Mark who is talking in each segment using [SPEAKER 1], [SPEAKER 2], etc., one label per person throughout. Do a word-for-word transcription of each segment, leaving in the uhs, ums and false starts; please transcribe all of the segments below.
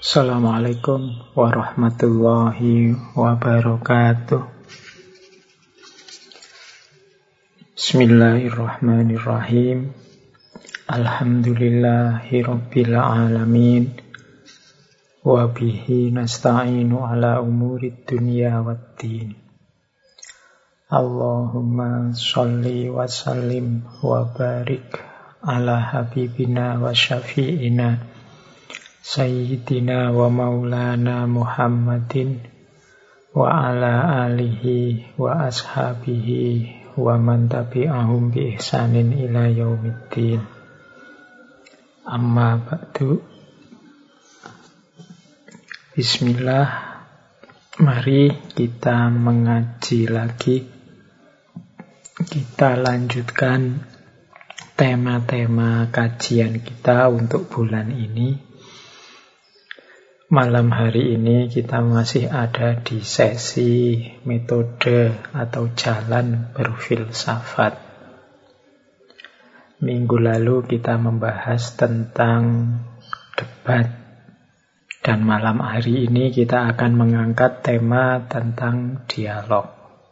[SPEAKER 1] Assalamualaikum warahmatullahi wabarakatuh. Bismillahirrahmanirrahim. Alhamdulillahi rabbil alamin. Wa bihi nasta'inu ala umurid dunya waddin. Allahumma sholli wa sallim wa barik ala habibina wa syafi'ina Sayyidina wa maulana Muhammadin wa ala alihi wa ashabihi wa man tabi'ahum bi ihsanin ila yaumiddin. Amma ba'du. Bismillah. Mari kita mengaji lagi. Kita lanjutkan tema-tema kajian kita untuk bulan ini. Malam hari ini kita masih ada di sesi metode atau jalan berfilsafat. Minggu lalu kita membahas tentang debat. Dan malam hari ini kita akan mengangkat tema tentang dialog.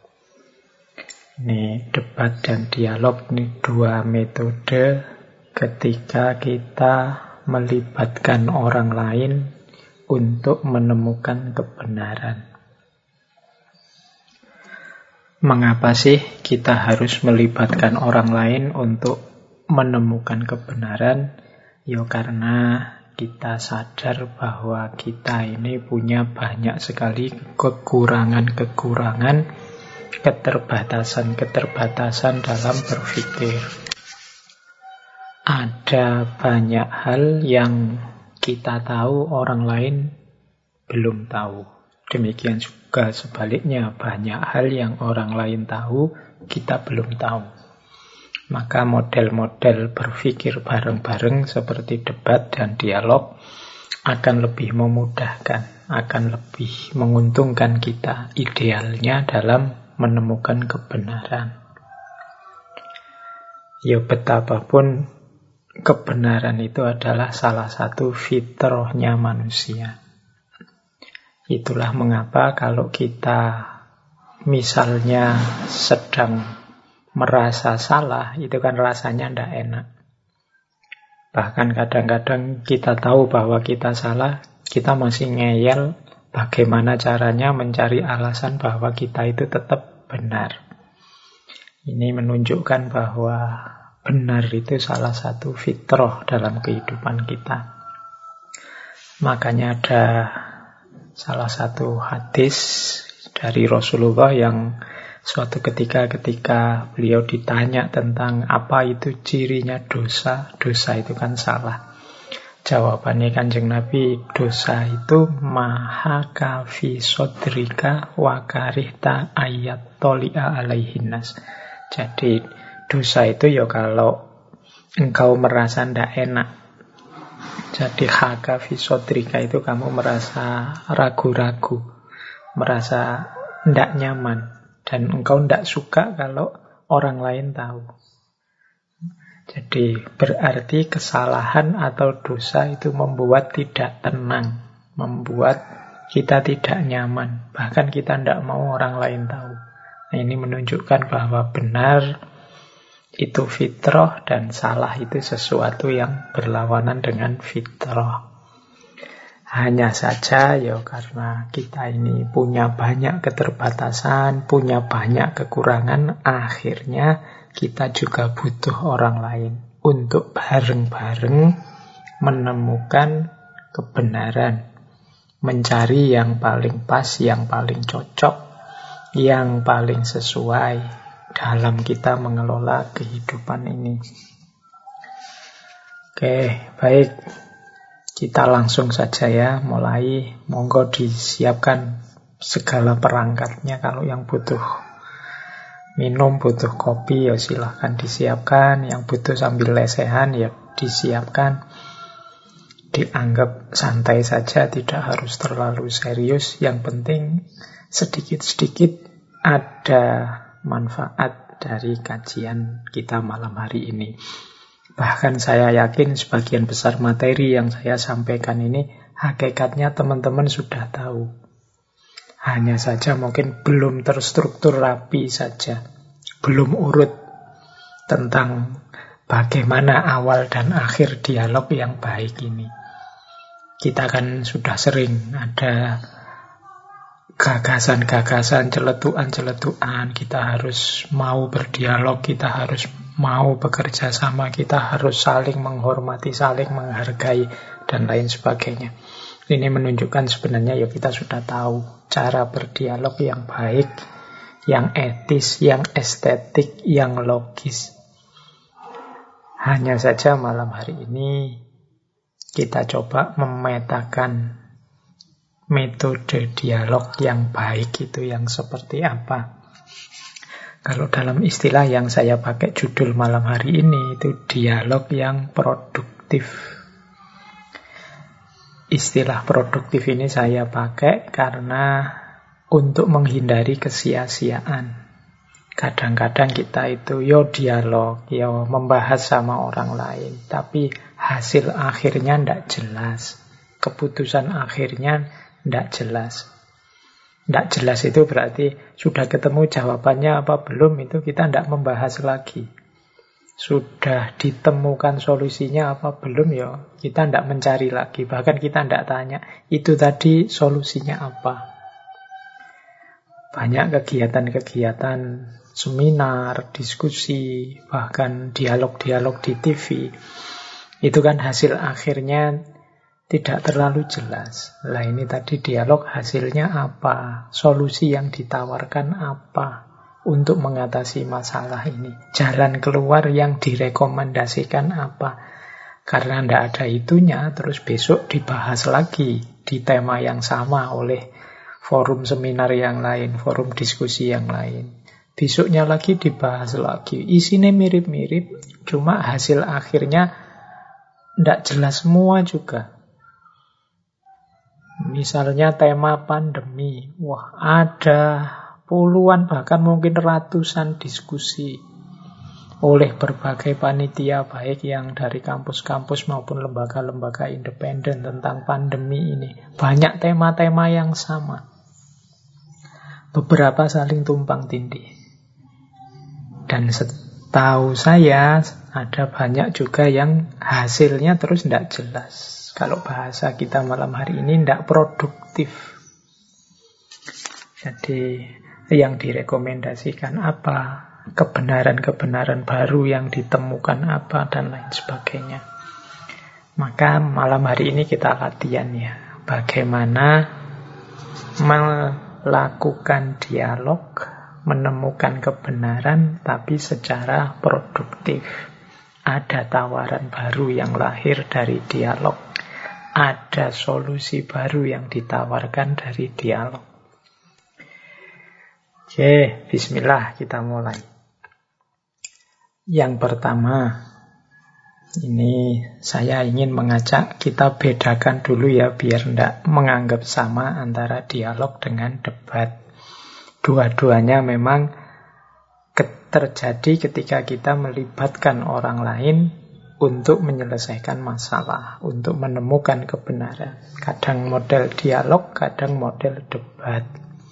[SPEAKER 1] Ini debat dan dialog ini dua metode ketika kita melibatkan orang lain untuk menemukan kebenaran. Mengapa sih kita harus melibatkan orang lain untuk menemukan kebenaran? Ya karena kita sadar bahwa kita ini punya banyak sekali kekurangan-kekurangan, keterbatasan-keterbatasan dalam berpikir. Ada banyak hal yang kita tahu, orang lain belum tahu. Demikian juga sebaliknya, banyak hal yang orang lain tahu, kita belum tahu. Maka model-model berpikir bareng-bareng seperti debat dan dialog akan lebih memudahkan, akan lebih menguntungkan kita idealnya dalam menemukan kebenaran. Ya betapapun kebenaran itu adalah salah satu fitrahnya manusia. Itulah mengapa kalau kita misalnya sedang merasa salah, itu kan rasanya tidak enak. Bahkan kadang-kadang kita tahu bahwa kita salah, kita masih ngeyel bagaimana caranya mencari alasan bahwa kita itu tetap benar. Ini menunjukkan bahwa benar itu salah satu fitrah dalam kehidupan kita. Makanya ada salah satu hadis dari Rasulullah yang suatu ketika ketika beliau ditanya tentang apa itu cirinya dosa, dosa itu kan salah. Jawabannya Kanjeng Nabi, dosa itu mahaka fi sodrika wa karihta ayat toli'a alaihinnas. Jadi dosa itu ya kalau engkau merasa tidak enak. Jadi haka fi sodrika itu kamu merasa ragu-ragu, merasa tidak nyaman. Dan engkau tidak suka kalau orang lain tahu. Jadi berarti kesalahan atau dosa itu membuat tidak tenang, membuat kita tidak nyaman. Bahkan kita tidak mau orang lain tahu. Nah, ini menunjukkan bahwa benar itu fitrah dan salah itu sesuatu yang berlawanan dengan fitrah. Hanya saja ya karena kita ini punya banyak keterbatasan, punya banyak kekurangan, akhirnya kita juga butuh orang lain untuk bareng-bareng menemukan kebenaran, mencari yang paling pas, yang paling cocok, yang paling sesuai dalam kita mengelola kehidupan ini. Oke, baik. Kita langsung saja ya, mulai. Monggo disiapkan segala perangkatnya. Kalau yang butuh minum, butuh kopi, ya silahkan disiapkan. Yang butuh sambil lesehan, ya disiapkan. Dianggap santai saja, tidak harus terlalu serius. Yang penting sedikit-sedikit ada manfaat dari kajian kita malam hari ini. Bahkan saya yakin sebagian besar materi yang saya sampaikan ini Hakikatnya teman-teman sudah tahu. Hanya saja mungkin belum terstruktur rapi saja. Belum urut tentang bagaimana awal dan akhir dialog yang baik ini. Kita kan sudah sering ada gagasan-gagasan, celetukan-celetukan, kita harus mau berdialog, kita harus mau bekerja sama, kita harus saling menghormati, saling menghargai, dan lain sebagainya. Ini menunjukkan sebenarnya ya kita sudah tahu cara berdialog yang baik, yang etis, yang estetik, yang logis. Hanya saja malam hari ini kita coba memetakan metode dialog yang baik itu yang seperti apa. Kalau dalam istilah yang saya pakai judul malam hari ini itu dialog yang produktif. Istilah produktif ini saya pakai karena untuk menghindari kesia-siaan. Kadang-kadang kita itu yo dialog, yo membahas sama orang lain, tapi hasil akhirnya tidak jelas. Keputusan akhirnya tidak jelas. Tidak jelas itu berarti sudah ketemu jawabannya apa belum, itu kita tidak membahas lagi. Sudah ditemukan solusinya apa belum, ya kita tidak mencari lagi. Bahkan kita tidak tanya, itu tadi solusinya apa. Banyak kegiatan-kegiatan, seminar, diskusi, bahkan dialog-dialog di T V. Itu kan hasil akhirnya tidak terlalu jelas. Lah ini tadi dialog hasilnya apa? Solusi yang ditawarkan apa untuk mengatasi masalah ini? Jalan keluar yang direkomendasikan apa? Karena tidak ada itunya, terus besok dibahas lagi di tema yang sama oleh forum seminar yang lain, forum diskusi yang lain. Besoknya lagi dibahas lagi. Isinya mirip-mirip, cuma hasil akhirnya tidak jelas semua juga. Misalnya tema pandemi. Wah, ada puluhan bahkan mungkin ratusan diskusi oleh berbagai panitia baik yang dari kampus-kampus maupun lembaga-lembaga independen tentang pandemi ini. Banyak tema-tema yang sama. Beberapa saling tumpang tindih. Dan setahu saya ada banyak juga yang hasilnya terus tidak jelas. Kalau bahasa kita malam hari ini tidak produktif. Jadi yang direkomendasikan apa, kebenaran-kebenaran baru yang ditemukan apa, dan lain sebagainya. Maka malam hari ini kita latihan ya, bagaimana melakukan dialog, menemukan kebenaran tapi secara produktif. Ada tawaran baru yang lahir dari dialog. Ada solusi baru yang ditawarkan dari dialog. Oke, bismillah, kita mulai. Yang pertama, ini saya ingin mengajak kita bedakan dulu ya, biar tidak menganggap sama antara dialog dengan debat. Dua-duanya memang terjadi ketika kita melibatkan orang lain untuk menyelesaikan masalah, untuk menemukan kebenaran. Kadang model dialog, kadang model debat.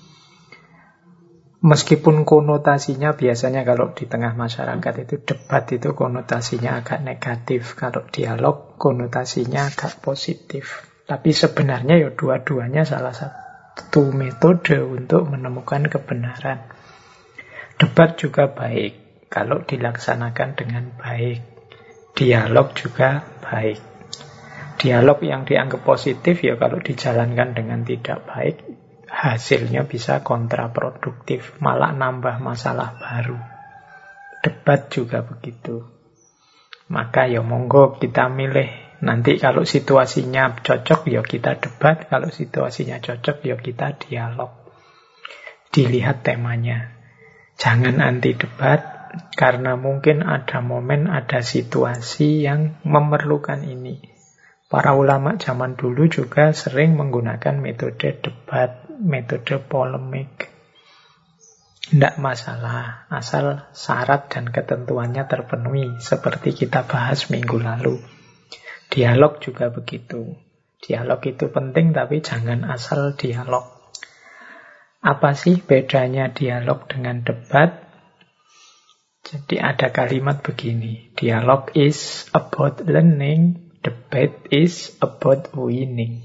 [SPEAKER 1] Meskipun konotasinya biasanya kalau di tengah masyarakat itu debat itu konotasinya agak negatif, kalau dialog konotasinya agak positif. Tapi sebenarnya ya dua-duanya salah satu metode untuk menemukan kebenaran. Debat juga baik kalau dilaksanakan dengan baik. Dialog juga baik. Dialog yang dianggap positif ya kalau dijalankan dengan tidak baik, hasilnya bisa kontraproduktif, malah nambah masalah baru. Debat juga begitu. Maka ya monggo kita milih. Nanti kalau situasinya cocok ya kita debat, kalau situasinya cocok ya kita dialog. Dilihat temanya. Jangan anti debat, karena mungkin ada momen, ada situasi yang memerlukan ini. Para ulama zaman dulu juga sering menggunakan metode debat, metode polemik. Tidak masalah, asal syarat dan ketentuannya terpenuhi, seperti kita bahas minggu lalu. Dialog juga begitu. Dialog itu penting, tapi jangan asal dialog. Apa sih bedanya dialog dengan debat? Jadi ada kalimat begini, dialog is about learning, debate is about winning.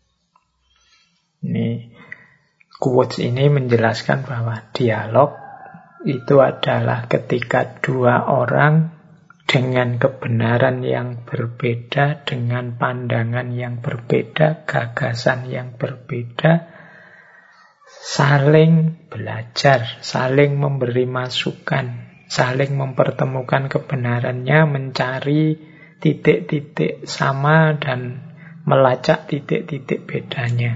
[SPEAKER 1] Ini quotes ini menjelaskan bahwa dialog itu adalah ketika dua orang dengan kebenaran yang berbeda, dengan pandangan yang berbeda, gagasan yang berbeda, saling belajar, saling memberi masukan, saling mempertemukan kebenarannya, mencari titik-titik sama dan melacak titik-titik bedanya.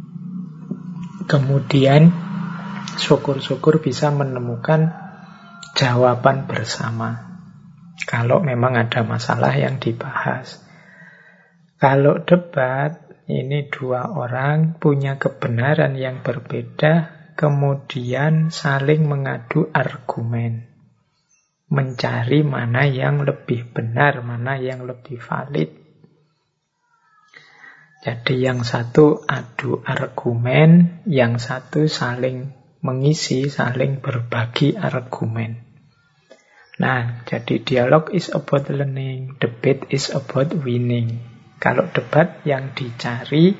[SPEAKER 1] Kemudian syukur-syukur bisa menemukan jawaban bersama. Kalau memang ada masalah yang dibahas. Kalau debat, ini dua orang punya kebenaran yang berbeda, kemudian saling mengadu argumen. Mencari mana yang lebih benar, mana yang lebih valid. Jadi yang satu adu argumen, yang satu saling mengisi, saling berbagi argumen. Nah, jadi dialog is about learning, debate is about winning. Kalau debat yang dicari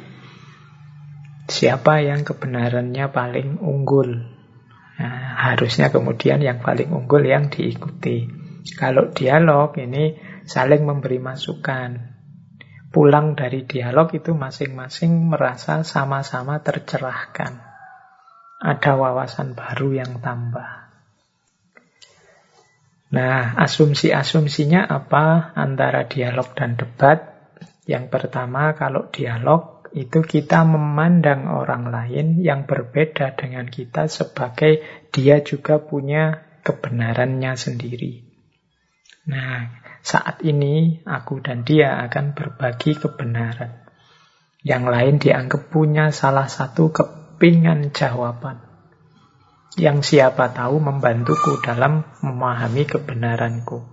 [SPEAKER 1] siapa yang kebenarannya paling unggul. Nah, harusnya kemudian yang paling unggul yang diikuti. Kalau dialog ini saling memberi masukan. Pulang dari dialog itu masing-masing merasa sama-sama tercerahkan. Ada wawasan baru yang tambah. Nah, asumsi-asumsinya apa antara dialog dan debat? Yang pertama, kalau dialog itu kita memandang orang lain yang berbeda dengan kita sebagai dia juga punya kebenarannya sendiri. Nah, saat ini aku dan dia akan berbagi kebenaran. Yang lain dianggap punya salah satu kepingan jawaban. Yang siapa tahu membantuku dalam memahami kebenaranku.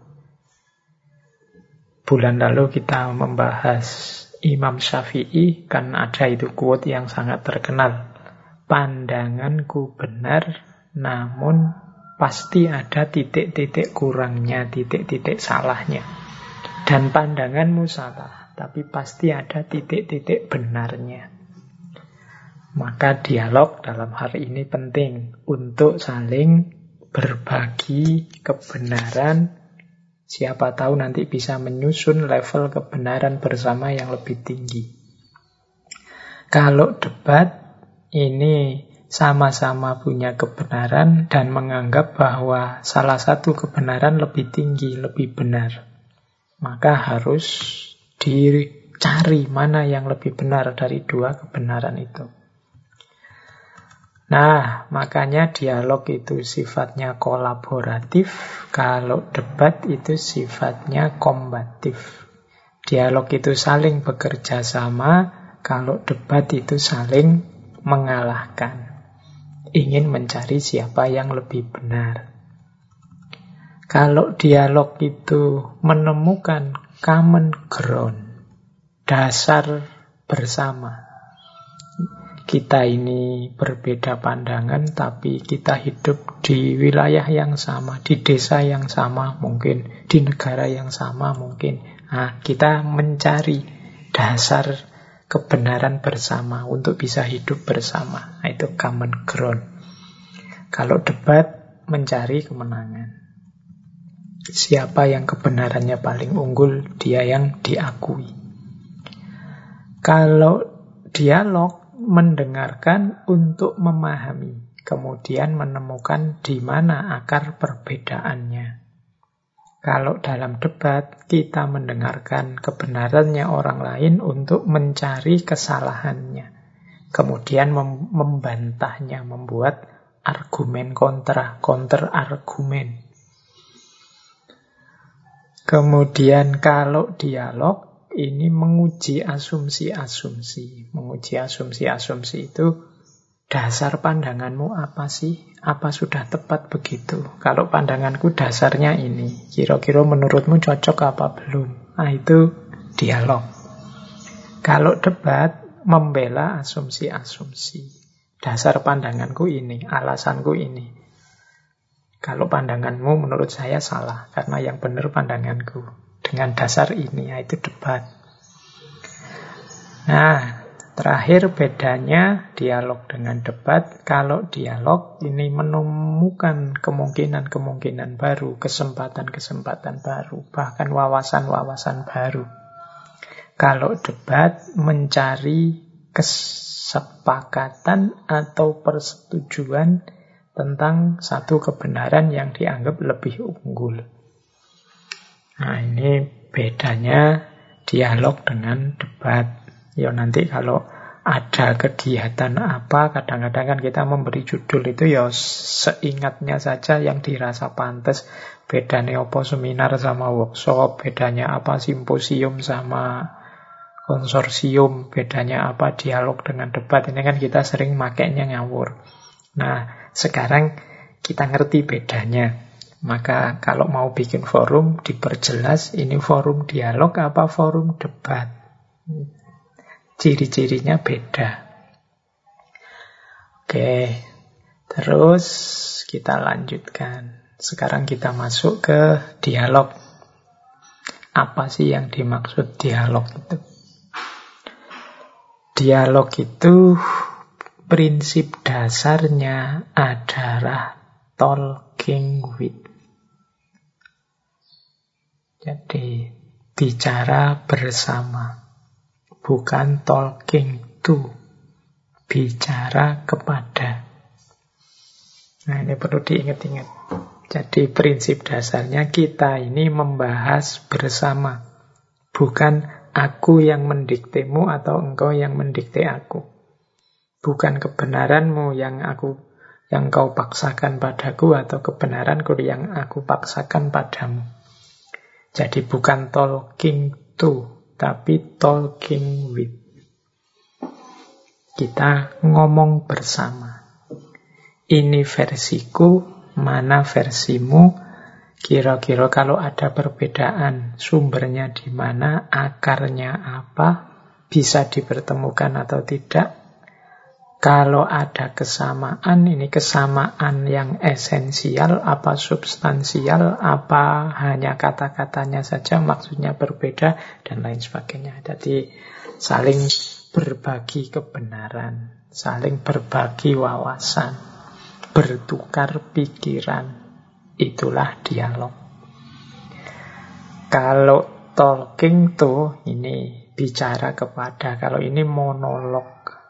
[SPEAKER 1] Bulan lalu kita membahas Imam Syafi'i, kan ada itu quote yang sangat terkenal. Pandanganku benar, namun pasti ada titik-titik kurangnya, titik-titik salahnya. Dan pandanganmu salah, tapi pasti ada titik-titik benarnya. Maka dialog dalam hal ini penting untuk saling berbagi kebenaran. Siapa tahu nanti bisa menyusun level kebenaran bersama yang lebih tinggi. Kalau debat, ini sama-sama punya kebenaran dan menganggap bahwa salah satu kebenaran lebih tinggi, lebih benar. Maka harus dicari mana yang lebih benar dari dua kebenaran itu. Nah, makanya dialog itu sifatnya kolaboratif, kalau debat itu sifatnya kombatif. Dialog itu saling bekerja sama, kalau debat itu saling mengalahkan. Ingin mencari siapa yang lebih benar. Kalau dialog itu menemukan common ground, dasar bersama. Kita ini berbeda pandangan, tapi kita hidup di wilayah yang sama, di desa yang sama mungkin, di negara yang sama mungkin. Nah, kita mencari dasar kebenaran bersama untuk bisa hidup bersama. Nah, itu common ground. Kalau debat, mencari kemenangan. Siapa yang kebenarannya paling unggul, dia yang diakui. Kalau dialog, mendengarkan untuk memahami, kemudian menemukan di mana akar perbedaannya. Kalau dalam debat, kita mendengarkan kebenarannya orang lain untuk mencari kesalahannya, kemudian mem- membantahnya, membuat argumen kontra, counter argumen. Kemudian kalau dialog, ini menguji asumsi-asumsi. Menguji asumsi-asumsi itu dasar pandanganmu apa sih? Apa sudah tepat begitu? Kalau pandanganku dasarnya ini, kira-kira menurutmu cocok apa belum? Nah, itu dialog. Kalau debat, membela asumsi-asumsi. Dasar pandanganku ini, alasanku ini. Kalau pandanganmu menurut saya salah, karena yang benar pandanganku. Dengan dasar ini, yaitu debat. Nah, terakhir bedanya dialog dengan debat. Kalau dialog ini menemukan kemungkinan-kemungkinan baru, kesempatan-kesempatan baru, bahkan wawasan-wawasan baru. Kalau debat mencari kesepakatan atau persetujuan tentang satu kebenaran yang dianggap lebih unggul. Nah, ini bedanya dialog dengan debat. Ya nanti kalau ada kegiatan apa, kadang-kadang kan kita memberi judul itu ya seingatnya saja yang dirasa pantas. Bedanya apa seminar sama workshop, bedanya apa simposium sama konsorsium, bedanya apa dialog dengan debat. Ini kan kita sering makainya ngawur. Nah, sekarang kita ngerti bedanya. Maka kalau mau bikin forum, diperjelas ini forum dialog apa forum debat. Ciri-cirinya beda. Oke, terus kita lanjutkan. Sekarang kita masuk ke dialog. Apa sih yang dimaksud dialog itu? Dialog itu prinsip dasarnya adalah talking with. Jadi bicara bersama, bukan talking to, bicara kepada. Nah, ini perlu diingat-ingat. Jadi prinsip dasarnya kita ini membahas bersama, bukan aku yang mendiktemu atau engkau yang mendikte aku. Bukan kebenaranmu yang aku yang kau paksakan padaku atau kebenaranku yang aku paksakan padamu. Jadi bukan talking to, tapi talking with. Kita ngomong bersama. Ini versiku, mana versimu. Kira-kira kalau ada perbedaan, sumbernya di mana, akarnya apa, bisa dipertemukan atau tidak. Kalau ada kesamaan, ini kesamaan yang esensial, apa substansial, apa hanya kata-katanya saja, maksudnya berbeda, dan lain sebagainya. Jadi saling berbagi kebenaran, saling berbagi wawasan, bertukar pikiran. Itulah dialog. Kalau talking to, ini bicara kepada. Kalau ini monolog.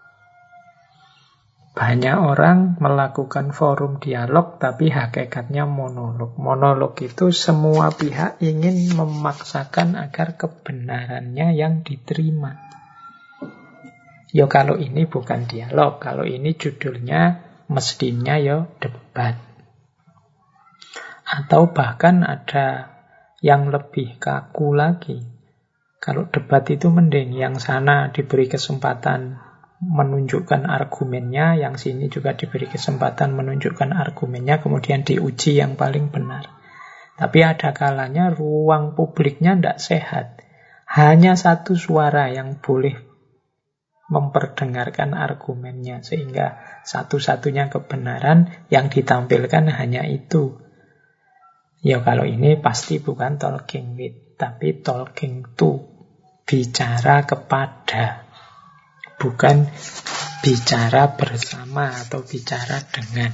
[SPEAKER 1] Banyak orang melakukan forum dialog, tapi hakikatnya monolog. Monolog itu semua pihak ingin memaksakan agar kebenarannya yang diterima. Ya kalau ini bukan dialog. Kalau ini judulnya mestinya ya debat. Atau bahkan ada yang lebih kaku lagi. Kalau debat itu mending, yang sana diberi kesempatan menunjukkan argumennya, yang sini juga diberi kesempatan menunjukkan argumennya, kemudian diuji yang paling benar. Tapi ada kalanya ruang publiknya tidak sehat. Hanya satu suara yang boleh memperdengarkan argumennya, sehingga satu-satunya kebenaran yang ditampilkan hanya itu. Ya kalau ini pasti bukan talking with, tapi talking to, bicara kepada, bukan bicara bersama atau bicara dengan.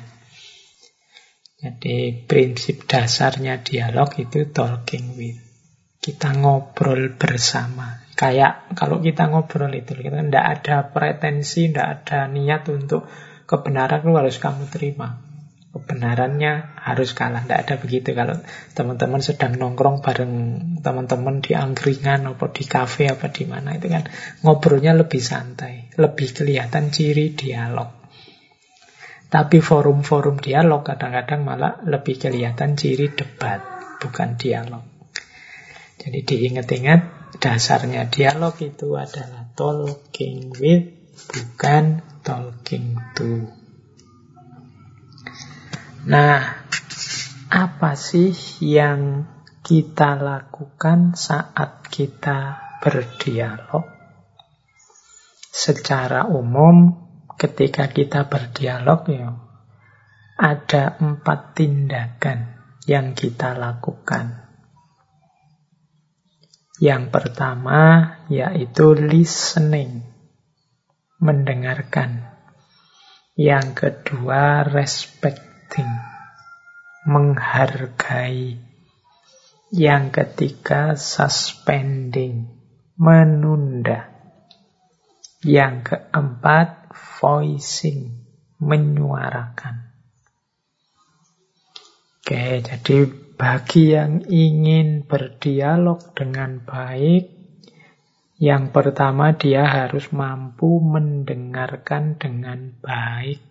[SPEAKER 1] Jadi prinsip dasarnya dialog itu talking with. Kita ngobrol bersama. Kayak kalau kita ngobrol itu, kita tidak ada pretensi, tidak ada niat untuk kebenaran itu harus kamu terima. Kebenarannya harus kalah. Tidak ada begitu. Kalau teman-teman sedang nongkrong bareng teman-teman di angkringan atau di kafe apa di mana, itu kan ngobrolnya lebih santai, lebih kelihatan ciri dialog. Tapi forum-forum dialog kadang-kadang malah lebih kelihatan ciri debat, bukan dialog. Jadi diingat-ingat, dasarnya dialog itu adalah talking with, bukan talking to. Nah, apa sih yang kita lakukan saat kita berdialog? secara umum ketika kita berdialog ya ada empat tindakan yang kita lakukan. Yang pertama yaitu listening, mendengarkan. Yang kedua respecting, menghargai. Yang ketiga suspending, menunda. Yang keempat voicing, menyuarakan. Oke, jadi bagi yang ingin berdialog dengan baik, yang pertama dia harus mampu mendengarkan dengan baik,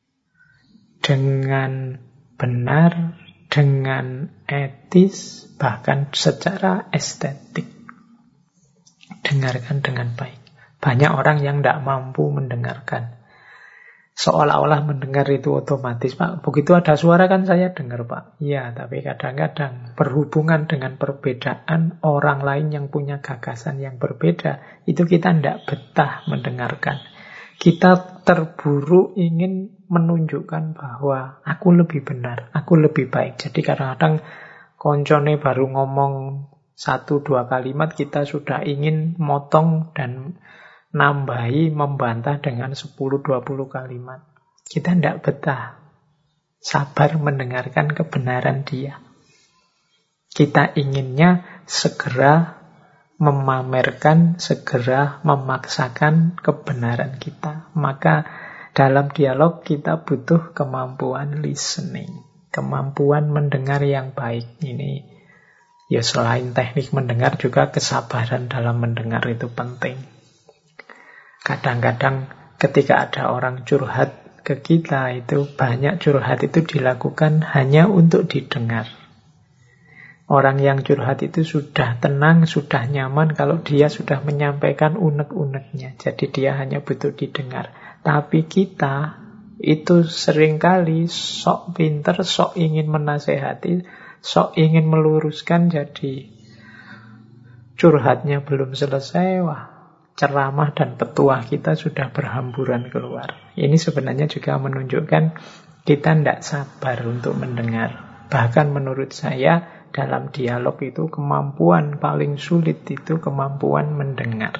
[SPEAKER 1] dengan benar, dengan etis, bahkan secara estetik. Dengarkan dengan baik. Banyak orang yang tidak mampu mendengarkan. Seolah-olah mendengar itu otomatis. Pak, begitu ada suara kan saya dengar, Pak. Iya, tapi kadang-kadang berhubungan dengan perbedaan orang lain yang punya gagasan yang berbeda, itu kita tidak betah mendengarkan. Kita terburu ingin menunjukkan bahwa aku lebih benar, aku lebih baik. Jadi kadang-kadang koncone baru ngomong satu dua kalimat, kita sudah ingin motong dan nambahi, membantah dengan sepuluh dua puluh kalimat. Kita tidak betah sabar mendengarkan kebenaran dia. Kita inginnya segera memamerkan, segera memaksakan kebenaran kita. Maka dalam dialog kita butuh kemampuan listening, kemampuan mendengar yang baik. Ini ya selain teknik mendengar juga kesabaran dalam mendengar itu penting. Kadang-kadang ketika ada orang curhat ke kita, itu banyak curhat itu dilakukan hanya untuk didengar. Orang yang curhat itu sudah tenang, sudah nyaman kalau dia sudah menyampaikan unek-uneknya. Jadi dia hanya butuh didengar. Tapi kita itu seringkali sok pinter, sok ingin menasehati, sok ingin meluruskan, jadi curhatnya belum selesai, wah, ceramah dan petuah kita sudah berhamburan keluar. Ini sebenarnya juga menunjukkan kita tidak sabar untuk mendengar. Bahkan menurut saya dalam dialog itu kemampuan paling sulit itu kemampuan mendengar.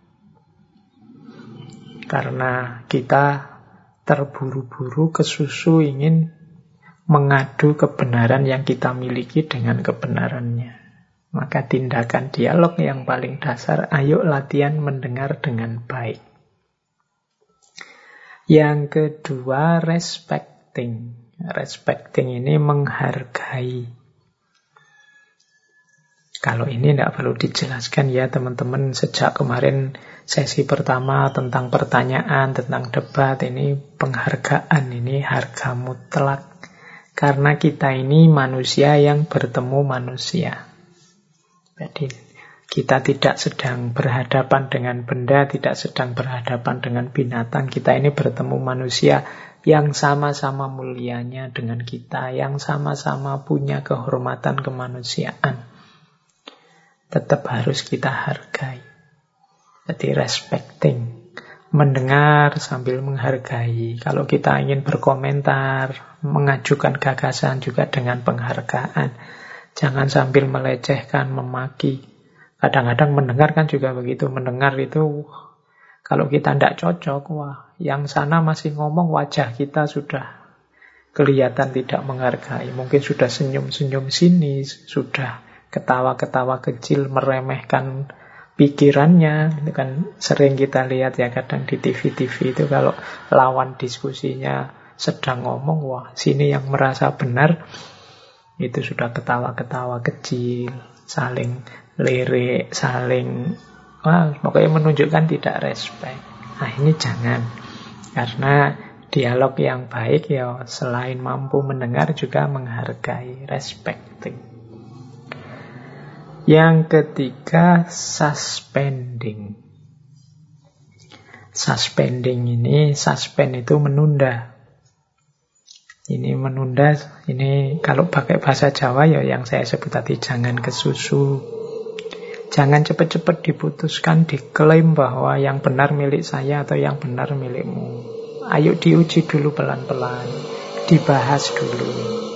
[SPEAKER 1] Karena kita terburu-buru kesusu ingin mengadu kebenaran yang kita miliki dengan kebenarannya. Maka tindakan dialog yang paling dasar, ayo latihan mendengar dengan baik. Yang kedua, respecting. Respecting ini menghargai. Kalau ini tidak perlu dijelaskan ya teman-teman. Sejak kemarin sesi pertama tentang pertanyaan, tentang debat, ini penghargaan, ini harga mutlak. Karena kita ini manusia yang bertemu manusia. Jadi kita tidak sedang berhadapan dengan benda, tidak sedang berhadapan dengan binatang. Kita ini bertemu manusia yang sama-sama mulianya dengan kita, yang sama-sama punya kehormatan kemanusiaan. Tetap harus kita hargai. Jadi respecting, mendengar sambil menghargai. Kalau kita ingin berkomentar, mengajukan gagasan juga dengan penghargaan. Jangan sambil melecehkan, memaki. Kadang-kadang mendengar kan juga begitu. Mendengar itu kalau kita tidak cocok, wah, yang sana masih ngomong, wajah kita sudah kelihatan tidak menghargai. Mungkin sudah senyum-senyum sini, sudah ketawa-ketawa kecil, meremehkan pikirannya. Itu kan sering kita lihat ya kadang di T V-T V itu kalau lawan diskusinya sedang ngomong, wah, sini yang merasa benar, itu sudah ketawa-ketawa kecil, saling lirik, saling, wah, pokoknya menunjukkan tidak respect. Nah ini jangan, karena dialog yang baik ya selain mampu mendengar juga menghargai, respecting. Yang ketiga, suspending. Suspending ini, suspend itu menunda. Ini menunda, ini kalau pakai bahasa Jawa ya yang saya sebut tadi, jangan kesusu. Jangan cepat-cepat diputuskan, diklaim bahwa yang benar milik saya atau yang benar milikmu. Ayo diuji dulu pelan-pelan, dibahas dulu.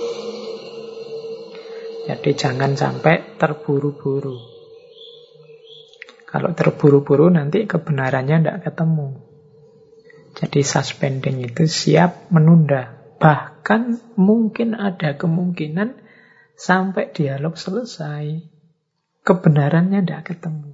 [SPEAKER 1] Jadi jangan sampai terburu-buru. Kalau terburu-buru nanti kebenarannya tidak ketemu. Jadi suspending itu siap menunda. Bahkan mungkin ada kemungkinan sampai dialog selesai, kebenarannya tidak ketemu.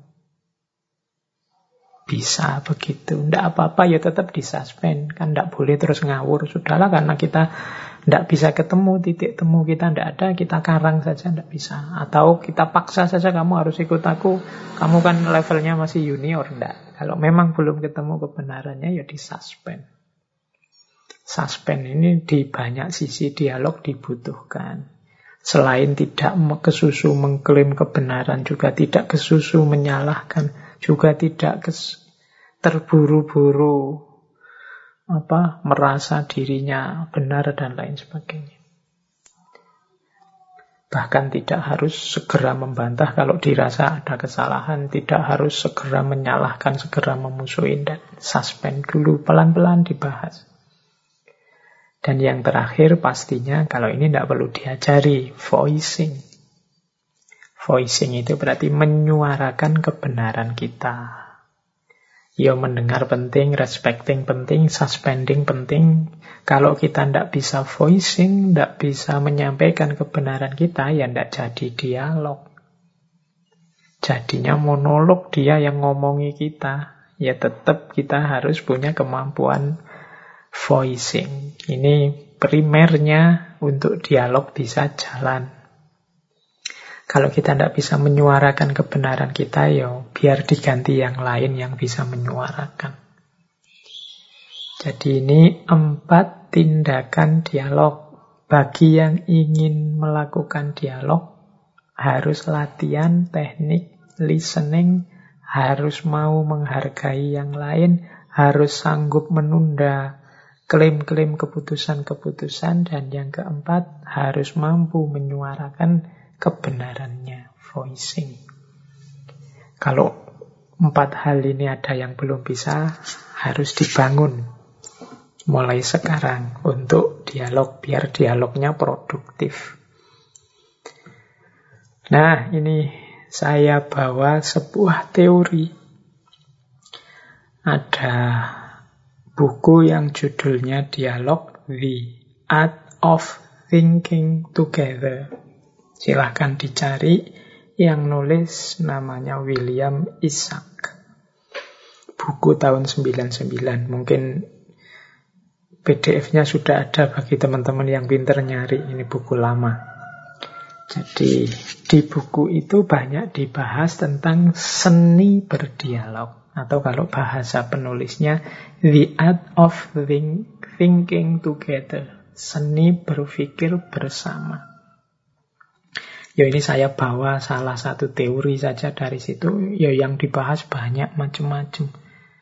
[SPEAKER 1] Bisa begitu. Tidak apa-apa, ya tetap disuspend. Kan tidak boleh terus ngawur. Sudahlah, karena kita tidak bisa ketemu, titik temu kita tidak ada, kita karang saja, tidak bisa. Atau kita paksa saja, kamu harus ikut aku, kamu kan levelnya masih junior. Tidak. Kalau memang belum ketemu kebenarannya, ya disuspend. Suspend ini di banyak sisi dialog dibutuhkan. Selain tidak kesusu mengklaim kebenaran, juga tidak kesusu menyalahkan, juga tidak kes- terburu-buru apa merasa dirinya benar dan lain sebagainya. Bahkan tidak harus segera membantah kalau dirasa ada kesalahan, tidak harus segera menyalahkan, segera memusuhi, dan suspend dulu, pelan-pelan dibahas. Dan yang terakhir pastinya, kalau ini tidak perlu diajari, voicing. Voicing itu berarti menyuarakan kebenaran kita. Ya, mendengar penting, respecting penting, suspending penting. Kalau kita tidak bisa voicing, tidak bisa menyampaikan kebenaran kita, ya tidak jadi dialog. Jadinya monolog, dia yang ngomongi kita. Ya tetap kita harus punya kemampuan voicing. Ini primernya untuk dialog bisa jalan. Kalau kita tidak bisa menyuarakan kebenaran kita, ya biar diganti yang lain yang bisa menyuarakan. Jadi ini empat tindakan dialog. Bagi yang ingin melakukan dialog, harus latihan teknik listening, harus mau menghargai yang lain, harus sanggup menunda klaim-klaim keputusan-keputusan, dan yang keempat, harus mampu menyuarakan kebenarannya, voicing. Kalau empat hal ini ada yang belum bisa, harus dibangun mulai sekarang untuk dialog, biar dialognya produktif. Nah, ini saya bawa sebuah teori. Ada buku yang judulnya Dialog, The Art of Thinking Together. Silahkan dicari, yang nulis namanya William Isaac. Buku tahun sembilan puluh sembilan. Mungkin P D F-nya sudah ada bagi teman-teman yang pintar nyari, ini buku lama. Jadi di buku itu banyak dibahas tentang seni berdialog. Atau kalau bahasa penulisnya, The Art of Thinking Together. Seni berpikir bersama. Ya ini saya bawa salah satu teori saja dari situ. Ya yang dibahas banyak macam-macam.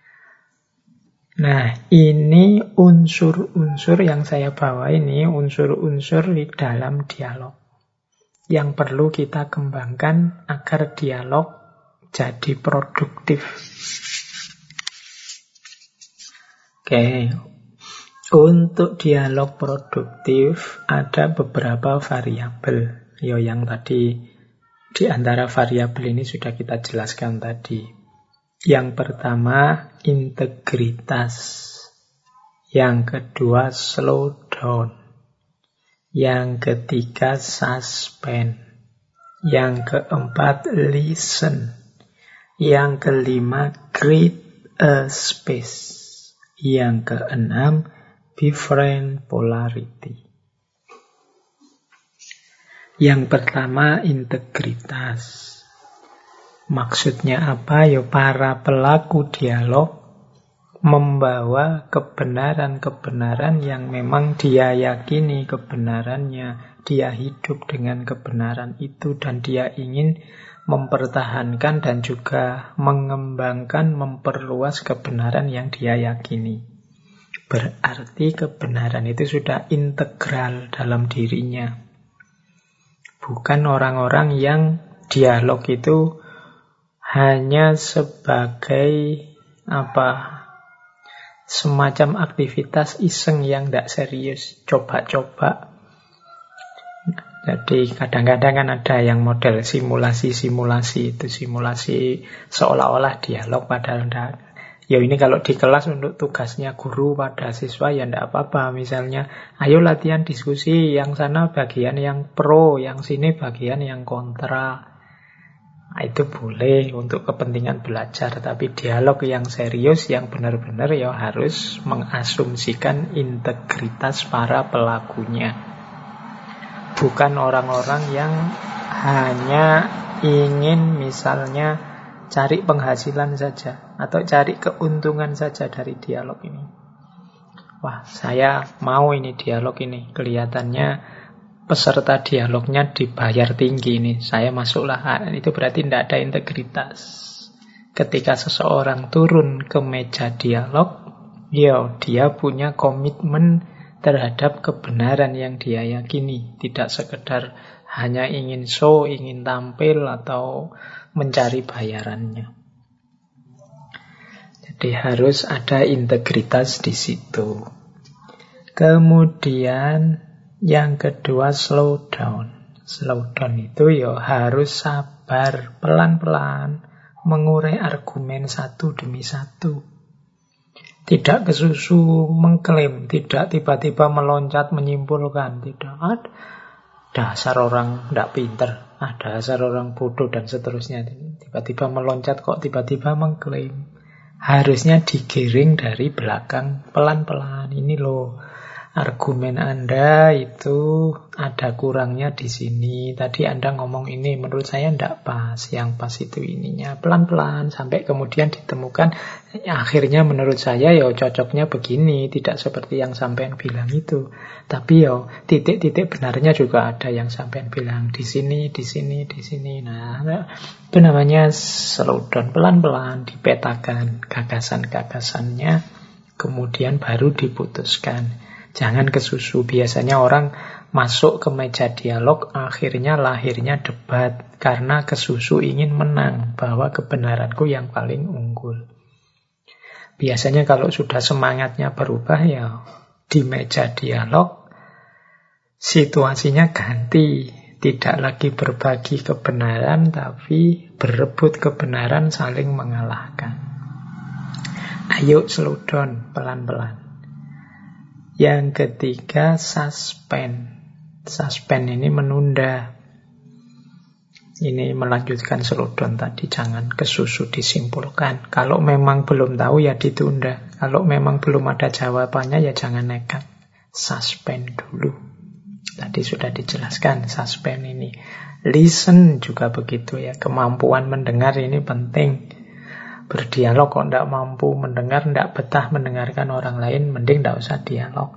[SPEAKER 1] Nah, ini unsur-unsur yang saya bawa ini, unsur-unsur di dalam dialog. Yang perlu kita kembangkan agar dialog jadi produktif. Oke, untuk dialog produktif ada beberapa variabel. Yo, yang tadi di antara variabel ini sudah kita jelaskan tadi. Yang pertama, integritas. Yang kedua, slow down. Yang ketiga, suspend. Yang keempat, listen. Yang kelima, create a space. Yang keenam, befriend polarity. Yang pertama, integritas. Maksudnya apa? Ya, para pelaku dialog membawa kebenaran-kebenaran yang memang dia yakini kebenarannya. Dia hidup dengan kebenaran itu dan dia ingin mempertahankan dan juga mengembangkan, memperluas kebenaran yang dia yakini. Berarti kebenaran itu sudah integral dalam dirinya. Bukan orang-orang yang dialog itu hanya sebagai apa semacam aktivitas iseng yang tidak serius, coba-coba. Jadi kadang-kadang kan ada yang model simulasi-simulasi, itu simulasi seolah-olah dialog padahal tidak. Ya ini kalau di kelas untuk tugasnya guru pada siswa ya tidak apa-apa. Misalnya, ayo latihan diskusi, yang sana bagian yang pro, yang sini bagian yang kontra. Nah, itu boleh untuk kepentingan belajar, tapi dialog yang serius, yang benar-benar ya harus mengasumsikan integritas para pelakunya. Bukan orang-orang yang hanya ingin misalnya cari penghasilan saja atau cari keuntungan saja dari dialog ini. Wah, saya mau ini dialog ini. Kelihatannya peserta dialognya dibayar tinggi nih, saya masuklah. Itu berarti tidak ada integritas. Ketika seseorang turun ke meja dialog, ya dia punya komitmen terhadap kebenaran yang dia yakini, tidak sekedar hanya ingin show, ingin tampil atau mencari bayarannya. Jadi harus ada integritas di situ. Kemudian yang kedua, slow down. Slow down itu ya harus sabar, pelan-pelan, mengurai argumen satu demi satu. Tidak kesusu mengklaim, tidak tiba-tiba meloncat menyimpulkan, tidak. Ada dasar orang tidak pinter, ada dasar orang bodoh dan seterusnya. Tiba-tiba meloncat kok tiba-tiba mengklaim. Harusnya digiring dari belakang pelan-pelan. Ini loh, argumen Anda itu ada kurangnya di sini. Tadi Anda ngomong ini, menurut saya tidak pas. Yang pas itu ininya. Pelan-pelan sampai kemudian ditemukan. Akhirnya menurut saya ya cocoknya begini. Tidak seperti yang sampean bilang itu. Tapi ya titik-titik benarnya juga ada yang sampean bilang. Di sini, di sini, di sini. Nah, itu namanya slow down. Pelan-pelan dipetakan gagasan-gagasannya. Kemudian baru diputuskan. Jangan kesusu. Biasanya orang masuk ke meja dialog, akhirnya lahirnya debat. Karena kesusu ingin menang, bahwa kebenaranku yang paling unggul. Biasanya kalau sudah semangatnya berubah, ya di meja dialog, situasinya ganti. Tidak lagi berbagi kebenaran, tapi berebut kebenaran, saling mengalahkan. Ayo slow down, pelan-pelan. Yang ketiga, suspend. Suspend ini menunda. Ini melanjutkan slow down tadi. Jangan kesusu disimpulkan. Kalau memang belum tahu ya ditunda. Kalau memang belum ada jawabannya ya jangan nekat. Suspend dulu. Tadi sudah dijelaskan suspend ini. Listen juga begitu ya. Kemampuan mendengar ini penting. Berdialog kok tidak mampu mendengar, tidak betah mendengarkan orang lain, mending tidak usah dialog.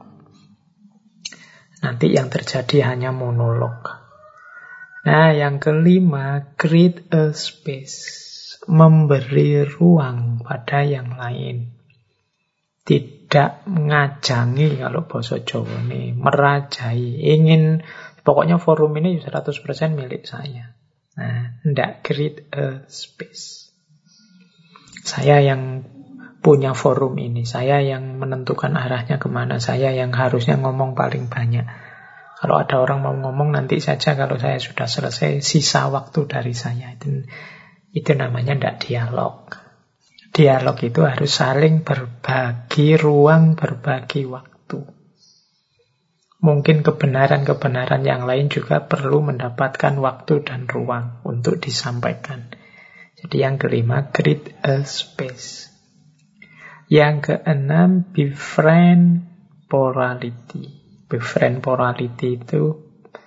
[SPEAKER 1] Nanti yang terjadi hanya monolog. Nah, yang kelima, create a space. Memberi ruang pada yang lain. Tidak ngajangi kalau bahasa Jawa ini, merajai. Ingin, pokoknya forum ini seratus persen milik saya. Nah, tidak create a space. Saya yang punya forum ini, saya yang menentukan arahnya kemana, saya yang harusnya ngomong paling banyak. Kalau ada orang mau ngomong nanti saja, kalau saya sudah selesai, sisa waktu dari saya. Itu, itu namanya tidak dialog. Dialog itu harus saling berbagi ruang, berbagi waktu. Mungkin kebenaran-kebenaran yang lain juga perlu mendapatkan waktu dan ruang untuk disampaikan. Jadi yang kelima, create a space. Yang keenam, befriend plurality. Befriend plurality itu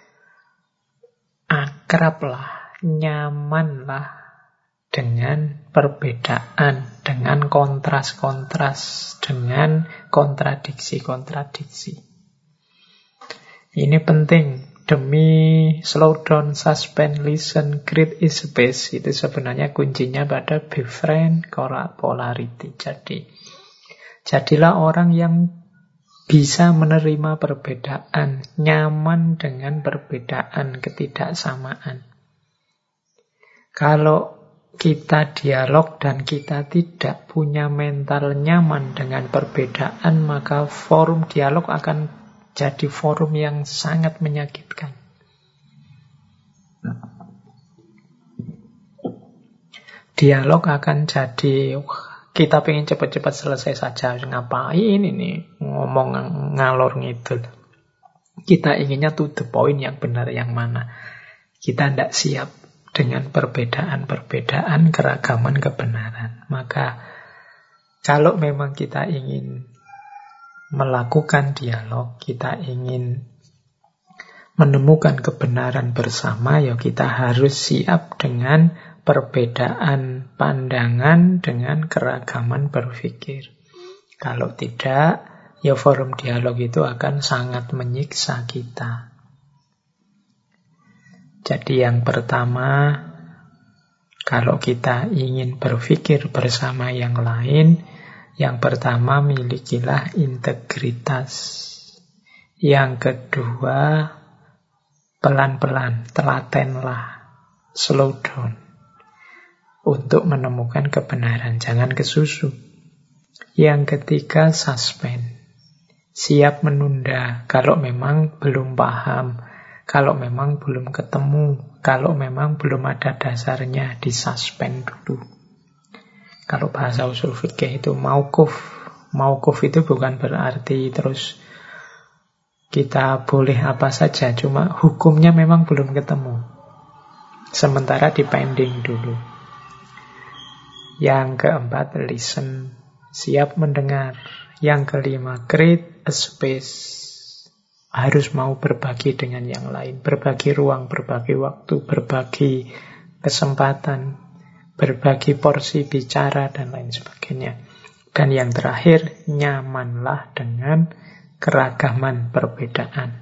[SPEAKER 1] akrablah, nyamanlah dengan perbedaan, dengan kontras-kontras, dengan kontradiksi-kontradiksi. Ini penting. Demi slow down, suspend, listen, create a space. Itu sebenarnya kuncinya pada befriend polarity. Jadi, jadilah orang yang bisa menerima perbedaan, nyaman dengan perbedaan, ketidaksamaan. Kalau kita dialog dan kita tidak punya mental nyaman dengan perbedaan, maka forum dialog akan jadi forum yang sangat menyakitkan. Dialog akan jadi, wah, kita pengen cepat-cepat selesai saja, ngapain ini ngomong ngalor ngidul. Kita inginnya to the point, yang benar yang mana. Kita tidak siap dengan perbedaan-perbedaan, keragaman kebenaran. Maka kalau memang kita ingin melakukan dialog, kita ingin menemukan kebenaran bersama, ya kita harus siap dengan perbedaan pandangan, dengan keragaman berpikir. Kalau tidak, ya forum dialog itu akan sangat menyiksa kita. Jadi yang pertama, kalau kita ingin berpikir bersama yang lain, yang pertama milikilah integritas. Yang kedua, pelan-pelan, telatenlah, slow down untuk menemukan kebenaran, jangan kesusu. Yang ketiga, suspend, siap menunda kalau memang belum paham. Kalau memang belum ketemu, kalau memang belum ada dasarnya, disuspend dulu. Kalau bahasa usul fikih itu mauquf. Mauquf itu bukan berarti terus kita boleh apa saja, cuma hukumnya memang belum ketemu. Sementara dipending dulu. Yang keempat, listen, siap mendengar. Yang kelima, create a space. Harus mau berbagi dengan yang lain, berbagi ruang, berbagi waktu, berbagi kesempatan, berbagi porsi bicara, dan lain sebagainya. Dan yang terakhir, nyamanlah dengan keragaman perbedaan.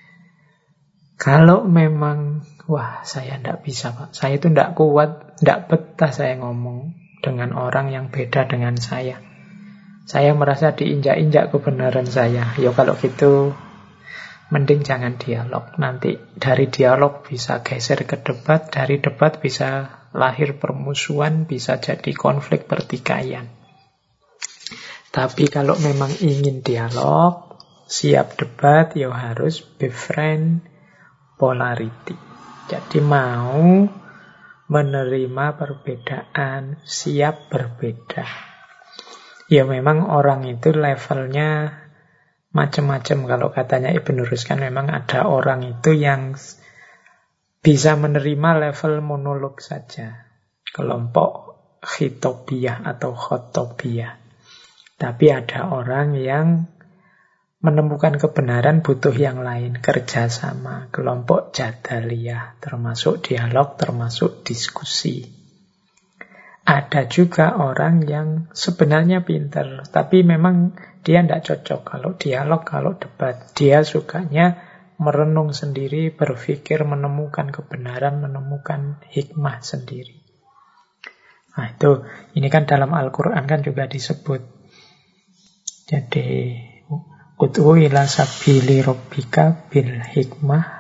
[SPEAKER 1] Kalau memang, wah saya tidak bisa Pak, saya itu tidak kuat, tidak betah saya ngomong dengan orang yang beda dengan saya. Saya merasa diinjak-injak kebenaran saya. Ya kalau gitu, mending jangan dialog. Nanti dari dialog bisa geser ke debat, dari debat bisa lahir permusuhan, bisa jadi konflik pertikaian. Tapi kalau memang ingin dialog, siap debat, ya harus befriend polarity. Jadi mau menerima perbedaan, siap berbeda. Ya memang orang itu levelnya macam-macam. Kalau katanya Ibn Rushd, memang ada orang itu yang bisa menerima level monolog saja, kelompok khitobiyah atau khotobiyah. Tapi ada orang yang menemukan kebenaran butuh yang lain, kerjasama, kelompok jadaliyah, termasuk dialog, termasuk diskusi. Ada juga orang yang sebenarnya pinter, tapi memang dia tidak cocok kalau dialog, kalau debat. Dia sukanya merenung sendiri, berpikir, menemukan kebenaran, menemukan hikmah sendiri. Nah itu, ini kan dalam Al-Quran kan juga disebut. Jadi, ud'u ila sabili rabbika bil hikmah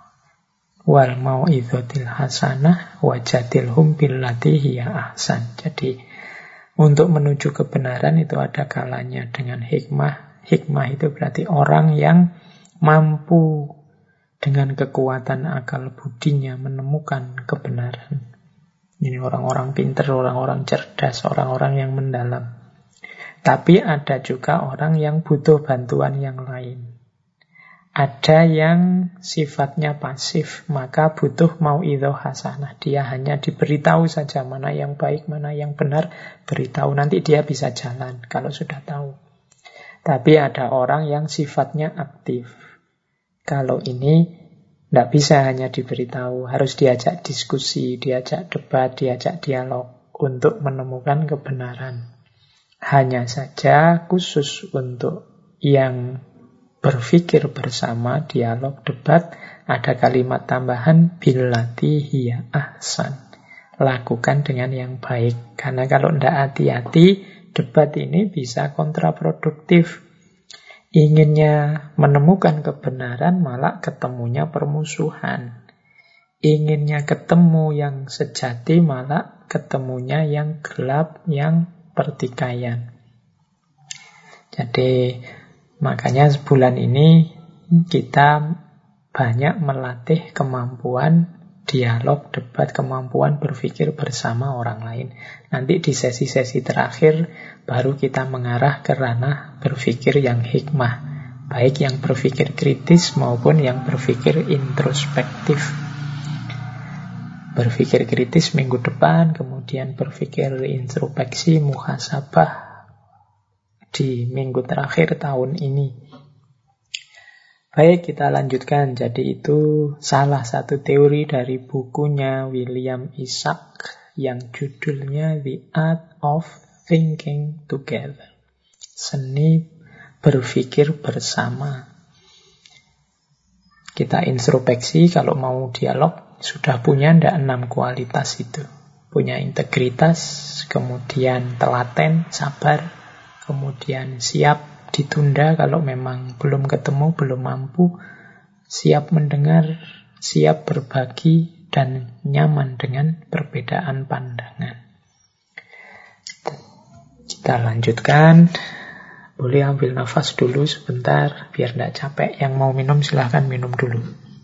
[SPEAKER 1] wal mau'idhatil hasanah wajadilhum billati hiya ahsan. Jadi untuk menuju kebenaran itu ada kalanya dengan hikmah. Hikmah itu berarti orang yang mampu dengan kekuatan akal budinya menemukan kebenaran. Ini orang-orang pintar, orang-orang cerdas, orang-orang yang mendalam. Tapi ada juga orang yang butuh bantuan yang lain. Ada yang sifatnya pasif, maka butuh mau'idhah hasanah. Dia hanya diberitahu saja mana yang baik, mana yang benar, beritahu. Nanti dia bisa jalan kalau sudah tahu. Tapi ada orang yang sifatnya aktif. Kalau ini tidak bisa hanya diberitahu, harus diajak diskusi, diajak debat, diajak dialog untuk menemukan kebenaran. Hanya saja khusus untuk yang berpikir bersama, dialog, debat, ada kalimat tambahan billati hiya ahsan. Lakukan dengan yang baik. Karena kalau tidak hati-hati, debat ini bisa kontraproduktif. Inginnya menemukan kebenaran, malah ketemunya permusuhan. inginnya ketemu yang sejati, malah ketemunya yang gelap, yang pertikaian. Jadi makanya sebulan ini kita banyak melatih kemampuan dialog, debat, kemampuan berpikir bersama orang lain. Nanti di sesi-sesi terakhir baru kita mengarah ke ranah berpikir yang hikmah, baik yang berpikir kritis maupun yang berpikir introspektif. Berpikir kritis minggu depan, kemudian berpikir introspeksi, muhasabah di minggu terakhir tahun ini. Baik, kita lanjutkan. Jadi itu salah satu teori dari bukunya William Isaac yang judulnya The Art of Thinking Together. Seni berpikir bersama. Kita introspeksi kalau mau dialog, sudah punya ndak enam kualitas itu. Punya integritas, kemudian telaten, sabar, kemudian siap ditunda kalau memang belum ketemu, belum mampu, siap mendengar, siap berbagi, dan nyaman dengan perbedaan pandangan. Kita lanjutkan. Boleh ambil nafas dulu sebentar, biar tidak capek. Yang mau minum silahkan minum dulu.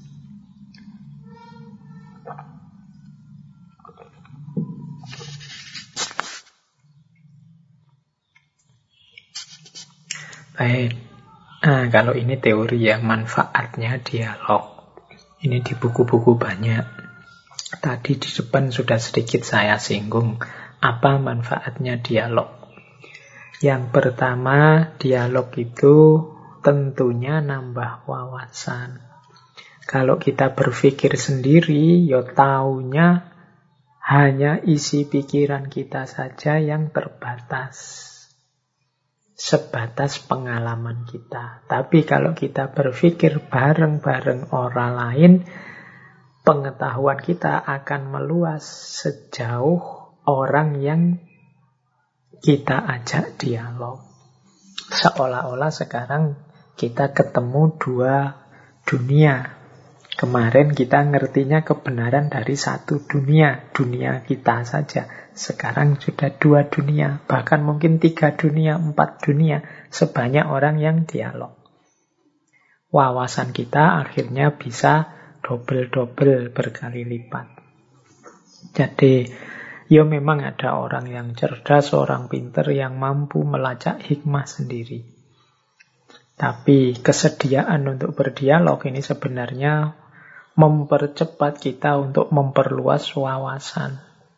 [SPEAKER 1] Baik, nah, kalau ini teori ya, manfaatnya dialog. Ini di buku-buku banyak. Tadi di depan sudah sedikit saya singgung. Apa manfaatnya dialog? Yang pertama, dialog itu tentunya nambah wawasan. Kalau kita berpikir sendiri, ya taunya hanya isi pikiran kita saja yang terbatas. Sebatas pengalaman kita. Tapi kalau kita berpikir bareng-bareng orang lain, pengetahuan kita akan meluas sejauh orang yang kita ajak dialog. Seolah-olah sekarang kita ketemu dua dunia. Kemarin kita ngertinya kebenaran dari satu dunia, dunia kita saja. Sekarang sudah dua dunia, bahkan mungkin tiga dunia, empat dunia, sebanyak orang yang dialog. Wawasan kita akhirnya bisa double-double, berkali lipat. Jadi, ya memang ada orang yang cerdas, orang pinter yang mampu melacak hikmah sendiri. Tapi kesediaan untuk berdialog ini sebenarnya mempercepat kita untuk memperluas wawasan.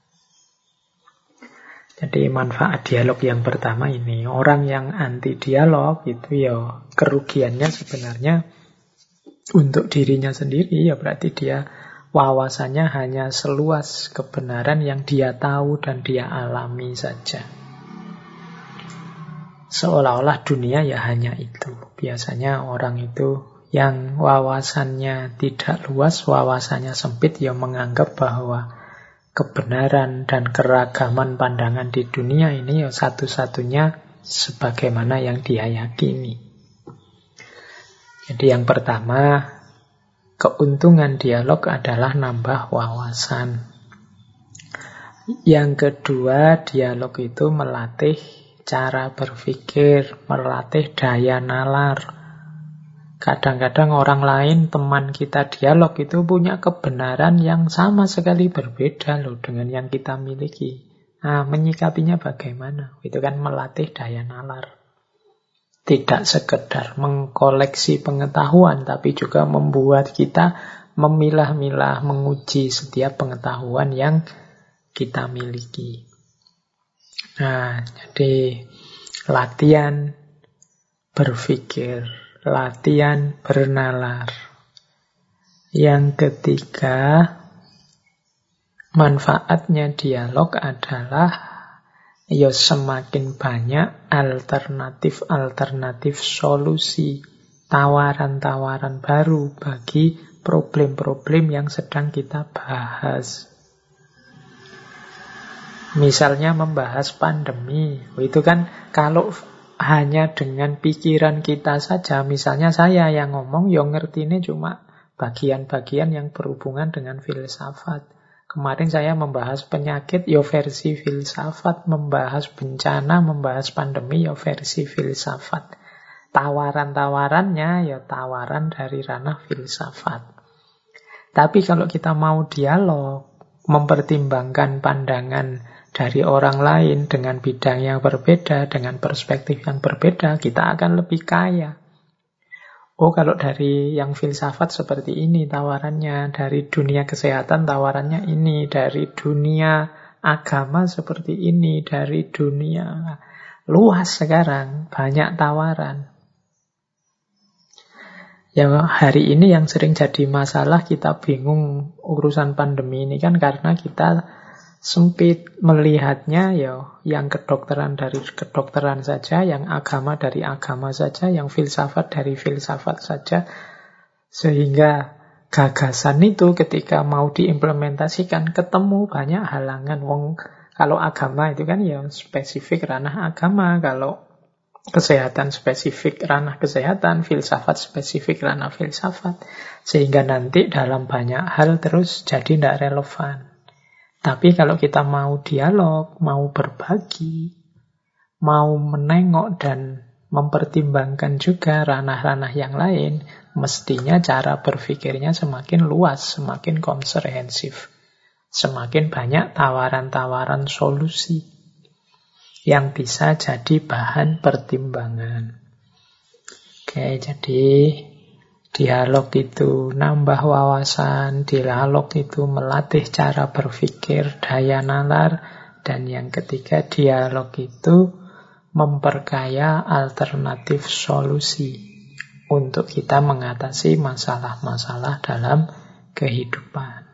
[SPEAKER 1] Jadi manfaat dialog yang pertama ini, orang yang anti dialog itu ya kerugiannya sebenarnya untuk dirinya sendiri, ya berarti dia wawasannya hanya seluas kebenaran yang dia tahu dan dia alami saja. Seolah-olah dunia ya hanya itu. Biasanya orang itu yang wawasannya tidak luas, wawasannya sempit, ya menganggap bahwa kebenaran dan keragaman pandangan di dunia ini ya satu-satunya sebagaimana yang dia yakini. Jadi yang pertama, keuntungan dialog adalah nambah wawasan. Yang kedua, dialog itu melatih cara berpikir, melatih daya nalar. Kadang-kadang orang lain, teman kita dialog itu punya kebenaran yang sama sekali berbeda loh dengan yang kita miliki. Nah, menyikapinya bagaimana? Itu kan melatih daya nalar. Tidak sekedar mengkoleksi pengetahuan, tapi juga membuat kita memilah-milah, menguji setiap pengetahuan yang kita miliki. Nah, jadi latihan berpikir, latihan bernalar. Yang ketiga, manfaatnya dialog adalah ya semakin banyak alternatif-alternatif solusi, tawaran-tawaran baru bagi problem-problem yang sedang kita bahas. Misalnya membahas pandemi, itu kan kalau hanya dengan pikiran kita saja, misalnya saya yang ngomong, yang ngerti ini cuma bagian-bagian yang berhubungan dengan filsafat. Kemarin saya membahas penyakit, ya versi filsafat. Membahas bencana, membahas pandemi, ya versi filsafat. Tawaran-tawarannya, ya tawaran dari ranah filsafat. Tapi kalau kita mau dialog, mempertimbangkan pandangan dari orang lain dengan bidang yang berbeda, dengan perspektif yang berbeda, kita akan lebih kaya. Oh, kalau dari yang filsafat seperti ini tawarannya, dari dunia kesehatan tawarannya ini, dari dunia agama seperti ini, dari dunia luas sekarang, banyak tawaran. Ya, hari ini yang sering jadi masalah kita bingung urusan pandemi ini kan karena kita sempit melihatnya ya yang kedokteran dari kedokteran saja, yang agama dari agama saja, yang filsafat dari filsafat saja. Sehingga gagasan itu ketika mau diimplementasikan ketemu banyak halangan. Wong kalau agama itu kan ya spesifik ranah agama, kalau kesehatan spesifik ranah kesehatan, filsafat spesifik ranah filsafat. Sehingga nanti dalam banyak hal terus jadi tidak relevan. Tapi kalau kita mau dialog, mau berbagi, mau menengok dan mempertimbangkan juga ranah-ranah yang lain, mestinya cara berpikirnya semakin luas, semakin komprehensif. Semakin banyak tawaran-tawaran solusi yang bisa jadi bahan pertimbangan. Oke, jadi dialog itu nambah wawasan, dialog itu melatih cara berpikir, daya nalar, dan yang ketiga dialog itu memperkaya alternatif solusi untuk kita mengatasi masalah-masalah dalam kehidupan.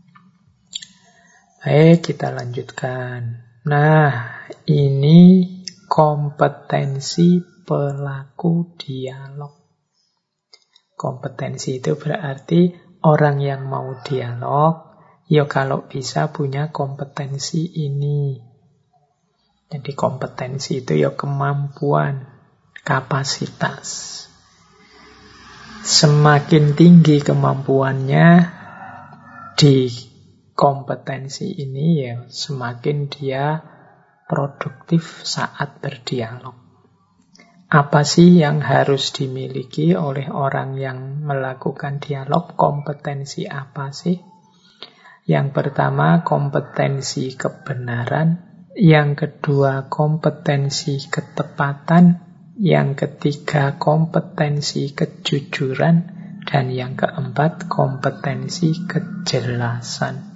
[SPEAKER 1] Baik, kita lanjutkan. Nah, ini kompetensi pelaku dialog. Kompetensi itu berarti orang yang mau dialog, ya kalau bisa punya kompetensi ini. Jadi kompetensi itu ya kemampuan, kapasitas. Semakin tinggi kemampuannya di kompetensi ini, ya semakin dia produktif saat berdialog. Apa sih yang harus dimiliki oleh orang yang melakukan dialog? Kompetensi apa sih? Yang pertama, kompetensi kebenaran. Yang kedua, kompetensi ketepatan. Yang ketiga, kompetensi kejujuran. Dan yang keempat, kompetensi kejelasan.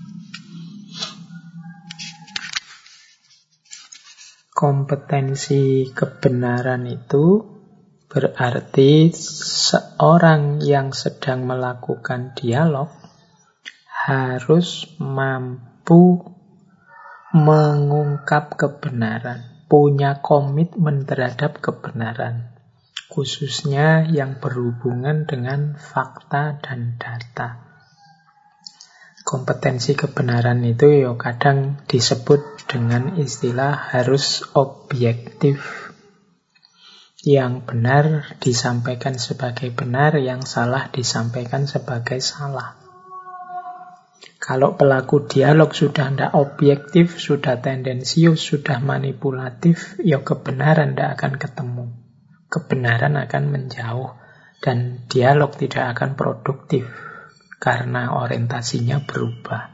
[SPEAKER 1] Kompetensi kebenaran itu berarti seorang yang sedang melakukan dialog harus mampu mengungkap kebenaran, punya komitmen terhadap kebenaran, khususnya yang berhubungan dengan fakta dan data. Kompetensi kebenaran itu ya kadang disebut dengan istilah harus objektif. Yang benar disampaikan sebagai benar, yang salah disampaikan sebagai salah. Kalau pelaku dialog sudah tidak objektif, sudah tendensius, sudah manipulatif, ya kebenaran tidak akan ketemu. Kebenaran akan menjauh dan dialog tidak akan produktif karena orientasinya berubah.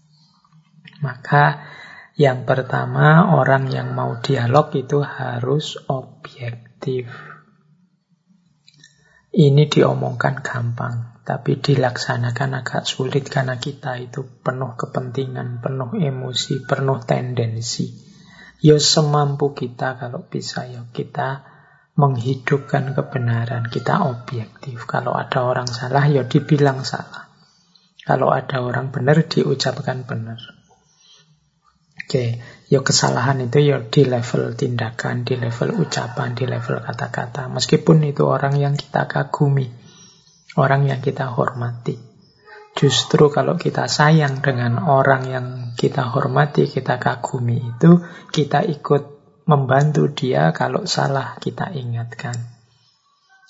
[SPEAKER 1] Maka yang pertama, orang yang mau dialog itu harus objektif. Ini diomongkan gampang, tapi dilaksanakan agak sulit karena kita itu penuh kepentingan, penuh emosi, penuh tendensi. Ya semampu kita kalau bisa ya kita menghidupkan kebenaran, kita objektif. Kalau ada orang salah ya dibilang salah. Kalau ada orang benar diucapkan benar. Oke, ya kesalahan itu ya di level tindakan, di level ucapan, di level kata-kata. Meskipun itu orang yang kita kagumi, orang yang kita hormati. Justru kalau kita sayang dengan orang yang kita hormati, kita kagumi itu, kita ikut membantu dia kalau salah kita ingatkan.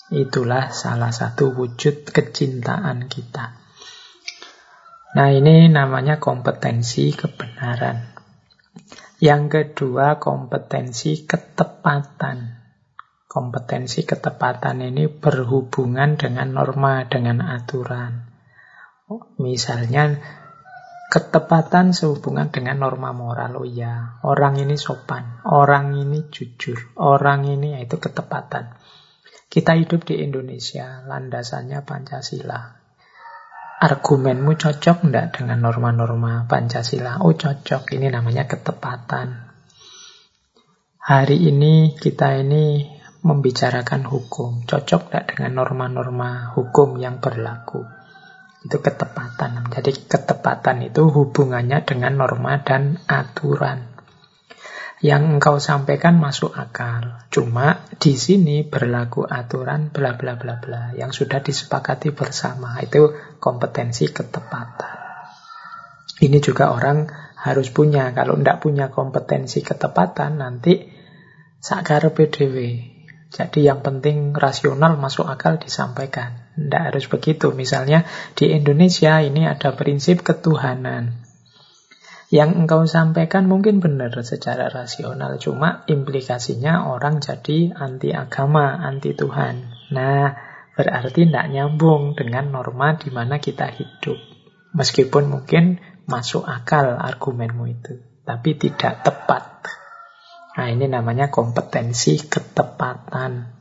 [SPEAKER 1] Itulah salah satu wujud kecintaan kita. Nah, ini namanya kompetensi kebenaran. Yang kedua, kompetensi ketepatan. Kompetensi ketepatan ini berhubungan dengan norma, dengan aturan. Misalnya, ketepatan sehubungan dengan norma moral. Oh ya, orang ini sopan, orang ini jujur, orang ini, yaitu ketepatan. Kita hidup di Indonesia, landasannya Pancasila. Argumenmu cocok enggak dengan norma-norma Pancasila? Oh cocok, ini namanya ketepatan. Hari ini kita ini membicarakan hukum, cocok enggak dengan norma-norma hukum yang berlaku? Itu ketepatan. Jadi ketepatan itu hubungannya dengan norma dan aturan. Yang engkau sampaikan masuk akal. Cuma di sini berlaku aturan bla bla bla bla yang sudah disepakati bersama. Itu kompetensi ketepatan. Ini juga orang harus punya. Kalau tidak punya kompetensi ketepatan, nanti sakarepe dhewe. Jadi yang penting rasional masuk akal disampaikan. Tidak harus begitu. Misalnya di Indonesia ini ada prinsip ketuhanan. Yang engkau sampaikan mungkin benar secara rasional, cuma implikasinya orang jadi anti agama, anti Tuhan. Nah, berarti tidak nyambung dengan norma di mana kita hidup. Meskipun mungkin masuk akal argumenmu itu, tapi tidak tepat. Nah, ini namanya kompetensi ketepatan.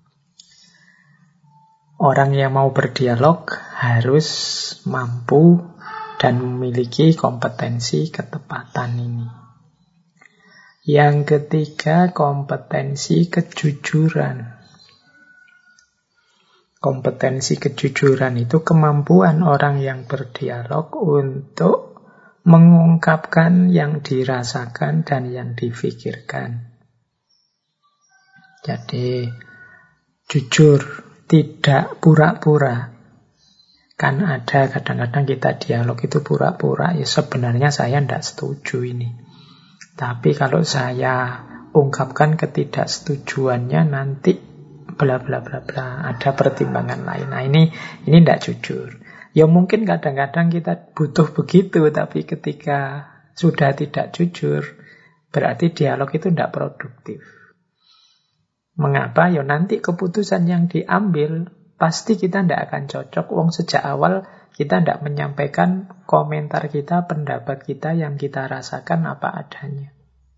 [SPEAKER 1] Orang yang mau berdialog harus mampu dan memiliki kompetensi ketepatan ini. Yang ketiga, kompetensi kejujuran. Kompetensi kejujuran itu kemampuan orang yang berdialog untuk mengungkapkan yang dirasakan dan yang difikirkan. Jadi, jujur, tidak pura-pura. Kan ada kadang-kadang kita dialog itu pura-pura, ya sebenarnya saya tidak setuju ini. Tapi kalau saya ungkapkan ketidaksetujuannya nanti bla bla bla bla, ada pertimbangan lain. Nah ini ini tidak jujur. Ya mungkin kadang-kadang kita butuh begitu, tapi ketika sudah tidak jujur, berarti dialog itu tidak produktif. Mengapa? Ya nanti keputusan yang diambil pasti kita tidak akan cocok. Wong sejak awal kita tidak menyampaikan komentar kita, pendapat kita yang kita rasakan apa adanya.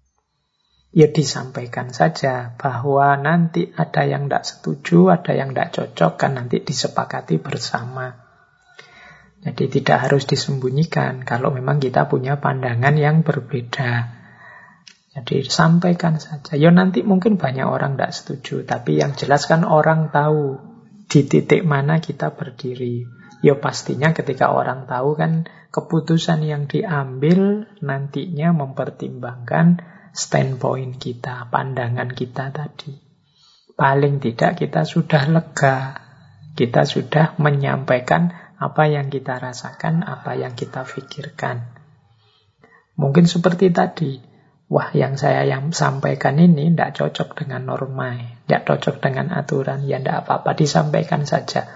[SPEAKER 1] Ya disampaikan saja bahwa nanti ada yang tidak setuju, ada yang tidak cocok, kan nanti disepakati bersama. Jadi tidak harus disembunyikan kalau memang kita punya pandangan yang berbeda. Jadi sampaikan saja. Ya nanti mungkin banyak orang tidak setuju, tapi yang jelas kan orang tahu di titik mana kita berdiri. Ya pastinya ketika orang tahu kan keputusan yang diambil nantinya mempertimbangkan standpoint kita, pandangan kita tadi. Paling tidak kita sudah lega, kita sudah menyampaikan apa yang kita rasakan, apa yang kita pikirkan. Mungkin seperti tadi, wah yang saya yang sampaikan ini tidak cocok dengan norma, tidak cocok dengan aturan, ya tidak apa-apa, disampaikan saja.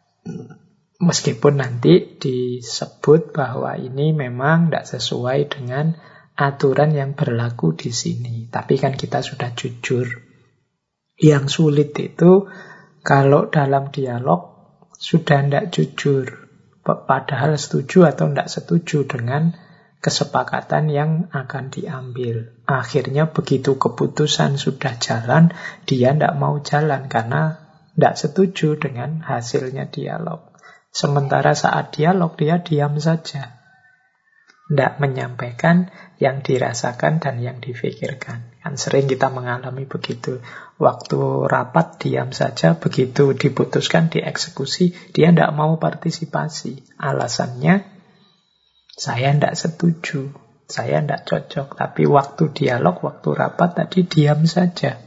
[SPEAKER 1] Meskipun nanti disebut bahwa ini memang tidak sesuai dengan aturan yang berlaku di sini. Tapi kan kita sudah jujur. Yang sulit itu kalau dalam dialog sudah tidak jujur, padahal setuju atau tidak setuju dengan kesepakatan yang akan diambil. Akhirnya begitu keputusan sudah jalan, dia tidak mau jalan karena tidak setuju dengan hasilnya dialog. Sementara saat dialog dia diam saja, tidak menyampaikan yang dirasakan dan yang difikirkan. Kan sering kita mengalami begitu. Waktu rapat diam saja, begitu diputuskan, dieksekusi, dia tidak mau partisipasi. Alasannya, saya tidak setuju, saya tidak cocok. Tapi waktu dialog, waktu rapat tadi diam saja.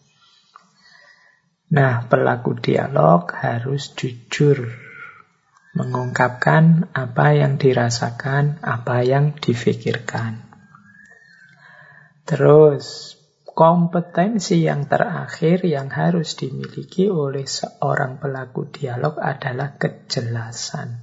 [SPEAKER 1] Nah, pelaku dialog harus jujur mengungkapkan apa yang dirasakan, apa yang difikirkan. Terus, kompetensi yang terakhir yang harus dimiliki oleh seorang pelaku dialog adalah kejelasan.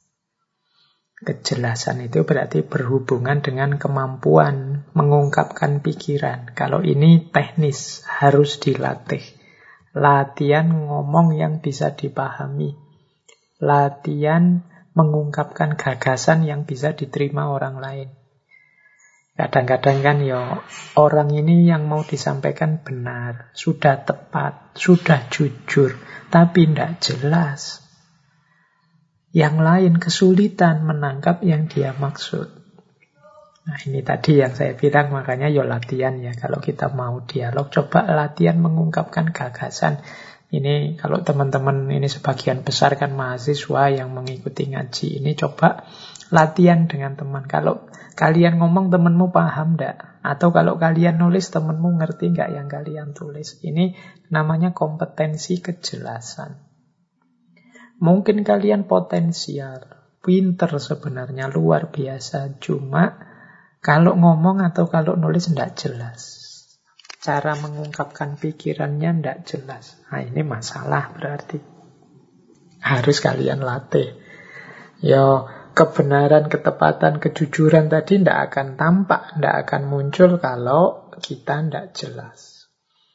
[SPEAKER 1] Kejelasan itu berarti berhubungan dengan kemampuan mengungkapkan pikiran. Kalau ini teknis, harus dilatih. Latihan ngomong yang bisa dipahami. Latihan mengungkapkan gagasan yang bisa diterima orang lain. Kadang-kadang kan ya orang ini yang mau disampaikan benar, sudah tepat, sudah jujur, tapi tidak jelas. Yang lain kesulitan menangkap yang dia maksud. Nah ini tadi yang saya bilang, makanya ya latihan ya. Kalau kita mau dialog, coba latihan mengungkapkan gagasan. Ini kalau teman-teman ini sebagian besar kan mahasiswa yang mengikuti ngaji, ini coba latihan dengan teman. Kalau kalian ngomong temanmu paham enggak? Atau kalau kalian nulis temanmu ngerti enggak yang kalian tulis? Ini namanya kompetensi kejelasan. Mungkin kalian potensial, pinter sebenarnya, luar biasa. Cuma kalau ngomong atau kalau nulis enggak jelas. Cara mengungkapkan pikirannya enggak jelas. Nah ini masalah berarti. Harus kalian latih. Ya kebenaran, ketepatan, kejujuran tadi tidak akan tampak, tidak akan muncul kalau kita tidak jelas.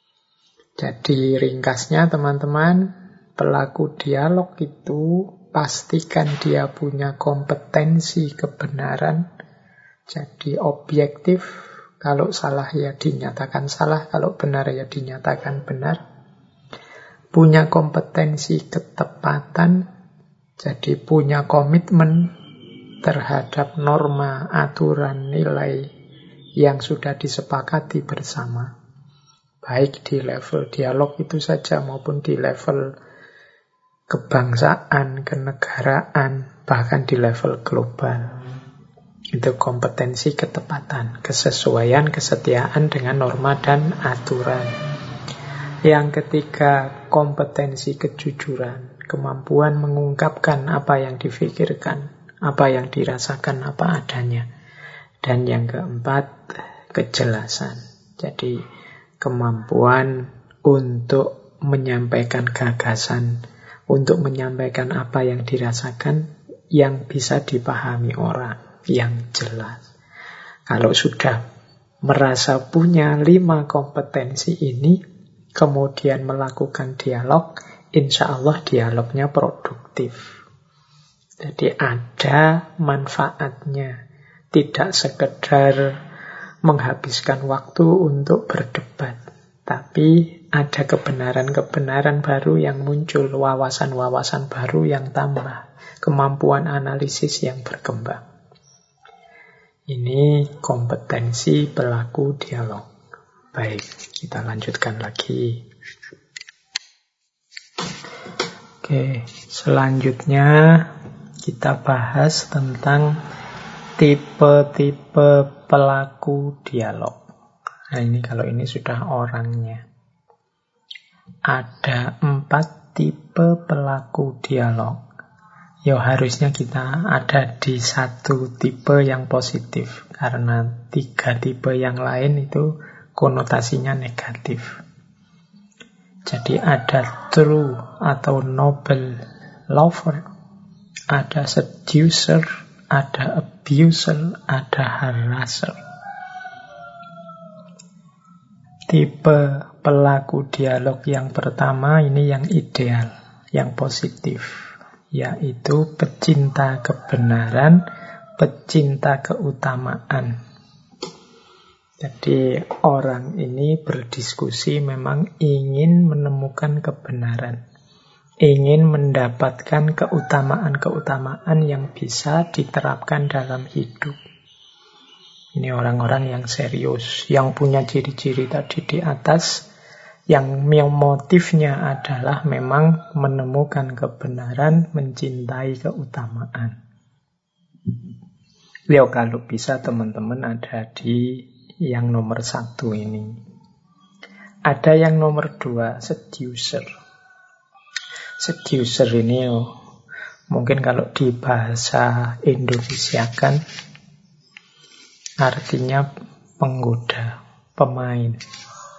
[SPEAKER 1] Jadi ringkasnya teman-teman, pelaku dialog itu pastikan dia punya kompetensi kebenaran. Jadi objektif, kalau salah ya dinyatakan salah, kalau benar ya dinyatakan benar. Punya kompetensi ketepatan, jadi punya komitmen terhadap norma, aturan, nilai yang sudah disepakati bersama. Baik di level dialog itu saja maupun di level kebangsaan, kenegaraan, bahkan di level global. Itu kompetensi ketepatan, kesesuaian, kesetiaan dengan norma dan aturan. Yang ketiga, kompetensi kejujuran, kemampuan mengungkapkan apa yang difikirkan, apa yang dirasakan, apa adanya. Dan yang keempat, kejelasan. Jadi kemampuan untuk menyampaikan gagasan, untuk menyampaikan apa yang dirasakan yang bisa dipahami orang, yang jelas. Kalau sudah merasa punya lima kompetensi ini, kemudian melakukan dialog, insya Allah dialognya produktif. Jadi ada manfaatnya. Tidak sekedar menghabiskan waktu untuk berdebat. Tapi ada kebenaran-kebenaran baru yang muncul. Wawasan-wawasan baru yang tambah. Kemampuan analisis yang berkembang. Ini kompetensi pelaku dialog. Baik, kita lanjutkan lagi. Oke, selanjutnya kita bahas tentang tipe-tipe pelaku dialog. Nah ini kalau ini sudah orangnya. Ada empat tipe pelaku dialog. Ya harusnya kita ada di satu tipe yang positif. Karena tiga tipe yang lain itu konotasinya negatif. Jadi ada true atau noble lover, ada seducer, ada abuser, ada harasser. Tipe pelaku dialog yang pertama ini yang ideal, yang positif, yaitu pecinta kebenaran, pecinta keutamaan. Jadi orang ini berdiskusi memang ingin menemukan kebenaran, ingin mendapatkan keutamaan-keutamaan yang bisa diterapkan dalam hidup. Ini orang-orang yang serius, yang punya ciri-ciri tadi di atas, yang motifnya adalah memang menemukan kebenaran, mencintai keutamaan. Ya kalau bisa teman-teman ada di yang nomor satu ini. Ada yang nomor dua, seducer. Seducer ini oh, mungkin kalau di bahasa Indonesia kan artinya penggoda, pemain.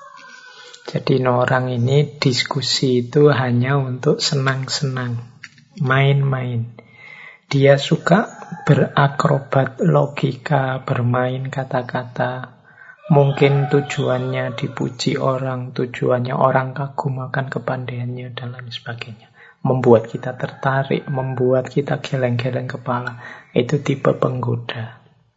[SPEAKER 1] Jadi orang ini diskusi itu hanya untuk senang-senang, main-main. Dia suka berakrobat logika, bermain kata-kata. Mungkin tujuannya dipuji orang, tujuannya orang kagum akan kepandaiannya, dan lain sebagainya. Membuat kita tertarik, membuat kita geleng-geleng kepala. Itu tipe penggoda.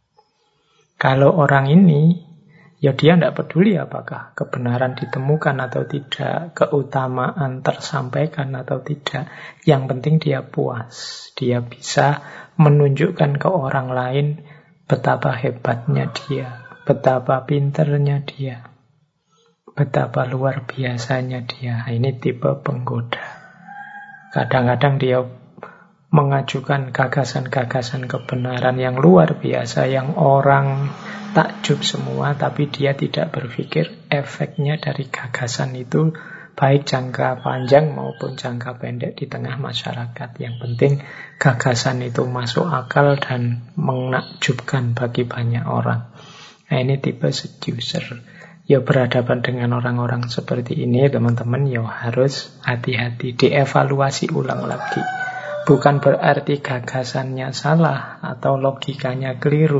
[SPEAKER 1] Kalau orang ini, ya dia tidak peduli apakah kebenaran ditemukan atau tidak, keutamaan tersampaikan atau tidak. Yang penting dia puas. Dia bisa menunjukkan ke orang lain betapa hebatnya dia, betapa pinternya dia, betapa luar biasanya dia. Ini tipe penggoda. Kadang-kadang dia mengajukan gagasan-gagasan kebenaran yang luar biasa, yang orang takjub semua, tapi dia tidak berpikir efeknya dari gagasan itu baik jangka panjang maupun jangka pendek di tengah masyarakat. Yang penting gagasan itu masuk akal dan menakjubkan bagi banyak orang. Nah, ini tipe seducer. Ya, berhadapan dengan orang-orang seperti ini, teman-teman, ya harus hati-hati, dievaluasi ulang lagi. Bukan berarti gagasannya salah atau logikanya keliru.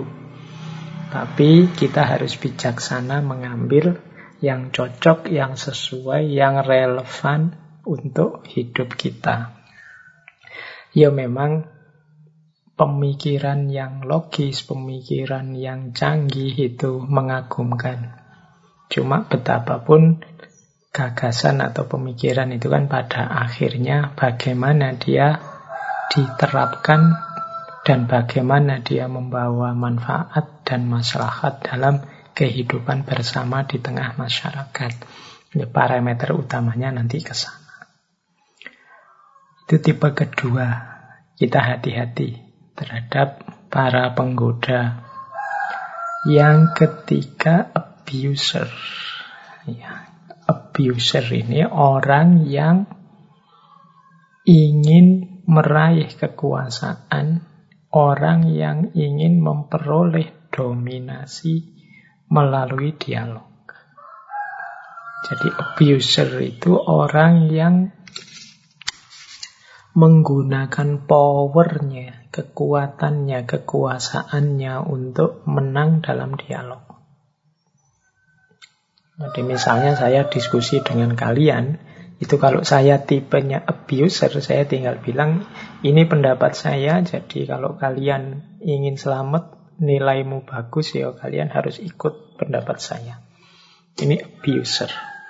[SPEAKER 1] Tapi kita harus bijaksana mengambil yang cocok, yang sesuai, yang relevan untuk hidup kita. Ya memang pemikiran yang logis, pemikiran yang canggih itu mengagumkan. Cuma betapapun gagasan atau pemikiran itu kan pada akhirnya bagaimana dia diterapkan dan bagaimana dia membawa manfaat dan maslahat dalam kehidupan bersama di tengah masyarakat. Ini parameter utamanya nanti ke sana. Itu tipe kedua. Kita hati-hati terhadap para penggoda. Yang ketiga, abuser. Ya, abuser ini orang yang ingin meraih kekuasaan, orang yang ingin memperoleh dominasi melalui dialog. Jadi abuser itu orang yang menggunakan powernya, kekuatannya, kekuasaannya untuk menang dalam dialog. Jadi misalnya saya diskusi dengan kalian, itu kalau saya tipenya abuser, saya tinggal bilang, ini pendapat saya, jadi kalau kalian ingin selamat, nilaimu bagus, ya kalian harus ikut pendapat saya. Ini abuser.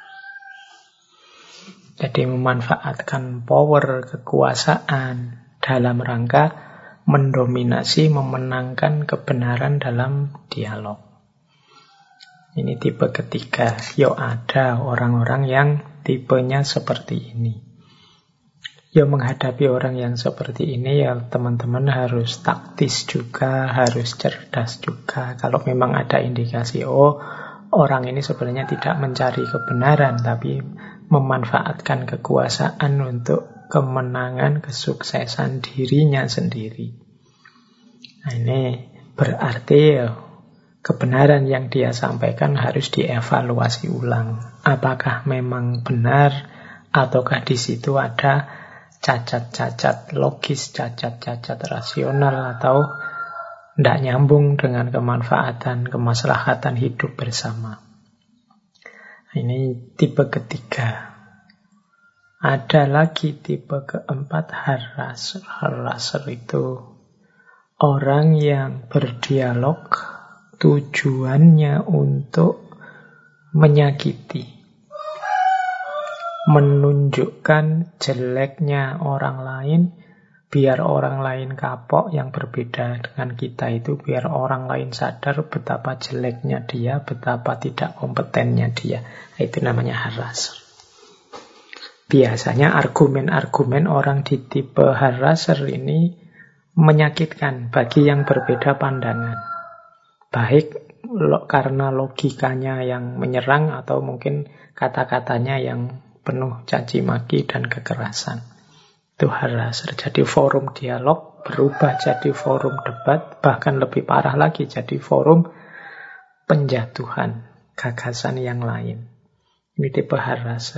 [SPEAKER 1] Jadi memanfaatkan power, kekuasaan dalam rangka mendominasi, memenangkan kebenaran dalam dialog. Ini tipe ketiga. Yo, ada orang-orang yang tipenya seperti ini. Yo, menghadapi orang yang seperti ini ya teman-teman harus taktis juga, harus cerdas juga. Kalau memang ada indikasi, oh orang ini sebenarnya tidak mencari kebenaran, tapi memanfaatkan kekuasaan untuk kemenangan, kesuksesan dirinya sendiri. Nah, ini berarti ya, kebenaran yang dia sampaikan harus dievaluasi ulang. Apakah memang benar, ataukah di situ ada cacat-cacat logis, cacat-cacat rasional, atau tidak nyambung dengan kemanfaatan, kemaslahatan hidup bersama. Ini tipe ketiga. Ada lagi tipe keempat, haraser. Haraser itu orang yang berdialog tujuannya untuk menyakiti, menunjukkan jeleknya orang lain, biar orang lain kapok, yang berbeda dengan kita itu, biar orang lain sadar betapa jeleknya dia, betapa tidak kompetennya dia. Itu namanya haraser. Biasanya argumen-argumen orang di tipe haraser ini menyakitkan bagi yang berbeda pandangan. Baik lo, karena logikanya yang menyerang, atau mungkin kata-katanya yang penuh caci maki dan kekerasan. Itu haraser. Jadi forum dialog berubah jadi forum debat, bahkan lebih parah lagi jadi forum penjatuhan gagasan yang lain. Ini tipe haraser.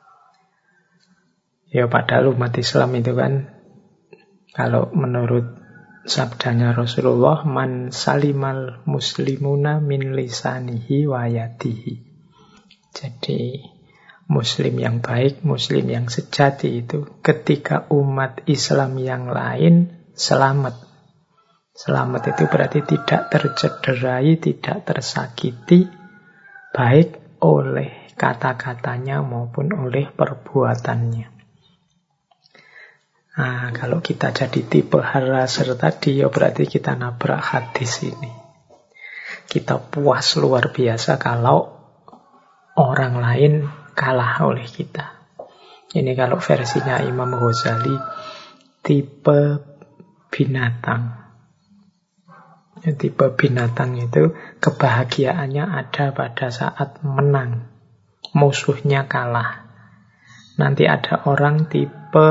[SPEAKER 1] Ya padahal umat Islam itu kan, kalau menurut sabdanya Rasulullah, man salimal muslimuna min lisanihi wa yadihi. Jadi muslim yang baik, muslim yang sejati itu ketika umat Islam yang lain selamat. Selamat itu berarti tidak tercederai, tidak tersakiti, baik oleh kata-katanya maupun oleh perbuatannya. Nah, kalau kita jadi tipe haraser tadi, ya berarti kita nabrak hadis ini. Kita puas luar biasa kalau orang lain kalah oleh kita. Ini kalau versinya Imam Ghazali, tipe binatang. Ya, tipe binatang itu kebahagiaannya ada pada saat menang. Musuhnya kalah. Nanti ada orang tipe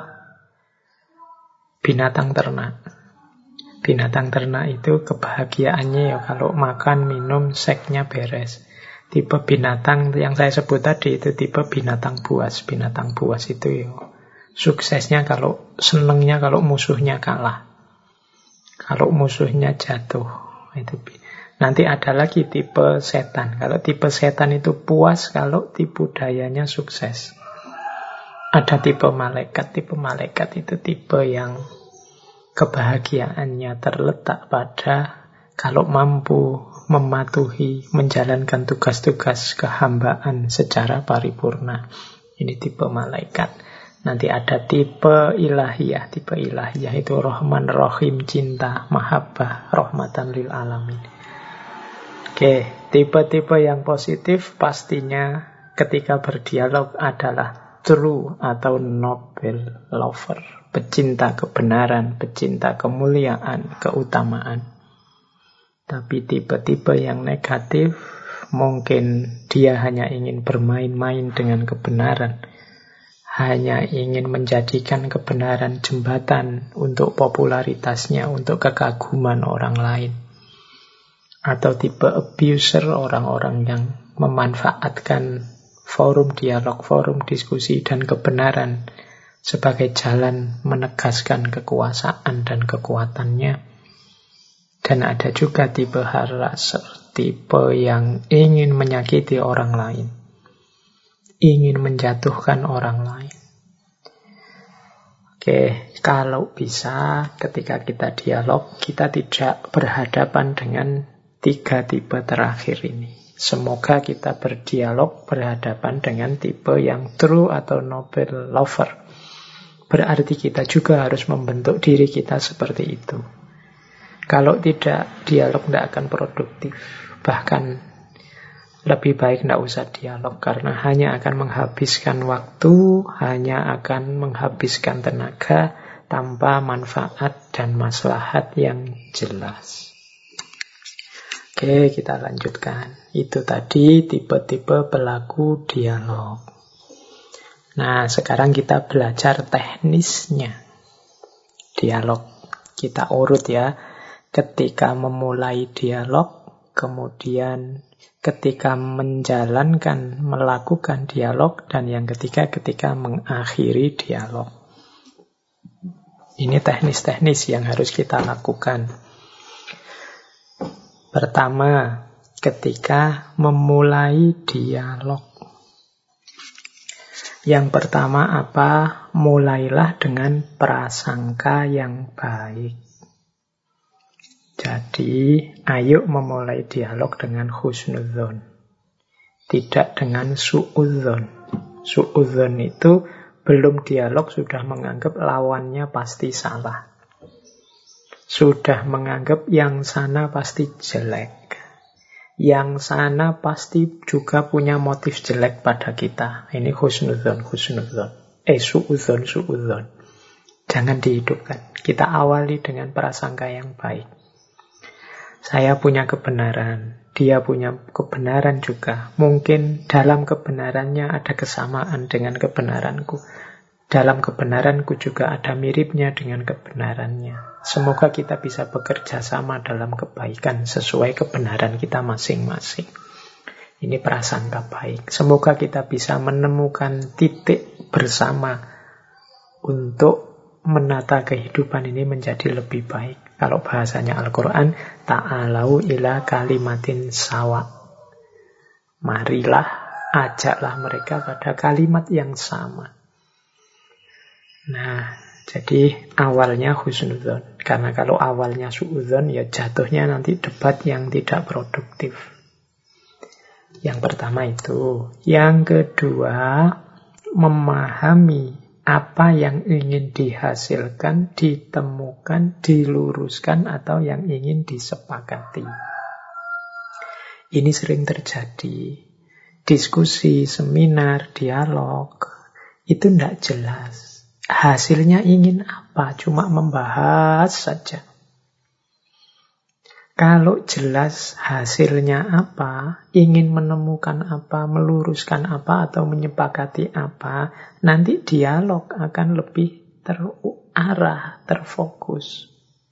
[SPEAKER 1] binatang ternak. Binatang ternak itu kebahagiaannya ya kalau makan, minum, seksnya beres. Tipe binatang yang saya sebut tadi itu tipe binatang buas. Binatang buas itu ya suksesnya kalau senengnya kalau musuhnya kalah. Kalau musuhnya jatuh. Itu. Nanti ada lagi tipe setan. Kalau tipe setan itu puas kalau tipu dayanya sukses. Ada tipe malaikat. Tipe malaikat itu tipe yang kebahagiaannya terletak pada kalau mampu mematuhi, menjalankan tugas-tugas kehambaan secara paripurna. Ini tipe malaikat. Nanti ada tipe ilahiyah. Tipe ilahiyah itu Rahman, Rahim, cinta, mahabbah, rahmatan lil alamin. Oke, tipe-tipe yang positif pastinya ketika berdialog adalah true atau noble lover. Pecinta kebenaran, pecinta kemuliaan, keutamaan. Tapi tipe-tipe yang negatif, mungkin dia hanya ingin bermain-main dengan kebenaran. Hanya ingin menjadikan kebenaran jembatan untuk popularitasnya, untuk kekaguman orang lain. Atau tipe abuser, orang-orang yang memanfaatkan forum dialog, forum diskusi, dan kebenaran sebagai jalan menegaskan kekuasaan dan kekuatannya. Dan ada juga tipe haraser, tipe yang ingin menyakiti orang lain, ingin menjatuhkan orang lain. Oke, kalau bisa ketika kita dialog, kita tidak berhadapan dengan tiga tipe terakhir ini. Semoga kita berdialog berhadapan dengan tipe yang true atau noble lover. Berarti kita juga harus membentuk diri kita seperti itu. Kalau tidak, dialog tidak akan produktif. Bahkan lebih baik tidak usah dialog, karena hanya akan menghabiskan waktu, hanya akan menghabiskan tenaga, tanpa manfaat dan maslahat yang jelas. Oke, kita lanjutkan. Itu tadi tipe-tipe pelaku dialog. Nah, sekarang kita belajar teknisnya dialog. Kita urut ya. Ketika memulai dialog, kemudian ketika menjalankan, melakukan dialog, dan yang ketiga ketika mengakhiri dialog. Ini teknis-teknis yang harus kita lakukan. Pertama, ketika memulai dialog. Yang pertama apa? Mulailah dengan prasangka yang baik. Jadi, ayo memulai dialog dengan husnudzon. Tidak dengan suudzon. Suudzon itu belum dialog sudah menganggap lawannya pasti salah. Sudah menganggap yang sana pasti jelek. Yang sana pasti juga punya motif jelek pada kita. Ini husnudzon, husnudzon. Eh, suudzon, suudzon. Jangan dihidupkan. Kita awali dengan prasangka yang baik. Saya punya kebenaran. Dia punya kebenaran juga. Mungkin dalam kebenarannya ada kesamaan dengan kebenaranku. Dalam kebenaranku juga ada miripnya dengan kebenarannya. Semoga kita bisa bekerja sama dalam kebaikan sesuai kebenaran kita masing-masing. Ini prasangka baik. Semoga kita bisa menemukan titik bersama untuk menata kehidupan ini menjadi lebih baik. Kalau bahasanya Al-Quran, ta'alau ila kalimatin sawa. Marilah, ajaklah mereka pada kalimat yang sama. Nah, jadi awalnya husnudzon. Karena kalau awalnya suudzon, ya jatuhnya nanti debat yang tidak produktif. Yang pertama itu. Yang kedua, memahami apa yang ingin dihasilkan, ditemukan, diluruskan, atau yang ingin disepakati. Ini sering terjadi. Diskusi, seminar, dialog, itu tidak jelas. Hasilnya ingin apa? Cuma membahas saja. Kalau jelas hasilnya apa, ingin menemukan apa, meluruskan apa, atau menyepakati apa, nanti dialog akan lebih terarah, terfokus.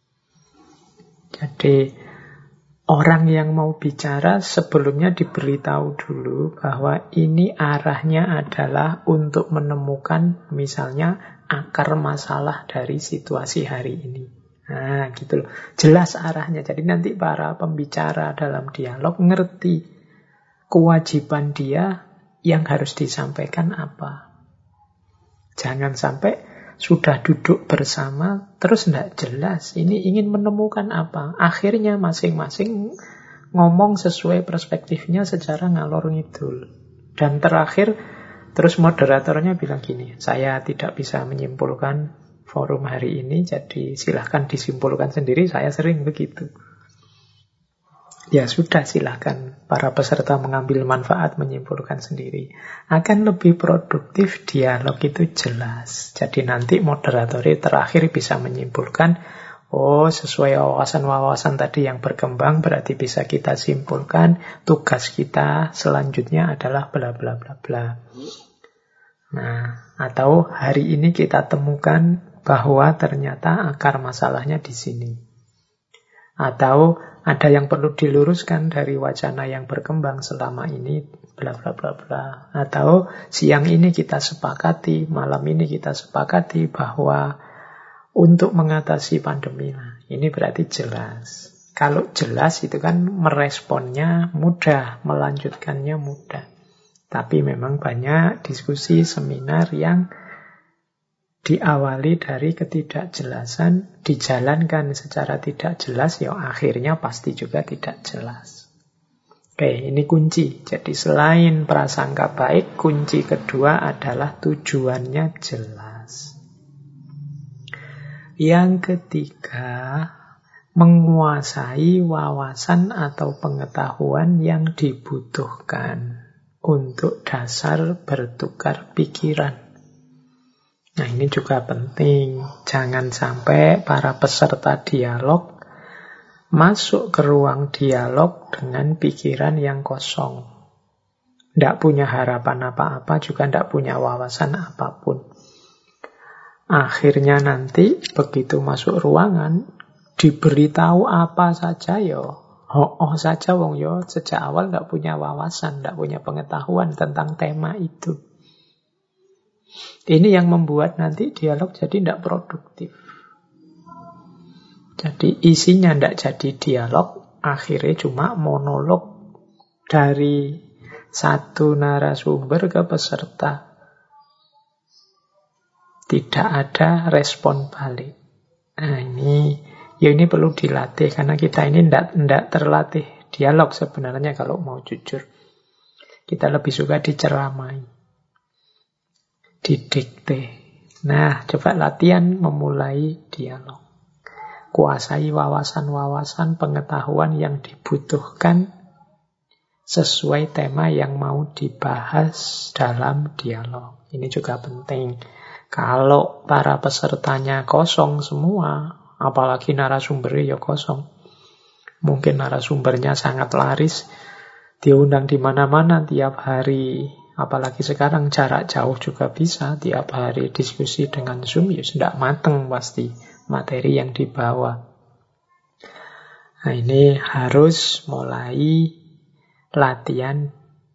[SPEAKER 1] Jadi, orang yang mau bicara sebelumnya diberitahu dulu bahwa ini arahnya adalah untuk menemukan misalnya akar masalah dari situasi hari ini. Nah, gitu loh. Jelas arahnya. Jadi nanti para pembicara dalam dialog ngerti kewajiban dia yang harus disampaikan apa. Jangan sampai sudah duduk bersama terus tidak jelas. Ini ingin menemukan apa. Akhirnya masing-masing ngomong sesuai perspektifnya secara ngalor ngidul. Dan terakhir terus moderatornya bilang gini, saya tidak bisa menyimpulkan forum hari ini, jadi silahkan disimpulkan sendiri, saya sering begitu. Ya sudah, silahkan para peserta mengambil manfaat, menyimpulkan sendiri. Akan lebih produktif, dialog itu jelas. Jadi nanti moderatornya terakhir bisa menyimpulkan, oh sesuai wawasan-wawasan tadi yang berkembang, berarti bisa kita simpulkan, tugas kita selanjutnya adalah bla bla bla bla. Nah, atau hari ini kita temukan bahwa ternyata akar masalahnya di sini. Atau ada yang perlu diluruskan dari wacana yang berkembang selama ini, bla bla bla bla. Atau siang ini kita sepakati, malam ini kita sepakati bahwa untuk mengatasi pandemi, nah, ini berarti jelas. Kalau jelas itu kan meresponnya mudah, melanjutkannya mudah. Tapi memang banyak diskusi, seminar yang diawali dari ketidakjelasan, dijalankan secara tidak jelas, ya akhirnya pasti juga tidak jelas. Oke, ini kunci. Jadi selain prasangka baik, kunci kedua adalah tujuannya jelas. Yang ketiga, menguasai wawasan atau pengetahuan yang dibutuhkan untuk dasar bertukar pikiran. Nah, ini juga penting. Jangan sampai para peserta dialog masuk ke ruang dialog dengan pikiran yang kosong. Tidak punya harapan apa-apa, juga tidak punya wawasan apapun. Akhirnya nanti begitu masuk ruangan, diberitahu apa saja ya, oh saja wong yo sejak awal tidak punya wawasan, tidak punya pengetahuan tentang tema itu. Ini yang membuat nanti dialog jadi tidak produktif. Jadi isinya tidak jadi dialog, akhirnya cuma monolog dari satu narasumber ke peserta. Tidak ada respon balik. Nah ini, ya ini perlu dilatih, karena kita ini tidak tidak terlatih dialog sebenarnya kalau mau jujur. Kita lebih suka diceramai, didikte. Nah, coba latihan memulai dialog. Kuasai wawasan-wawasan pengetahuan yang dibutuhkan sesuai tema yang mau dibahas dalam dialog. Ini juga penting. Kalau para pesertanya kosong semua, apalagi narasumbernya ya kosong. Mungkin narasumbernya sangat laris, diundang di mana-mana tiap hari. Apalagi sekarang jarak jauh juga bisa, tiap hari diskusi dengan Zoom, ya tidak mateng pasti materi yang dibawa. Nah ini harus mulai latihan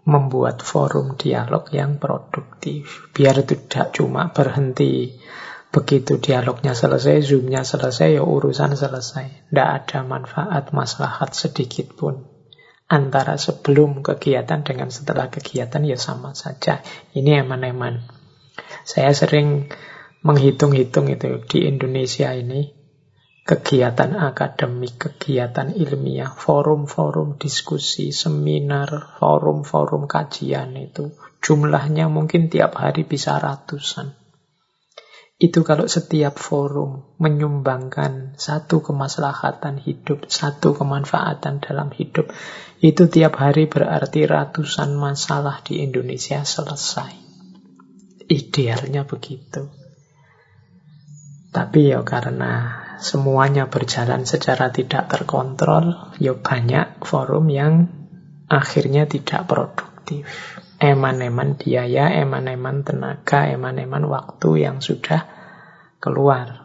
[SPEAKER 1] membuat forum dialog yang produktif. Biar tidak cuma berhenti begitu dialognya selesai, Zoom-nya selesai, ya urusan selesai. Tidak ada manfaat, maslahat sedikit pun. Antara sebelum kegiatan dengan setelah kegiatan ya sama saja. Ini eman-eman. Saya sering menghitung-hitung itu di Indonesia ini. Kegiatan akademik, kegiatan ilmiah, forum-forum diskusi, seminar, forum-forum kajian itu jumlahnya mungkin tiap hari bisa ratusan. Itu kalau setiap forum menyumbangkan satu kemaslahatan hidup, satu kemanfaatan dalam hidup, itu tiap hari berarti ratusan masalah di Indonesia selesai. Idealnya begitu. Tapi ya karena semuanya berjalan secara tidak terkontrol, ya banyak forum yang akhirnya tidak produktif. Eman-eman biaya, eman-eman tenaga, eman-eman waktu yang sudah keluar.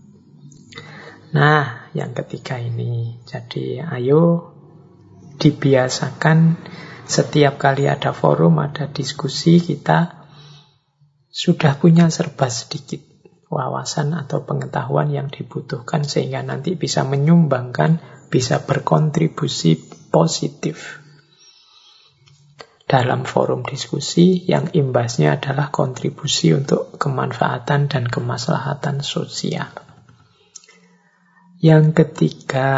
[SPEAKER 1] Nah, yang ketiga ini. Jadi ayo dibiasakan setiap kali ada forum, ada diskusi, kita sudah punya serba sedikit wawasan atau pengetahuan yang dibutuhkan sehingga nanti bisa menyumbangkan, bisa berkontribusi positif dalam forum diskusi yang imbasnya adalah kontribusi untuk kemanfaatan dan kemaslahatan sosial. Yang ketiga,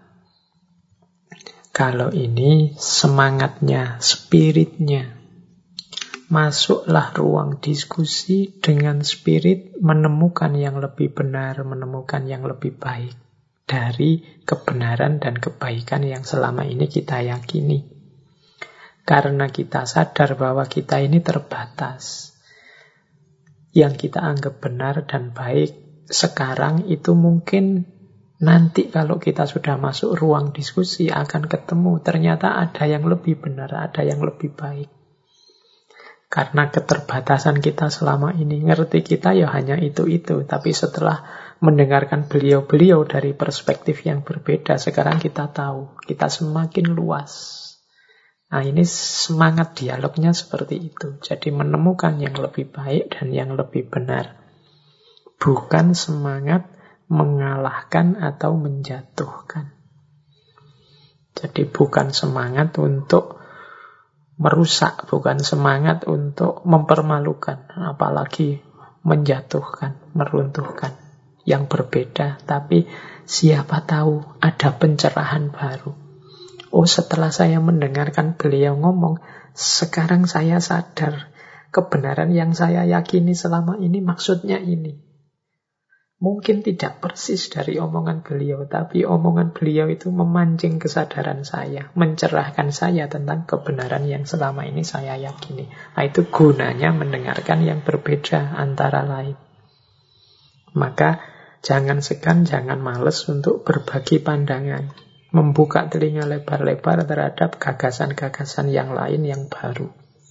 [SPEAKER 1] kalau ini semangatnya, spiritnya. Masuklah ruang diskusi dengan spirit menemukan yang lebih benar, menemukan yang lebih baik dari kebenaran dan kebaikan yang selama ini kita yakini. Karena kita sadar bahwa kita ini terbatas. Yang kita anggap benar dan baik sekarang itu mungkin nanti kalau kita sudah masuk ruang diskusi akan ketemu ternyata ada yang lebih benar, ada yang lebih baik. Karena keterbatasan kita selama ini, ngerti kita ya hanya itu-itu. Tapi setelah mendengarkan beliau-beliau dari perspektif yang berbeda, sekarang kita tahu, kita semakin luas. Nah ini semangat dialognya seperti itu. Jadi menemukan yang lebih baik dan yang lebih benar. Bukan semangat mengalahkan atau menjatuhkan. Jadi bukan semangat untuk merusak, bukan semangat untuk mempermalukan, apalagi menjatuhkan, meruntuhkan. Yang berbeda, tapi siapa tahu ada pencerahan baru. Oh, setelah saya mendengarkan beliau ngomong, sekarang saya sadar kebenaran yang saya yakini selama ini maksudnya ini. Mungkin tidak persis dari omongan beliau, tapi omongan beliau itu memancing kesadaran saya, mencerahkan saya tentang kebenaran yang selama ini saya yakini. Nah, itu gunanya mendengarkan yang berbeda antara lain. Maka jangan segan, jangan males untuk berbagi pandangan, membuka telinga lebar-lebar terhadap gagasan-gagasan yang lain yang baru.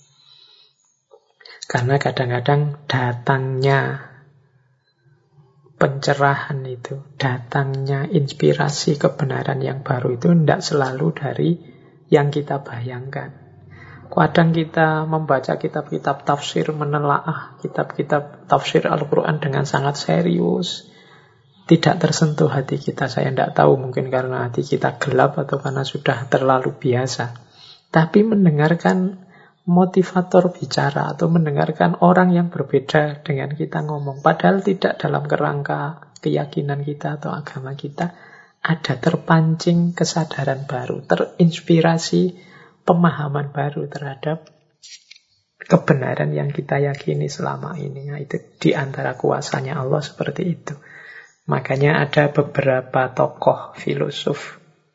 [SPEAKER 1] Karena kadang-kadang datangnya pencerahan itu, datangnya inspirasi kebenaran yang baru itu tidak selalu dari yang kita bayangkan. Kadang kita membaca kitab-kitab tafsir, menelaah kitab-kitab tafsir Al-Quran dengan sangat serius, tidak tersentuh hati kita. Saya tidak tahu, mungkin karena hati kita gelap atau karena sudah terlalu biasa. Tapi mendengarkan motivator bicara atau mendengarkan orang yang berbeda dengan kita ngomong, padahal tidak dalam kerangka keyakinan kita atau agama kita, ada terpancing kesadaran baru, terinspirasi pemahaman baru terhadap kebenaran yang kita yakini selama ini. Nah, itu di antara kuasanya Allah seperti itu. Makanya ada beberapa tokoh filosof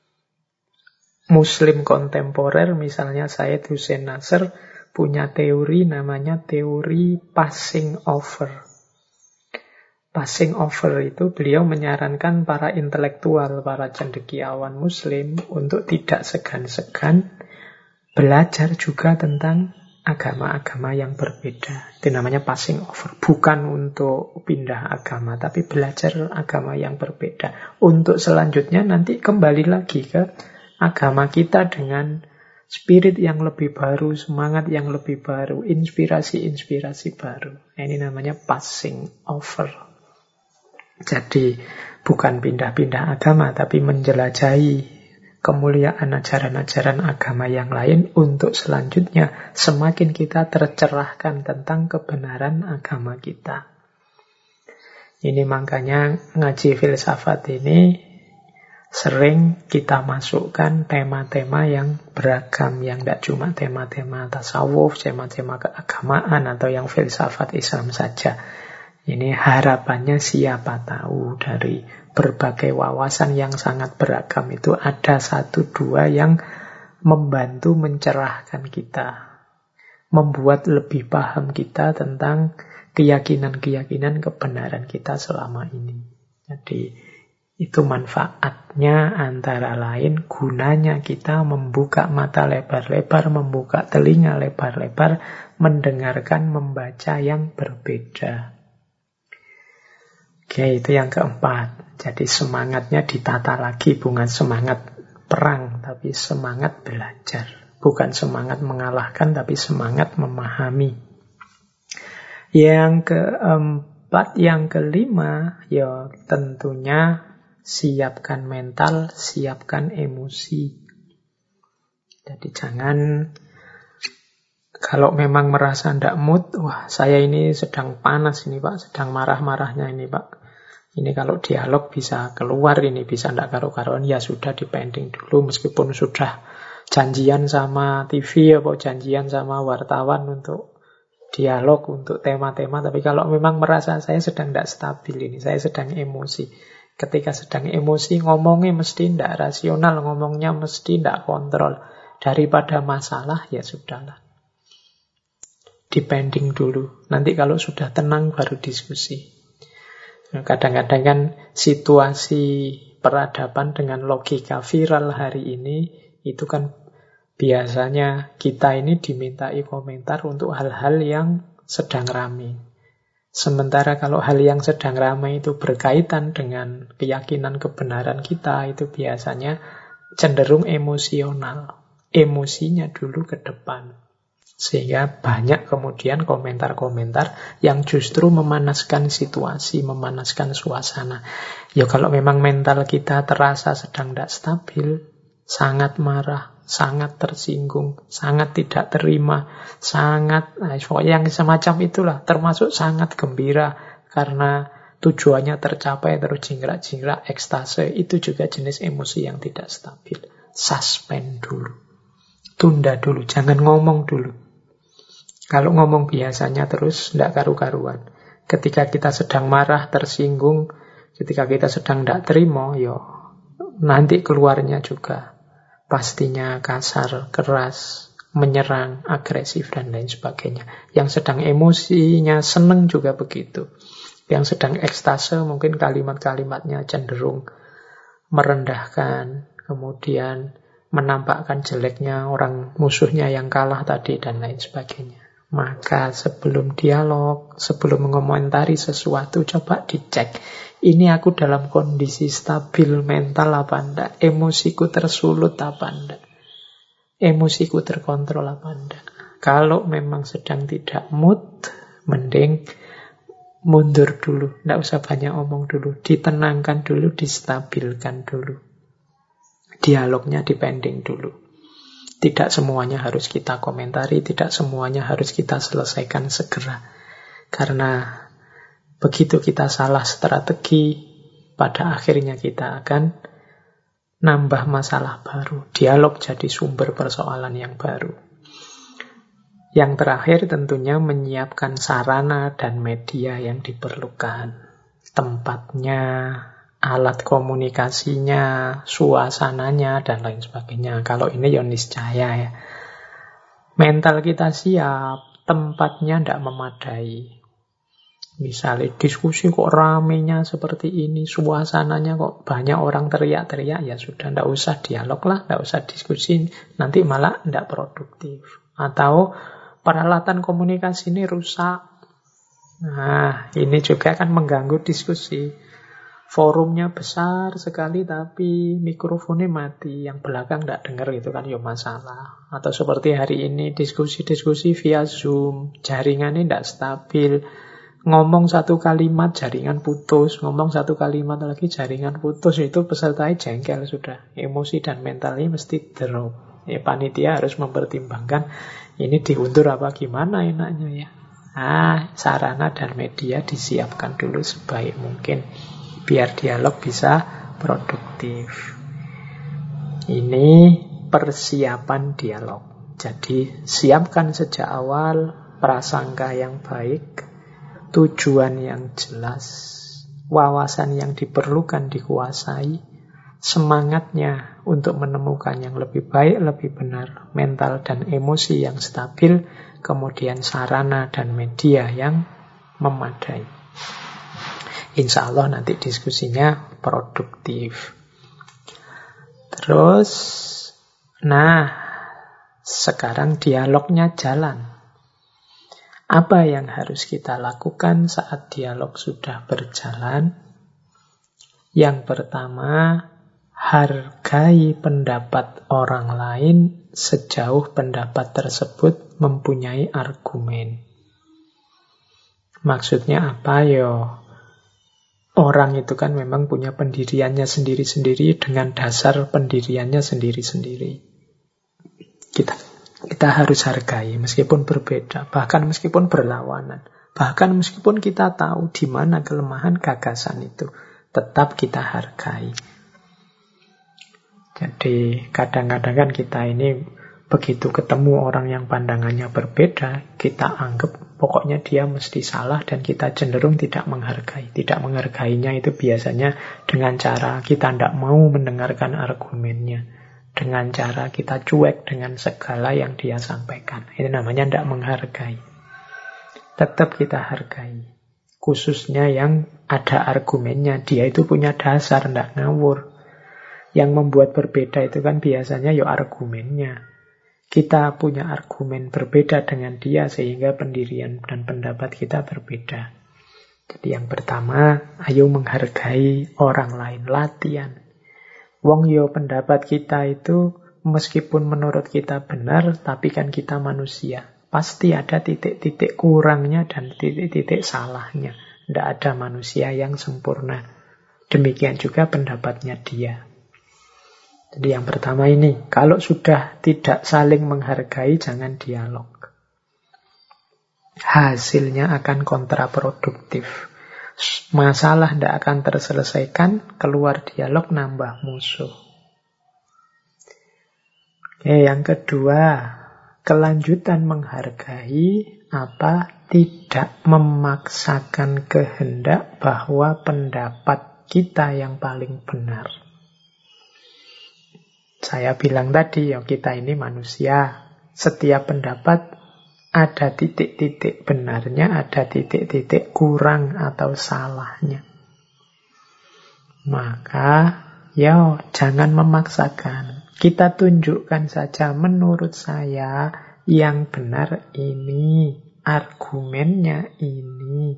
[SPEAKER 1] Muslim kontemporer, misalnya Syed Hussein Nasr, punya teori namanya teori passing over. Passing over itu beliau menyarankan para intelektual, para cendekiawan Muslim untuk tidak segan-segan belajar juga tentang agama-agama yang berbeda. Itu namanya passing over. Bukan untuk pindah agama, tapi belajar agama yang berbeda. Untuk selanjutnya nanti kembali lagi ke agama kita dengan Spirit yang lebih baru, semangat yang lebih baru, inspirasi-inspirasi baru. Ini namanya passing over. Jadi bukan pindah-pindah agama, tapi menjelajahi kemuliaan ajaran-ajaran agama yang lain untuk selanjutnya semakin kita tercerahkan tentang kebenaran agama kita. Ini makanya ngaji filsafat ini sering kita masukkan tema-tema yang beragam, yang tidak cuma tema-tema tasawuf, tema-tema keagamaan atau yang filsafat Islam saja. Ini harapannya siapa tahu dari berbagai wawasan yang sangat beragam itu ada satu dua yang membantu mencerahkan kita, membuat lebih paham kita tentang keyakinan-keyakinan kebenaran kita selama ini. Jadi itu manfaatnya, antara lain gunanya kita membuka mata lebar-lebar, membuka telinga lebar-lebar, mendengarkan, membaca yang berbeda. Oke, itu yang keempat. Jadi semangatnya ditata lagi, bukan semangat perang, tapi semangat belajar. Bukan semangat mengalahkan, tapi semangat memahami. Yang keempat, yang kelima, ya tentunya siapkan mental, siapkan emosi. Jadi jangan, kalau memang merasa tidak mood, wah saya ini sedang panas ini Pak, sedang marah-marahnya ini Pak. Ini kalau dialog bisa keluar, ini bisa tidak karu-karuan, ya sudah dipending dulu. Meskipun sudah janjian sama T V, atau janjian sama wartawan untuk dialog, untuk tema-tema. Tapi kalau memang merasa saya sedang tidak stabil ini, saya sedang emosi. Ketika sedang emosi, ngomongnya mesti tidak rasional, ngomongnya mesti tidak kontrol. Daripada masalah, ya sudahlah. Dipending dulu. Nanti kalau sudah tenang, baru diskusi. Kadang-kadang kan situasi peradaban dengan logika viral hari ini, itu kan biasanya kita ini dimintai komentar untuk hal-hal yang sedang ramai. Sementara kalau hal yang sedang ramai itu berkaitan dengan keyakinan kebenaran kita, itu biasanya cenderung emosional. Emosinya dulu ke depan. Sehingga banyak kemudian komentar-komentar yang justru memanaskan situasi, memanaskan suasana. Ya kalau memang mental kita terasa sedang tidak stabil, sangat marah, sangat tersinggung, sangat tidak terima, sangat, nah, yang semacam itulah, termasuk sangat gembira karena tujuannya tercapai, terus jingkrak-jingkrak, ekstase, itu juga jenis emosi yang tidak stabil. Suspend dulu, tunda dulu, jangan ngomong dulu. Kalau ngomong biasanya terus tidak karu-karuan. Ketika kita sedang marah, tersinggung, ketika kita sedang tidak terima, yo nanti keluarnya juga pastinya kasar, keras, menyerang, agresif, dan lain sebagainya. Yang sedang emosinya seneng juga begitu. Yang sedang ekstase mungkin kalimat-kalimatnya cenderung merendahkan, kemudian menampakkan jeleknya orang musuhnya yang kalah tadi, dan lain sebagainya. Maka sebelum dialog, sebelum mengomentari sesuatu, coba dicek. Ini aku dalam kondisi stabil mental apa enggak? Emosiku tersulut apa enggak? Emosiku terkontrol apa enggak? Kalau memang sedang tidak mood, mending mundur dulu. Enggak usah banyak omong dulu. Ditenangkan dulu, distabilkan dulu. Dialognya dipending dulu. Tidak semuanya harus kita komentari, tidak semuanya harus kita selesaikan segera. Karena begitu kita salah strategi, pada akhirnya kita akan nambah masalah baru. Dialog jadi sumber persoalan yang baru. Yang terakhir tentunya menyiapkan sarana dan media yang diperlukan. Tempatnya, alat komunikasinya, suasananya, dan lain sebagainya. Kalau ini ya niscaya ya. Mental kita siap, tempatnya tidak memadai. Misalnya diskusi kok ramenya seperti ini, suasananya kok banyak orang teriak-teriak, ya sudah, tidak usah dialog lah, tidak usah diskusi, nanti malah tidak produktif. Atau peralatan komunikasi ini rusak. Nah, ini juga kan mengganggu diskusi. forumnya besar sekali tapi mikrofonnya mati, yang belakang tidak dengar, itu kan ya masalah. Atau seperti hari ini diskusi-diskusi via Zoom, jaringannya tidak stabil, ngomong satu kalimat jaringan putus, ngomong satu kalimat lagi jaringan putus, itu pesertanya jengkel sudah, emosi dan mentalnya mesti drop. Ya, panitia harus mempertimbangkan ini diundur apa gimana enaknya ya. Ah, sarana dan media disiapkan dulu sebaik mungkin biar dialog bisa produktif. Ini persiapan dialog. Jadi siapkan sejak awal prasangka yang baik, tujuan yang jelas, wawasan yang diperlukan dikuasai, semangatnya untuk menemukan yang lebih baik, lebih benar, mental dan emosi yang stabil, kemudian sarana dan media yang memadai. Insya Allah nanti diskusinya produktif. Terus, nah, sekarang dialognya jalan. Apa yang harus kita lakukan saat dialog sudah berjalan? Yang pertama, hargai pendapat orang lain sejauh pendapat tersebut mempunyai argumen. Maksudnya apa yo? Orang itu kan memang punya pendiriannya sendiri-sendiri dengan dasar pendiriannya sendiri-sendiri. Kita kita harus hargai meskipun berbeda, bahkan meskipun berlawanan, bahkan meskipun kita tahu di mana kelemahan gagasan itu, tetap kita hargai. Jadi kadang-kadang kan kita ini begitu ketemu orang yang pandangannya berbeda, kita anggap pokoknya dia mesti salah dan kita cenderung tidak menghargai. Tidak menghargainya itu biasanya dengan cara kita tidak mau mendengarkan argumennya, dengan cara kita cuek dengan segala yang dia sampaikan. Itu namanya tidak menghargai. Tetap kita hargai. Khususnya yang ada argumennya, dia itu punya dasar, tidak ngawur. Yang membuat berbeda itu kan biasanya ya argumennya. Kita punya argumen berbeda dengan dia sehingga pendirian dan pendapat kita berbeda. Jadi yang pertama, ayo menghargai orang lain, latihan. Wong yo pendapat kita itu meskipun menurut kita benar, tapi kan kita manusia. Pasti ada titik-titik kurangnya dan titik-titik salahnya. Tidak ada manusia yang sempurna. Demikian juga pendapatnya dia. Jadi yang pertama ini, kalau sudah tidak saling menghargai, jangan dialog. Hasilnya akan kontraproduktif. Masalah tidak akan terselesaikan, keluar dialog nambah musuh. Oke, yang kedua, kelanjutan menghargai apa? Tidak memaksakan kehendak bahwa pendapat kita yang paling benar. Saya bilang tadi, ya kita ini manusia. Setiap pendapat ada titik-titik benarnya, ada titik-titik kurang atau salahnya. Maka, ya jangan memaksakan. Kita tunjukkan saja, menurut saya yang benar ini, argumennya ini.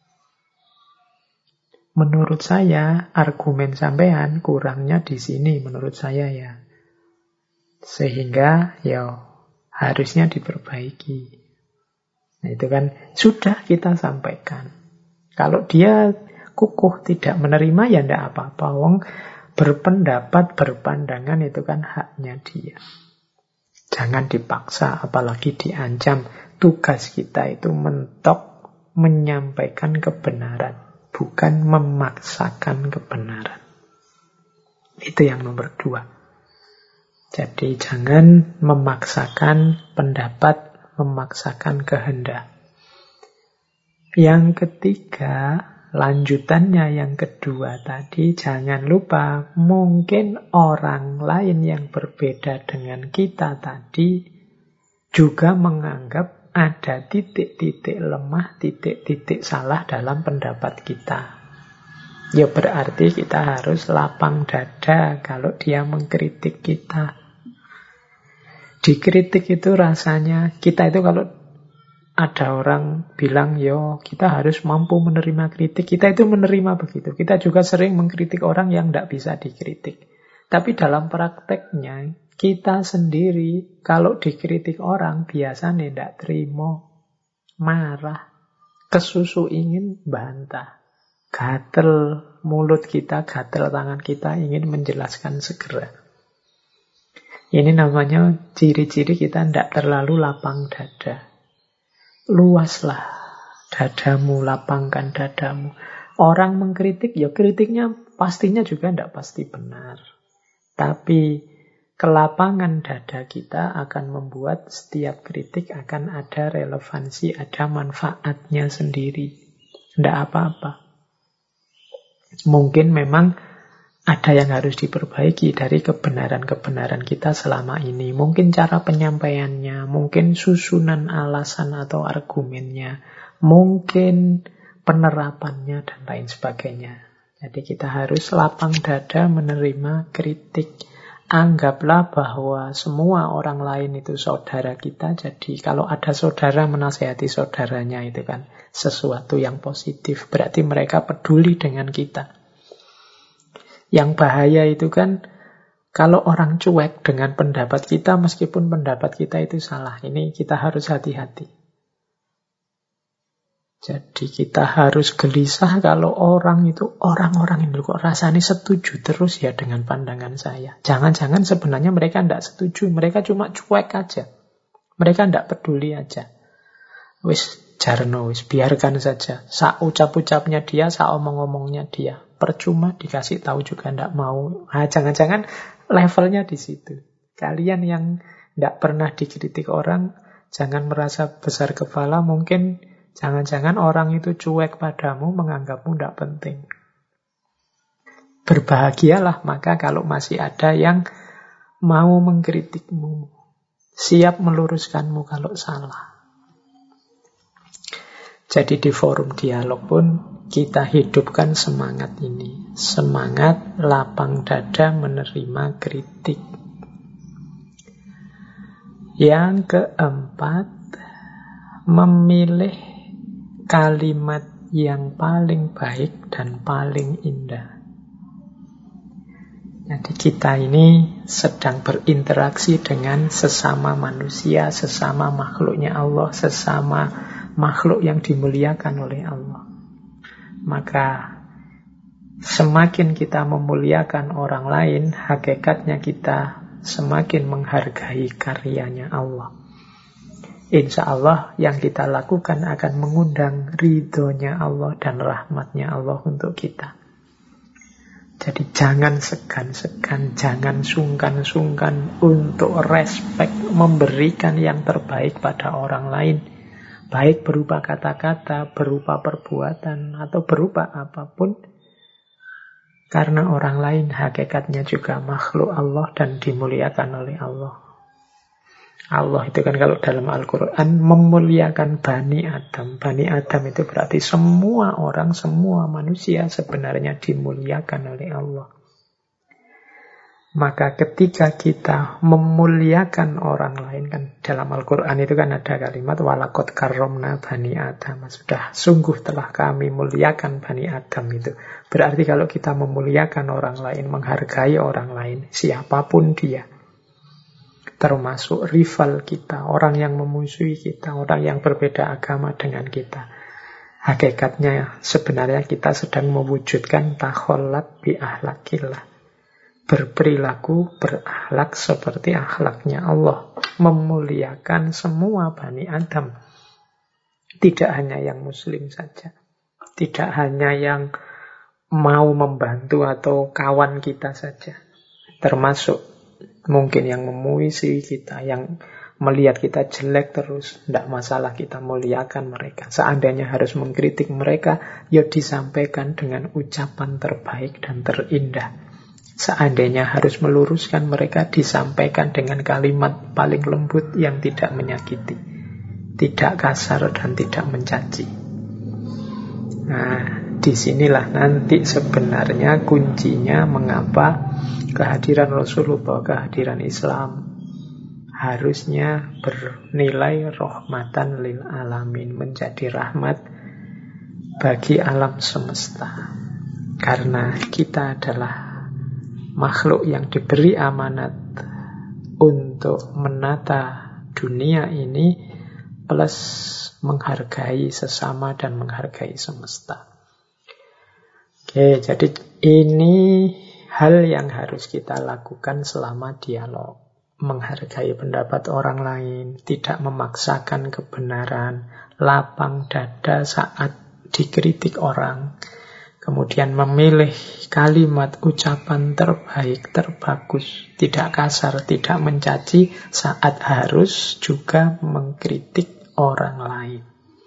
[SPEAKER 1] Menurut saya, argumen sampean kurangnya di sini, menurut saya ya. Sehingga ya harusnya diperbaiki. Nah itu kan sudah kita sampaikan. Kalau dia kukuh tidak menerima ya tidak apa-apa. Wong berpendapat, berpandangan itu kan haknya dia. Jangan dipaksa, apalagi diancam. Tugas kita itu mentok menyampaikan kebenaran, bukan memaksakan kebenaran. Itu yang nomor dua. Jadi jangan memaksakan pendapat, memaksakan kehendak. Yang ketiga, lanjutannya yang kedua tadi, jangan lupa mungkin orang lain yang berbeda dengan kita tadi juga menganggap ada titik-titik lemah, titik-titik salah dalam pendapat kita. Ya berarti kita harus lapang dada kalau dia mengkritik kita. Dikritik itu rasanya, kita itu kalau ada orang bilang, yo kita harus mampu menerima kritik. Kita itu menerima begitu. Kita juga sering mengkritik orang yang tidak bisa dikritik. Tapi dalam prakteknya, kita sendiri kalau dikritik orang biasanya tidak terima, marah, kesusu ingin bantah. Gatel mulut kita, gatel tangan kita, ingin menjelaskan segera. Ini namanya ciri-ciri kita tidak terlalu lapang dada. Luaslah dadamu, lapangkan dadamu. Orang mengkritik, ya kritiknya pastinya juga tidak pasti benar. Tapi kelapangan dada kita akan membuat setiap kritik akan ada relevansi, ada manfaatnya sendiri. Tidak apa-apa. Mungkin memang ada yang harus diperbaiki dari kebenaran-kebenaran kita selama ini. Mungkin cara penyampaiannya, mungkin susunan alasan atau argumennya, mungkin penerapannya, dan lain sebagainya. Jadi kita harus lapang dada menerima kritik. Anggaplah bahwa semua orang lain itu saudara kita. Jadi kalau ada saudara menasihati saudaranya, itu kan sesuatu yang positif. Berarti mereka peduli dengan kita. Yang bahaya itu kan kalau orang cuek dengan pendapat kita, meskipun pendapat kita itu salah. Ini kita harus hati-hati. Jadi kita harus gelisah kalau orang itu, orang-orang ini kok rasanya setuju terus ya dengan pandangan saya. Jangan-jangan sebenarnya mereka tidak setuju, mereka cuma cuek aja. Mereka tidak peduli aja. Wis jarno, wis biarkan saja. Sak ucap-ucapnya dia, sak omong-omongnya dia. Percuma dikasih tahu juga tidak mau. Nah, jangan-jangan levelnya di situ. Kalian yang tidak pernah dikritik orang, jangan merasa besar kepala. Mungkin jangan-jangan orang itu cuek padamu, menganggapmu tidak penting. Berbahagialah maka kalau masih ada yang mau mengkritikmu, siap meluruskanmu kalau salah. Jadi di forum dialog pun kita hidupkan semangat ini. Semangat lapang dada menerima kritik. Yang keempat, memilih kalimat yang paling baik dan paling indah. Jadi kita ini sedang berinteraksi dengan sesama manusia, sesama makhluknya Allah, sesama makhluk yang dimuliakan oleh Allah. Maka semakin kita memuliakan orang lain, hakikatnya kita semakin menghargai karyanya Allah. Insya Allah yang kita lakukan akan mengundang ridhonya Allah dan rahmatnya Allah untuk kita. Jadi jangan segan-segan, jangan sungkan-sungkan untuk respect, memberikan yang terbaik pada orang lain. Baik berupa kata-kata, berupa perbuatan, atau berupa apapun. Karena orang lain hakikatnya juga makhluk Allah dan dimuliakan oleh Allah. Allah itu kan kalau dalam Al-Quran memuliakan Bani Adam. Bani Adam itu berarti semua orang, semua manusia sebenarnya dimuliakan oleh Allah. Maka ketika kita memuliakan orang lain, kan dalam Al-Quran itu kan ada kalimat walaqad karramna Bani Adam. Sudah sungguh telah kami muliakan Bani Adam itu. Berarti kalau kita memuliakan orang lain, menghargai orang lain, siapapun dia, termasuk rival kita, orang yang memusuhi kita, orang yang berbeda agama dengan kita, hakikatnya sebenarnya kita sedang mewujudkan takhollat bi ahlakillah. Berperilaku, berakhlak seperti akhlaknya Allah. Memuliakan semua Bani Adam. Tidak hanya yang Muslim saja. Tidak hanya yang mau membantu atau kawan kita saja. Termasuk mungkin yang memuisi kita, yang melihat kita jelek terus. Tidak masalah kita muliakan mereka. Seandainya harus mengkritik mereka, ya disampaikan dengan ucapan terbaik dan terindah. Seandainya harus meluruskan mereka, disampaikan dengan kalimat paling lembut yang tidak menyakiti, tidak kasar dan tidak mencaci. Nah, disinilah nanti sebenarnya kuncinya mengapa kehadiran Rasulullah, kehadiran Islam harusnya bernilai rahmatan lil alamin, menjadi rahmat bagi alam semesta. Karena kita adalah makhluk yang diberi amanat untuk menata dunia ini, plus menghargai sesama dan menghargai semesta. Oke, jadi ini hal yang harus kita lakukan selama dialog. Menghargai pendapat orang lain, tidak memaksakan kebenaran, lapang dada saat dikritik orang, kemudian memilih kalimat ucapan terbaik, terbagus, tidak kasar, tidak mencaci, saat harus juga mengkritik orang lain.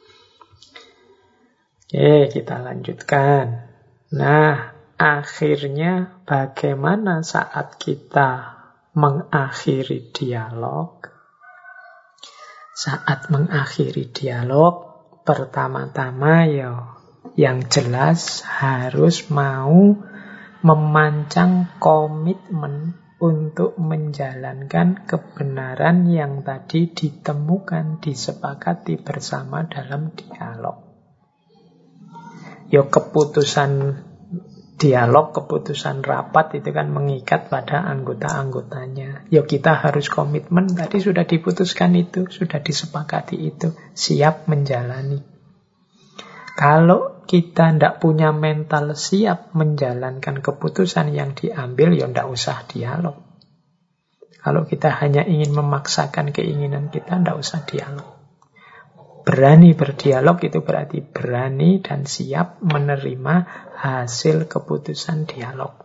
[SPEAKER 1] Oke, kita lanjutkan. Nah, akhirnya bagaimana saat kita mengakhiri dialog? Saat mengakhiri dialog, pertama-tama ya yang jelas harus mau memancang komitmen untuk menjalankan kebenaran yang tadi ditemukan, disepakati bersama dalam dialog. Ya keputusan dialog, keputusan rapat itu kan mengikat pada anggota-anggotanya. Ya kita harus komitmen, tadi sudah diputuskan itu, sudah disepakati itu, siap menjalani. Kalau kita tidak punya mental siap menjalankan keputusan yang diambil, ya tidak usah dialog. Kalau kita hanya ingin memaksakan keinginan kita, tidak usah dialog. Berani berdialog itu berarti berani dan siap menerima hasil keputusan dialog.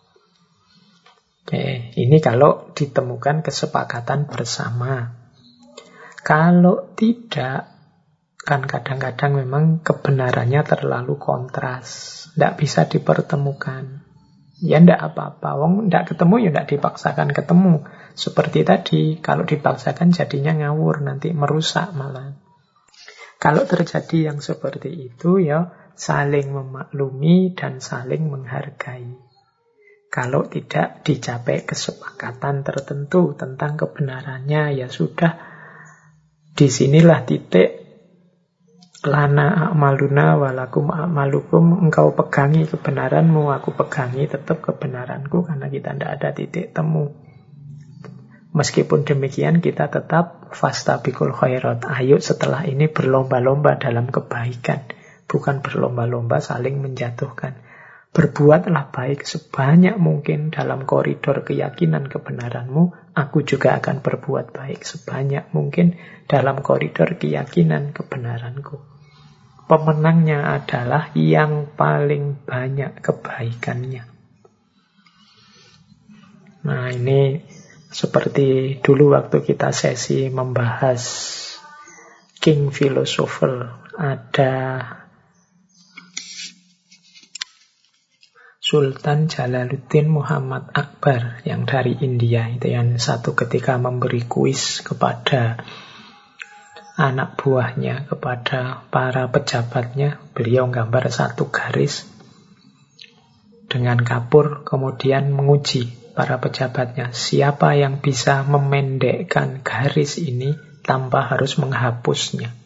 [SPEAKER 1] Oke, ini kalau ditemukan kesepakatan bersama. Kalau tidak, kan kadang-kadang memang kebenarannya terlalu kontras, tidak bisa dipertemukan. Ya tidak apa-apa, wong tidak ketemu ya tidak dipaksakan ketemu. Seperti tadi, kalau dipaksakan jadinya ngawur, nanti merusak malah. Kalau terjadi yang seperti itu, ya saling memaklumi dan saling menghargai. Kalau tidak dicapai kesepakatan tertentu tentang kebenarannya, ya sudah, disinilah titik lana a'maluna walakum a'malukum, engkau pegangi kebenaranmu, aku pegangi tetap kebenaranku, karena kita tidak ada titik temu. Meskipun demikian kita tetap fastabiqul khairat. Ayo setelah ini berlomba-lomba dalam kebaikan. Bukan berlomba-lomba saling menjatuhkan. Berbuatlah baik sebanyak mungkin dalam koridor keyakinan kebenaranmu. Aku juga akan berbuat baik sebanyak mungkin dalam koridor keyakinan kebenaranku. Pemenangnya adalah yang paling banyak kebaikannya. Nah, ini seperti dulu waktu kita sesi membahas King Philosopher, ada Sultan Jalaluddin Muhammad Akbar yang dari India, itu yang satu ketika memberi kuis kepada anak buahnya, kepada para pejabatnya. Beliau gambar satu garis dengan kapur, kemudian menguji para pejabatnya, siapa yang bisa memendekkan garis ini tanpa harus menghapusnya.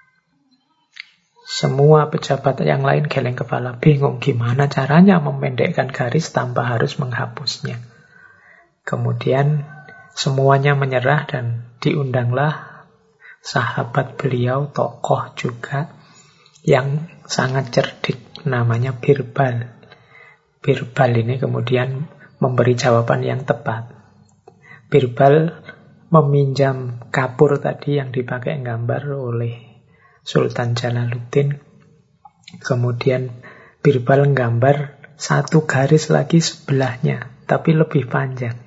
[SPEAKER 1] Semua pejabat yang lain geleng kepala, bingung gimana caranya memendekkan garis tanpa harus menghapusnya. Kemudian semuanya menyerah dan diundanglah sahabat beliau, tokoh juga yang sangat cerdik, namanya Birbal. Birbal ini kemudian memberi jawaban yang tepat. Birbal meminjam kapur tadi yang dipakai gambar oleh Sultan Jalaluddin. Kemudian Birbal menggambar satu garis lagi sebelahnya, tapi lebih panjang.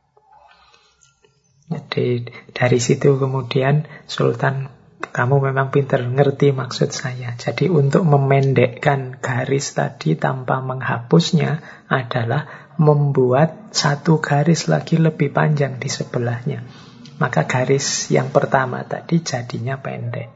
[SPEAKER 1] Jadi dari situ kemudian Sultan, kamu memang pintar, ngerti maksud saya. Jadi untuk memendekkan garis tadi tanpa menghapusnya adalah membuat satu garis lagi lebih panjang di sebelahnya. Maka garis yang pertama tadi jadinya pendek.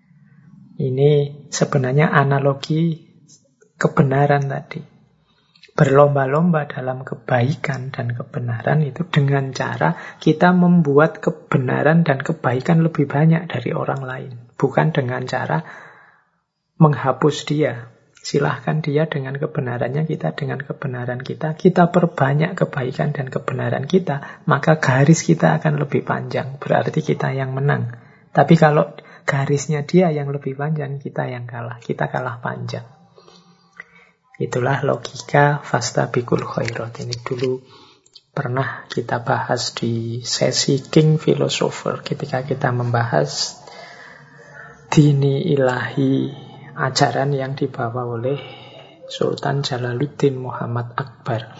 [SPEAKER 1] Ini sebenarnya analogi kebenaran tadi. berlomba-lomba dalam kebaikan dan kebenaran itu dengan cara kita membuat kebenaran dan kebaikan lebih banyak dari orang lain. Bukan dengan cara menghapus dia. Silahkan dia dengan kebenarannya, kita dengan kebenaran kita. Kita perbanyak kebaikan dan kebenaran kita, maka garis kita akan lebih panjang. Berarti kita yang menang. Tapi kalau garisnya dia yang lebih panjang, kita yang kalah. Kita kalah panjang. Itulah logika fastabiqul khairat. Ini dulu pernah kita bahas di sesi King Philosopher ketika kita membahas dini ilahi, ajaran yang dibawa oleh Sultan Jalaluddin Muhammad Akbar.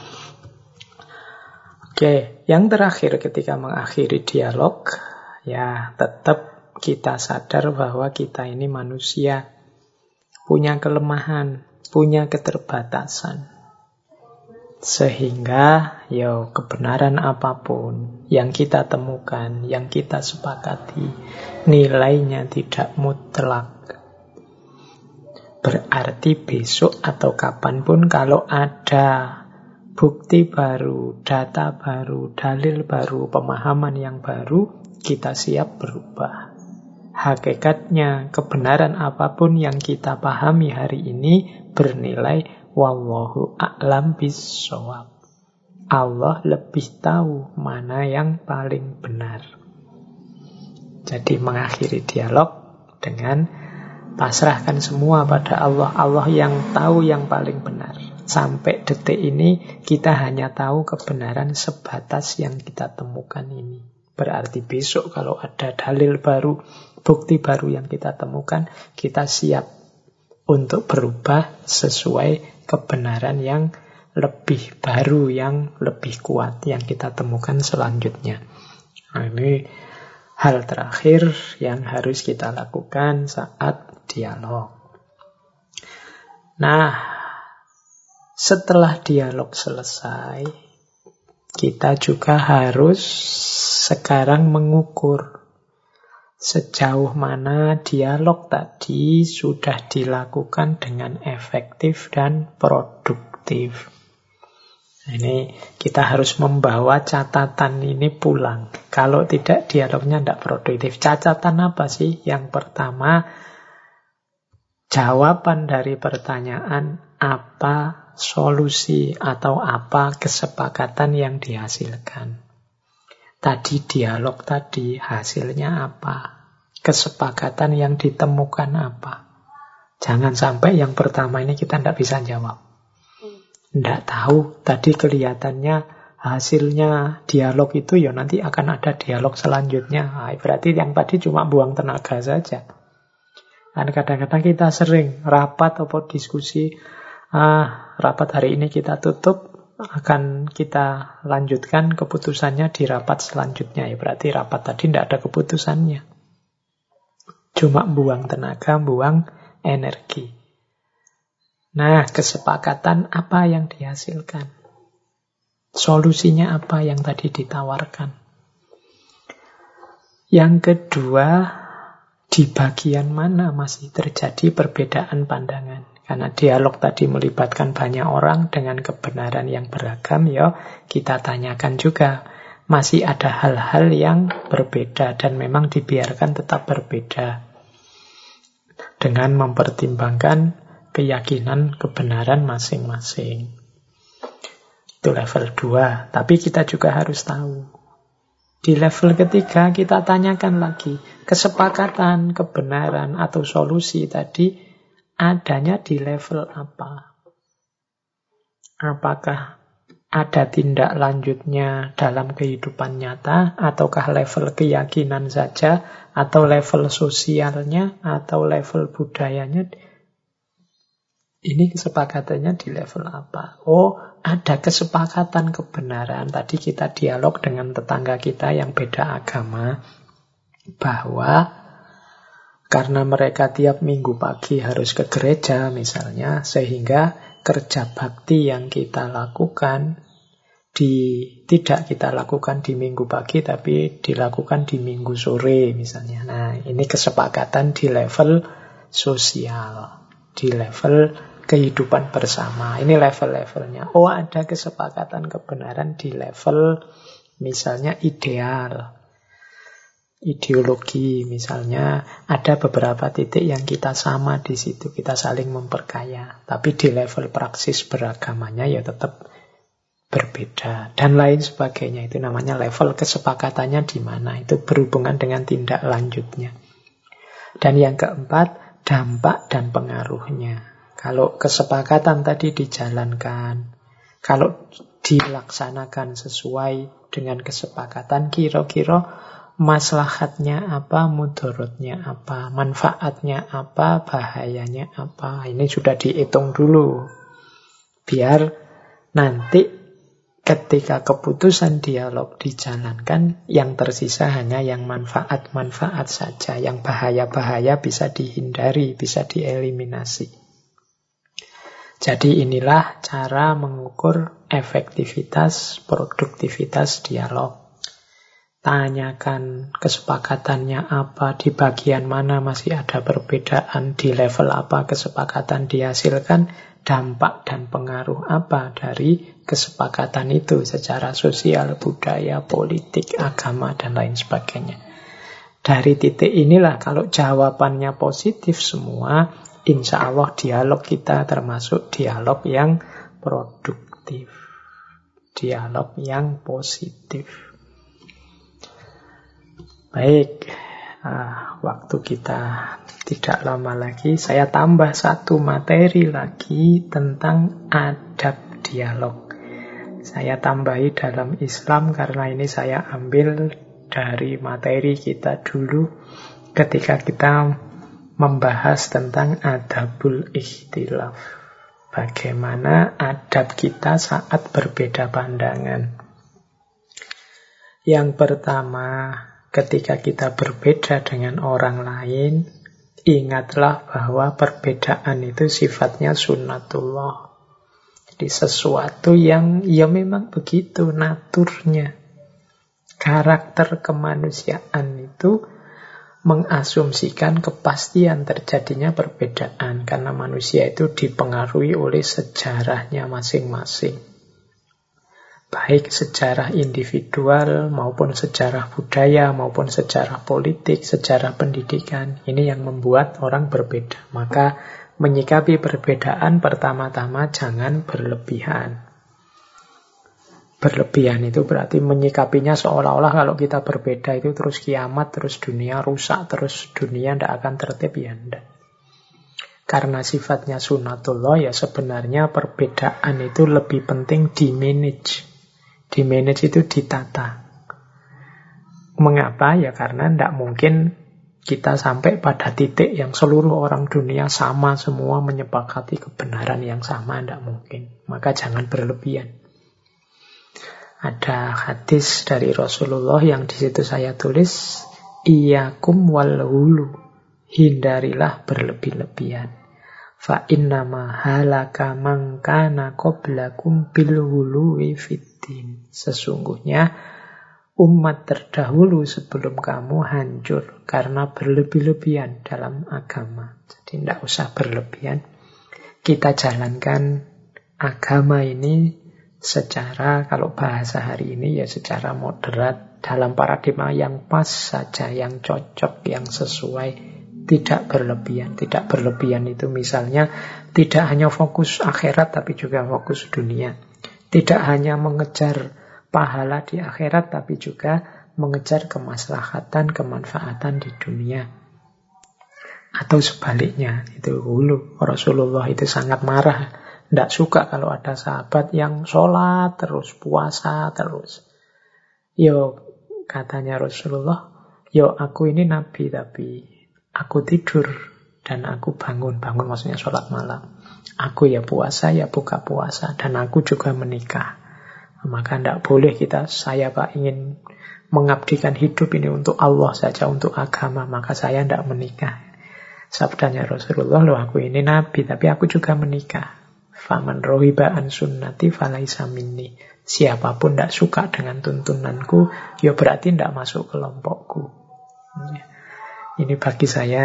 [SPEAKER 1] Oke, yang terakhir ketika mengakhiri dialog, ya tetap kita sadar bahwa kita ini manusia, punya kelemahan, punya keterbatasan. Sehingga ya kebenaran apapun yang kita temukan, yang kita sepakati, nilainya tidak mutlak. Berarti besok atau kapanpun kalau ada bukti baru, data baru, dalil baru, pemahaman yang baru, kita siap berubah. Hakikatnya kebenaran apapun yang kita pahami hari ini bernilai wallahu a'lam bissawab. Allah lebih tahu mana yang paling benar. Jadi mengakhiri dialog dengan pasrahkan semua pada Allah. Allah yang tahu yang paling benar. Sampai detik ini kita hanya tahu kebenaran sebatas yang kita temukan ini. Berarti besok kalau ada dalil baru, bukti baru yang kita temukan, kita siap untuk berubah sesuai kebenaran yang lebih baru, yang lebih kuat, yang kita temukan selanjutnya. Nah, ini hal terakhir yang harus kita lakukan saat dialog. Nah, setelah dialog selesai, kita juga harus sekarang mengukur sejauh mana dialog tadi sudah dilakukan dengan efektif dan produktif. Ini kita harus membawa catatan ini pulang. Kalau tidak, dialognya tidak produktif. Catatan apa sih? Yang pertama, jawaban dari pertanyaan apa solusi atau apa kesepakatan yang dihasilkan. Tadi dialog tadi hasilnya apa? Kesepakatan yang ditemukan apa? Jangan sampai yang pertama ini kita tidak bisa jawab. Tidak tahu, tadi kelihatannya hasilnya dialog itu ya nanti akan ada dialog selanjutnya. Nah, berarti yang tadi cuma buang tenaga saja. Dan kadang-kadang kita sering rapat atau diskusi, ah, rapat hari ini kita tutup, akan kita lanjutkan keputusannya di rapat selanjutnya. Ya berarti rapat tadi tidak ada keputusannya. Cuma buang tenaga, buang energi. Nah, kesepakatan apa yang dihasilkan? Solusinya apa yang tadi ditawarkan? Yang kedua, di bagian mana masih terjadi perbedaan pandangan? Karena dialog tadi melibatkan banyak orang dengan kebenaran yang beragam, ya kita tanyakan juga. Masih ada hal-hal yang berbeda dan memang dibiarkan tetap berbeda. Dengan mempertimbangkan keyakinan kebenaran masing-masing. Itu level dua. Tapi kita juga harus tahu. Di level ketiga kita tanyakan lagi. Kesepakatan, kebenaran atau solusi tadi adanya di level apa? Apakah ada tindak lanjutnya dalam kehidupan nyata, ataukah level keyakinan saja, atau level sosialnya, atau level budayanya? Ini kesepakatannya di level apa? Oh, ada kesepakatan kebenaran. Tadi kita dialog dengan tetangga kita yang beda agama, bahwa karena mereka tiap minggu pagi harus ke gereja misalnya, sehingga kerja bakti yang kita lakukan di, tidak kita lakukan di minggu pagi, tapi dilakukan di minggu sore misalnya. Nah, ini kesepakatan di level sosial, di level kehidupan bersama. Ini level-levelnya. Oh, ada kesepakatan kebenaran di level misalnya ideal, ideologi misalnya. Ada beberapa titik yang kita sama di situ, kita saling memperkaya. Tapi di level praksis beragamanya ya tetap berbeda dan lain sebagainya. Itu namanya level kesepakatannya di mana. Itu berhubungan dengan tindak lanjutnya. Dan yang keempat, dampak dan pengaruhnya. Kalau kesepakatan tadi dijalankan, kalau dilaksanakan sesuai dengan kesepakatan, kira-kira maslahatnya apa, mudorotnya apa, manfaatnya apa, bahayanya apa. Ini sudah dihitung dulu. Biar nanti ketika keputusan dialog dijalankan, yang tersisa hanya yang manfaat-manfaat saja. Yang bahaya-bahaya bisa dihindari, bisa dieliminasi. Jadi inilah cara mengukur efektivitas, produktivitas dialog. Tanyakan kesepakatannya apa, di bagian mana masih ada perbedaan, di level apa kesepakatan dihasilkan, dampak dan pengaruh apa dari kesepakatan itu secara sosial, budaya, politik, agama, dan lain sebagainya. Dari titik inilah kalau jawabannya positif semua, insya Allah dialog kita termasuk dialog yang produktif, dialog yang positif. Baik, ah, waktu kita tidak lama lagi. Saya tambah satu materi lagi tentang adab dialog. Saya tambahi dalam Islam karena ini saya ambil dari materi kita dulu ketika kita membahas tentang adabul ikhtilaf. Bagaimana adab kita saat berbeda pandangan. Yang pertama, ketika kita berbeda dengan orang lain, ingatlah bahwa perbedaan itu sifatnya sunnatullah. Jadi sesuatu yang ya memang begitu naturnya. Karakter kemanusiaan itu mengasumsikan kepastian terjadinya perbedaan karena manusia itu dipengaruhi oleh sejarahnya masing-masing. Baik sejarah individual maupun sejarah budaya maupun sejarah politik, sejarah pendidikan. Ini yang membuat orang berbeda. Maka menyikapi perbedaan pertama-tama jangan berlebihan. Berlebihan itu berarti menyikapinya seolah-olah kalau kita berbeda itu terus kiamat, terus dunia rusak, terus dunia tidak akan tertib, ya enggak. Karena sifatnya sunnatullah, ya sebenarnya perbedaan itu lebih penting di-manage. Di-manage itu ditata. Mengapa? Ya karena tidak mungkin kita sampai pada titik yang seluruh orang dunia sama semua menyepakati kebenaran yang sama, tidak mungkin. Maka jangan berlebihan. Ada hadis dari Rasulullah yang di situ saya tulis, Iyakum wal hulu, hindarilah berlebih-lebihan. Fa innama halaka man kana qablakum bil huluwi fiddin. Sesungguhnya umat terdahulu sebelum kamu hancur karena berlebih-lebihan dalam agama. Jadi tidak usah berlebihan. Kita jalankan agama ini secara, kalau bahasa hari ini ya secara moderat, dalam paradigma yang pas saja, yang cocok, yang sesuai, tidak berlebihan. Tidak berlebihan itu misalnya tidak hanya fokus akhirat tapi juga fokus dunia. Tidak hanya mengejar pahala di akhirat tapi juga mengejar kemaslahatan, kemanfaatan di dunia. Atau sebaliknya, itu hulu. Rasulullah itu sangat marah. Tidak suka kalau ada sahabat yang sholat terus, puasa terus. Yo, katanya Rasulullah, yo aku ini nabi tapi aku tidur dan aku bangun. Bangun maksudnya sholat malam. Aku ya puasa, ya buka puasa. Dan aku juga menikah. Maka tidak boleh kita, saya Pak ingin mengabdikan hidup ini untuk Allah saja, untuk agama. Maka saya tidak menikah. Sabdanya Rasulullah, loh aku ini nabi tapi aku juga menikah. Faman rohiba an sunnati falaisa minni. Siapapun tidak suka dengan tuntunanku, ya berarti tidak masuk kelompokku. Ini bagi saya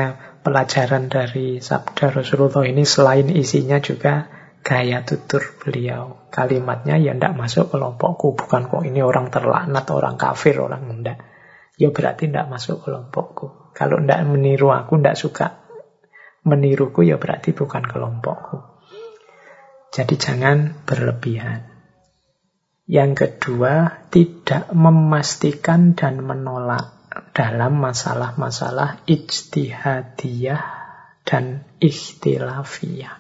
[SPEAKER 1] pelajaran dari sabda Rasulullah ini selain isinya juga gaya tutur beliau. Kalimatnya ya tidak masuk kelompokku. Bukan kok ini orang terlaknat, orang kafir, orang enggak. Ya berarti tidak masuk kelompokku. Kalau tidak meniru aku, tidak suka meniruku, ya berarti bukan kelompokku. Jadi jangan berlebihan. Yang kedua, tidak memastikan dan menolak dalam masalah-masalah ijtihadiyah dan ikhtilafiyah.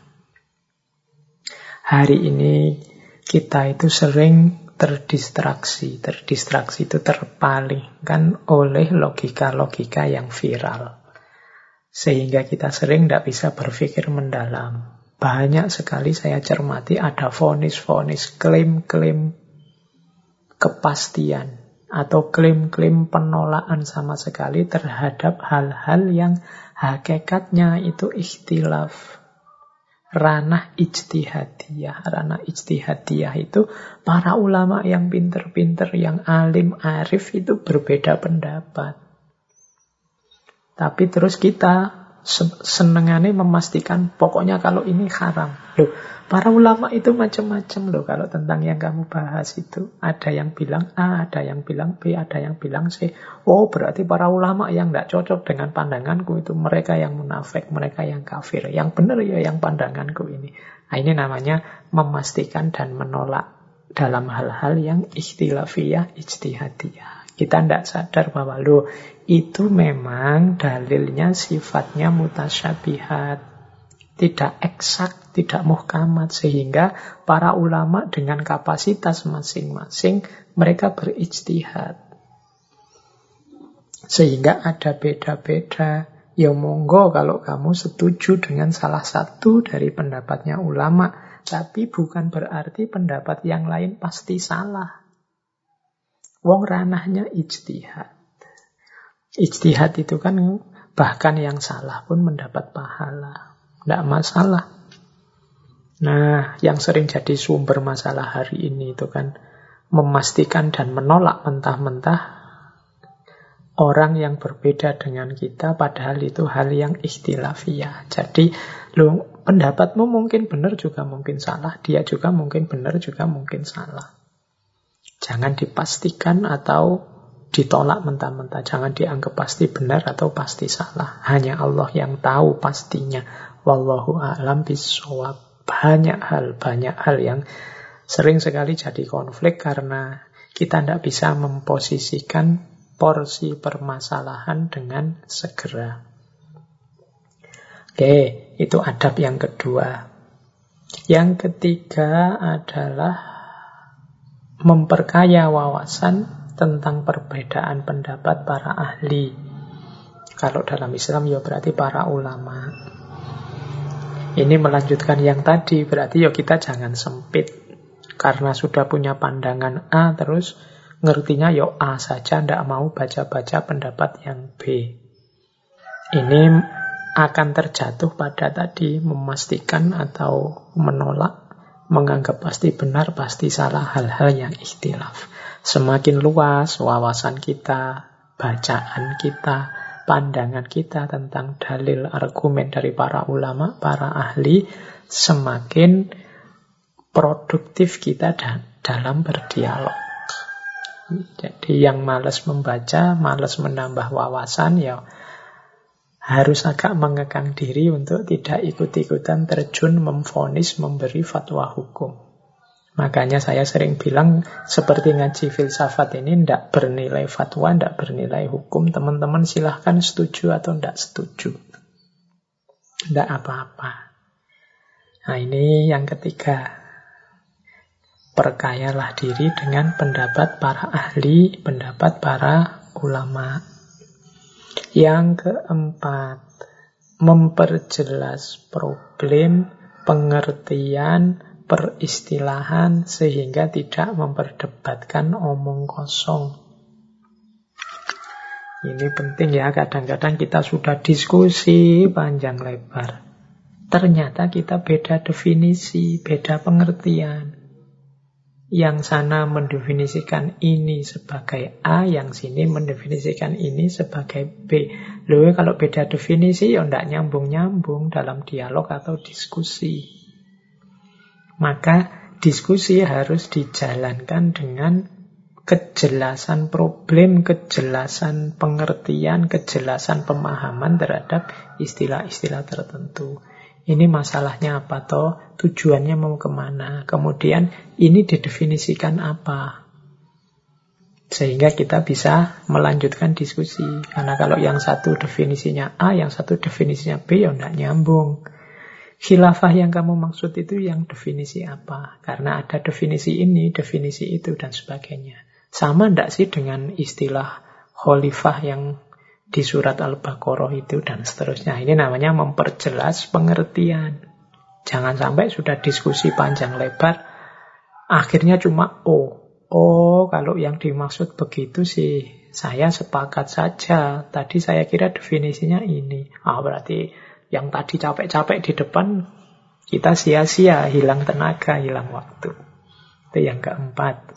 [SPEAKER 1] Hari ini kita itu sering terdistraksi. Terdistraksi itu terpalingkan oleh logika-logika yang viral. Sehingga kita sering tidak bisa berpikir mendalam. Banyak sekali saya cermati ada vonis-vonis, klaim-klaim kepastian atau klaim-klaim penolakan sama sekali terhadap hal-hal yang hakikatnya itu ikhtilaf. Ranah ijtihadiyah. Ranah ijtihadiyah itu para ulama yang pinter-pinter, yang alim, arif itu berbeda pendapat. Tapi terus kita senengannya memastikan pokoknya kalau ini haram. Loh, para ulama itu macam-macam loh kalau tentang yang kamu bahas itu. Ada yang bilang A, ada yang bilang B, ada yang bilang C. Oh, berarti para ulama yang tidak cocok dengan pandanganku itu mereka yang munafik, mereka yang kafir. Yang benar ya yang pandanganku ini. Nah, ini namanya memastikan dan menolak dalam hal-hal yang ikhtilafiyah, ijtihadiyah. Kita tidak sadar bahwa loh, itu memang dalilnya sifatnya mutasyabihat. Tidak eksak, tidak muhkamat. Sehingga para ulama dengan kapasitas masing-masing, mereka berijtihad. Sehingga ada beda-beda. Ya monggo kalau kamu setuju dengan salah satu dari pendapatnya ulama. Tapi bukan berarti pendapat yang lain pasti salah. Wong ranahnya ijtihad. Ijtihad itu kan bahkan yang salah pun mendapat pahala. Tidak masalah. Nah, yang sering jadi sumber masalah hari ini itu kan memastikan dan menolak mentah-mentah orang yang berbeda dengan kita, padahal itu hal yang ikhtilafiyah. Jadi, lo pendapatmu mungkin benar juga mungkin salah, dia juga mungkin benar juga mungkin salah. Jangan dipastikan atau ditolak mentah-mentah. Jangan dianggap pasti benar atau pasti salah. Hanya Allah yang tahu pastinya. Wallahu a'lam bishawab. Banyak hal, banyak hal yang sering sekali jadi konflik karena kita tidak bisa memposisikan porsi permasalahan dengan segera. Oke, itu adab yang kedua. Yang ketiga adalah memperkaya wawasan tentang perbedaan pendapat para ahli. Kalau dalam Islam ya berarti para ulama. Ini melanjutkan yang tadi, berarti ya kita jangan sempit. Karena sudah punya pandangan A, terus ngertinya ya A saja, tidak mau baca-baca pendapat yang B. Ini akan terjatuh pada tadi, memastikan atau menolak, menganggap pasti benar, pasti salah hal-hal yang ikhtilaf. Semakin luas wawasan kita, bacaan kita, pandangan kita tentang dalil argumen dari para ulama, para ahli, semakin produktif kita dalam berdialog. Jadi yang malas membaca, malas menambah wawasan, ya harus agak mengekang diri untuk tidak ikut-ikutan terjun memvonis, memberi fatwa hukum. Makanya saya sering bilang, seperti ngaji filsafat ini tidak bernilai fatwa, tidak bernilai hukum. Teman-teman silahkan setuju atau tidak setuju. Tidak apa-apa. Nah ini yang ketiga. Perkayalah diri dengan pendapat para ahli, pendapat para ulama. Yang keempat, memperjelas problem, pengertian, peristilahan sehingga tidak memperdebatkan omong kosong. Ini penting ya, kadang-kadang kita sudah diskusi panjang lebar. Ternyata kita beda definisi, beda pengertian. Yang sana mendefinisikan ini sebagai A, yang sini mendefinisikan ini sebagai B. Loh, kalau beda definisi ya tidak nyambung-nyambung dalam dialog atau diskusi. Maka diskusi harus dijalankan dengan kejelasan problem, kejelasan pengertian, kejelasan pemahaman terhadap istilah-istilah tertentu. Ini masalahnya apa toh? Tujuannya mau kemana? Kemudian ini didefinisikan apa? Sehingga kita bisa melanjutkan diskusi. Karena kalau yang satu definisinya A, yang satu definisinya B, ya tidak nyambung. Khilafah yang kamu maksud itu yang definisi apa? Karena ada definisi ini, definisi itu, dan sebagainya. Sama tidak sih dengan istilah khalifah yang di surat Al-Baqarah itu dan seterusnya. Ini namanya memperjelas pengertian. Jangan sampai sudah diskusi panjang lebar, akhirnya cuma oh. Oh, kalau yang dimaksud begitu sih, saya sepakat saja. Tadi saya kira definisinya ini. Ah, berarti yang tadi capek-capek di depan, kita sia-sia, hilang tenaga, hilang waktu. Itu yang keempat.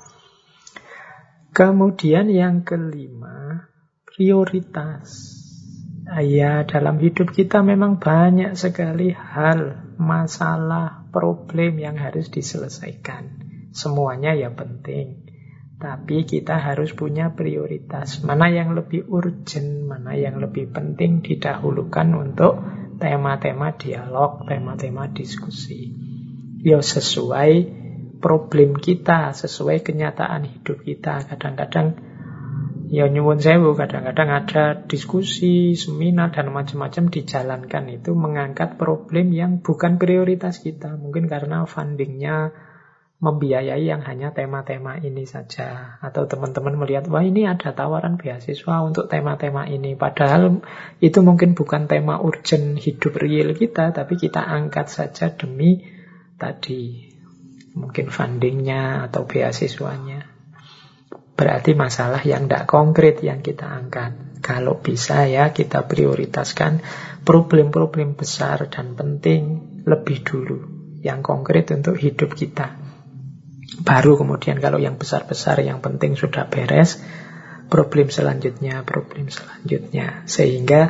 [SPEAKER 1] Kemudian yang kelima, prioritas. Ya, dalam hidup kita memang banyak sekali hal, masalah, problem yang harus diselesaikan. Semuanya ya penting. Tapi kita harus punya prioritas. Mana yang lebih urgent, mana yang lebih penting didahulukan untuk tema-tema dialog, tema-tema diskusi. Ya sesuai problem kita, sesuai kenyataan hidup kita. Kadang-kadang ya nyuwun sewu, kadang-kadang ada diskusi, seminar, dan macam-macam dijalankan itu mengangkat problem yang bukan prioritas kita. Mungkin karena fundingnya membiayai yang hanya tema-tema ini saja. Atau teman-teman melihat, wah ini ada tawaran beasiswa untuk tema-tema ini. Padahal itu mungkin bukan tema urgent hidup real kita, tapi kita angkat saja demi tadi mungkin fundingnya atau beasiswanya. Berarti masalah yang tidak konkret yang kita angkat. Kalau bisa ya kita prioritaskan problem-problem besar dan penting lebih dulu. Yang konkret untuk hidup kita. Baru kemudian kalau yang besar-besar, yang penting sudah beres, problem selanjutnya, problem selanjutnya. Sehingga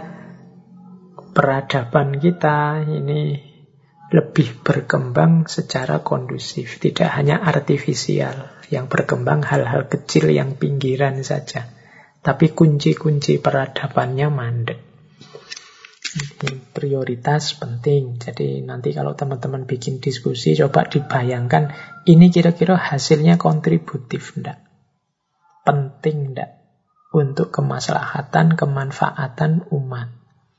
[SPEAKER 1] peradaban kita ini lebih berkembang secara kondusif, tidak hanya artifisial, yang berkembang hal-hal kecil yang pinggiran saja. Tapi kunci-kunci peradabannya mandek. Prioritas penting. Jadi nanti kalau teman-teman bikin diskusi, coba dibayangkan ini kira-kira hasilnya kontributif enggak? Penting enggak? Untuk kemaslahatan, kemanfaatan umat.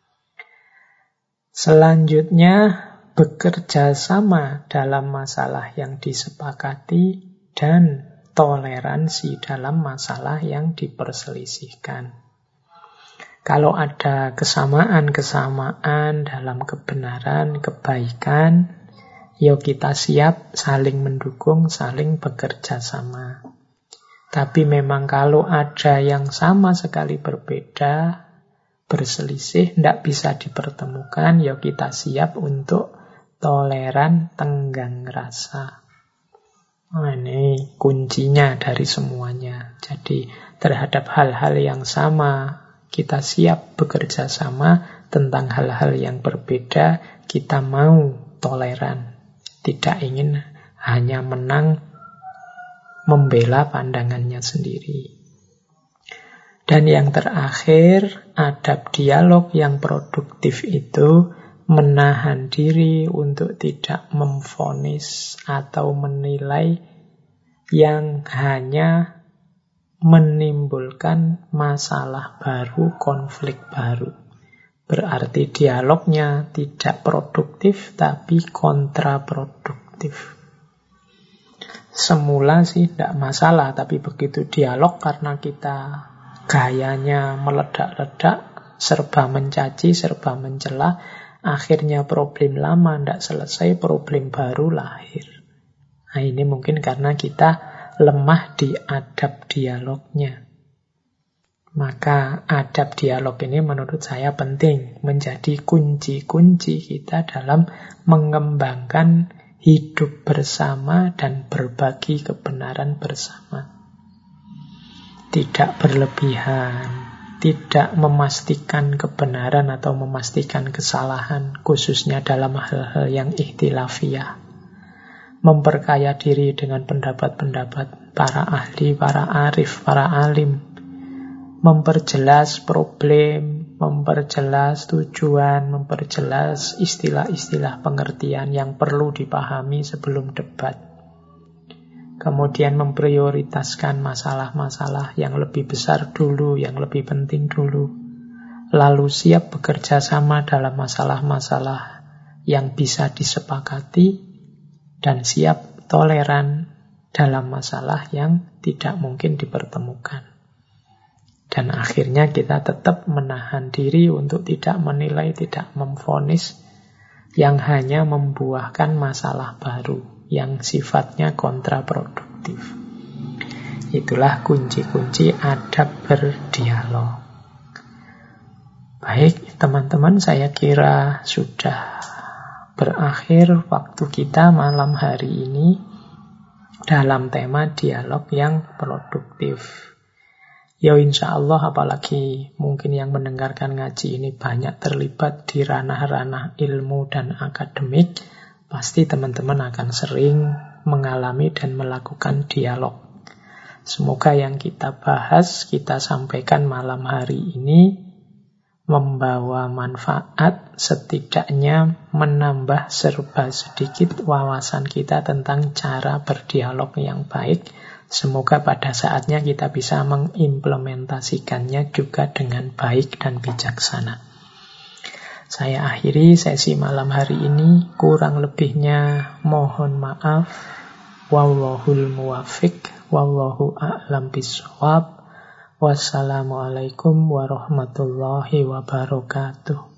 [SPEAKER 1] Selanjutnya, bekerja sama dalam masalah yang disepakati dan toleransi dalam masalah yang diperselisihkan. Kalau ada kesamaan-kesamaan dalam kebenaran, kebaikan, yuk kita siap saling mendukung, saling bekerja sama. Tapi memang kalau ada yang sama sekali berbeda, berselisih, tidak bisa dipertemukan, yuk kita siap untuk toleran, tenggang rasa. Nah, ini kuncinya dari semuanya. Jadi terhadap hal-hal yang sama, kita siap bekerja sama. Tentang hal-hal yang berbeda, kita mau toleran. Tidak ingin hanya menang membela pandangannya sendiri. Dan yang terakhir, adab dialog yang produktif itu menahan diri untuk tidak memvonis atau menilai yang hanya menimbulkan masalah baru, konflik baru. Berarti dialognya tidak produktif, tapi kontraproduktif. Semula sih tidak masalah, tapi begitu dialog karena kita gayanya meledak-ledak, serba mencaci, serba mencela, akhirnya problem lama tidak selesai, problem baru lahir. Nah ini mungkin karena kita lemah di adab dialognya. Maka adab dialog ini menurut saya penting menjadi kunci-kunci kita dalam mengembangkan hidup bersama dan berbagi kebenaran bersama. Tidak berlebihan, tidak memastikan kebenaran atau memastikan kesalahan, khususnya dalam hal-hal yang ikhtilafiyah. Memperkaya diri dengan pendapat-pendapat para ahli, para arif, para alim. Memperjelas problem, memperjelas tujuan, memperjelas istilah-istilah pengertian yang perlu dipahami sebelum debat. Kemudian memprioritaskan masalah-masalah yang lebih besar dulu, yang lebih penting dulu. Lalu siap bekerja sama dalam masalah-masalah yang bisa disepakati dan siap toleran dalam masalah yang tidak mungkin dipertemukan. Dan akhirnya kita tetap menahan diri untuk tidak menilai, tidak memvonis yang hanya membuahkan masalah baru yang sifatnya kontraproduktif. Itulah kunci-kunci adab berdialog. Baik, teman-teman, saya kira sudah berakhir waktu kita malam hari ini dalam tema dialog yang produktif. Ya insya Allah, apalagi mungkin yang mendengarkan ngaji ini banyak terlibat di ranah-ranah ilmu dan akademik, pasti teman-teman akan sering mengalami dan melakukan dialog. Semoga yang kita bahas, kita sampaikan malam hari ini membawa manfaat, setidaknya menambah serba sedikit wawasan kita tentang cara berdialog yang baik. Semoga pada saatnya kita bisa mengimplementasikannya juga dengan baik dan bijaksana. Saya akhiri sesi malam hari ini, kurang lebihnya mohon maaf. Wallahul muwafiq, wallahu a'lam bishawab. Wassalamualaikum warahmatullahi wabarakatuh.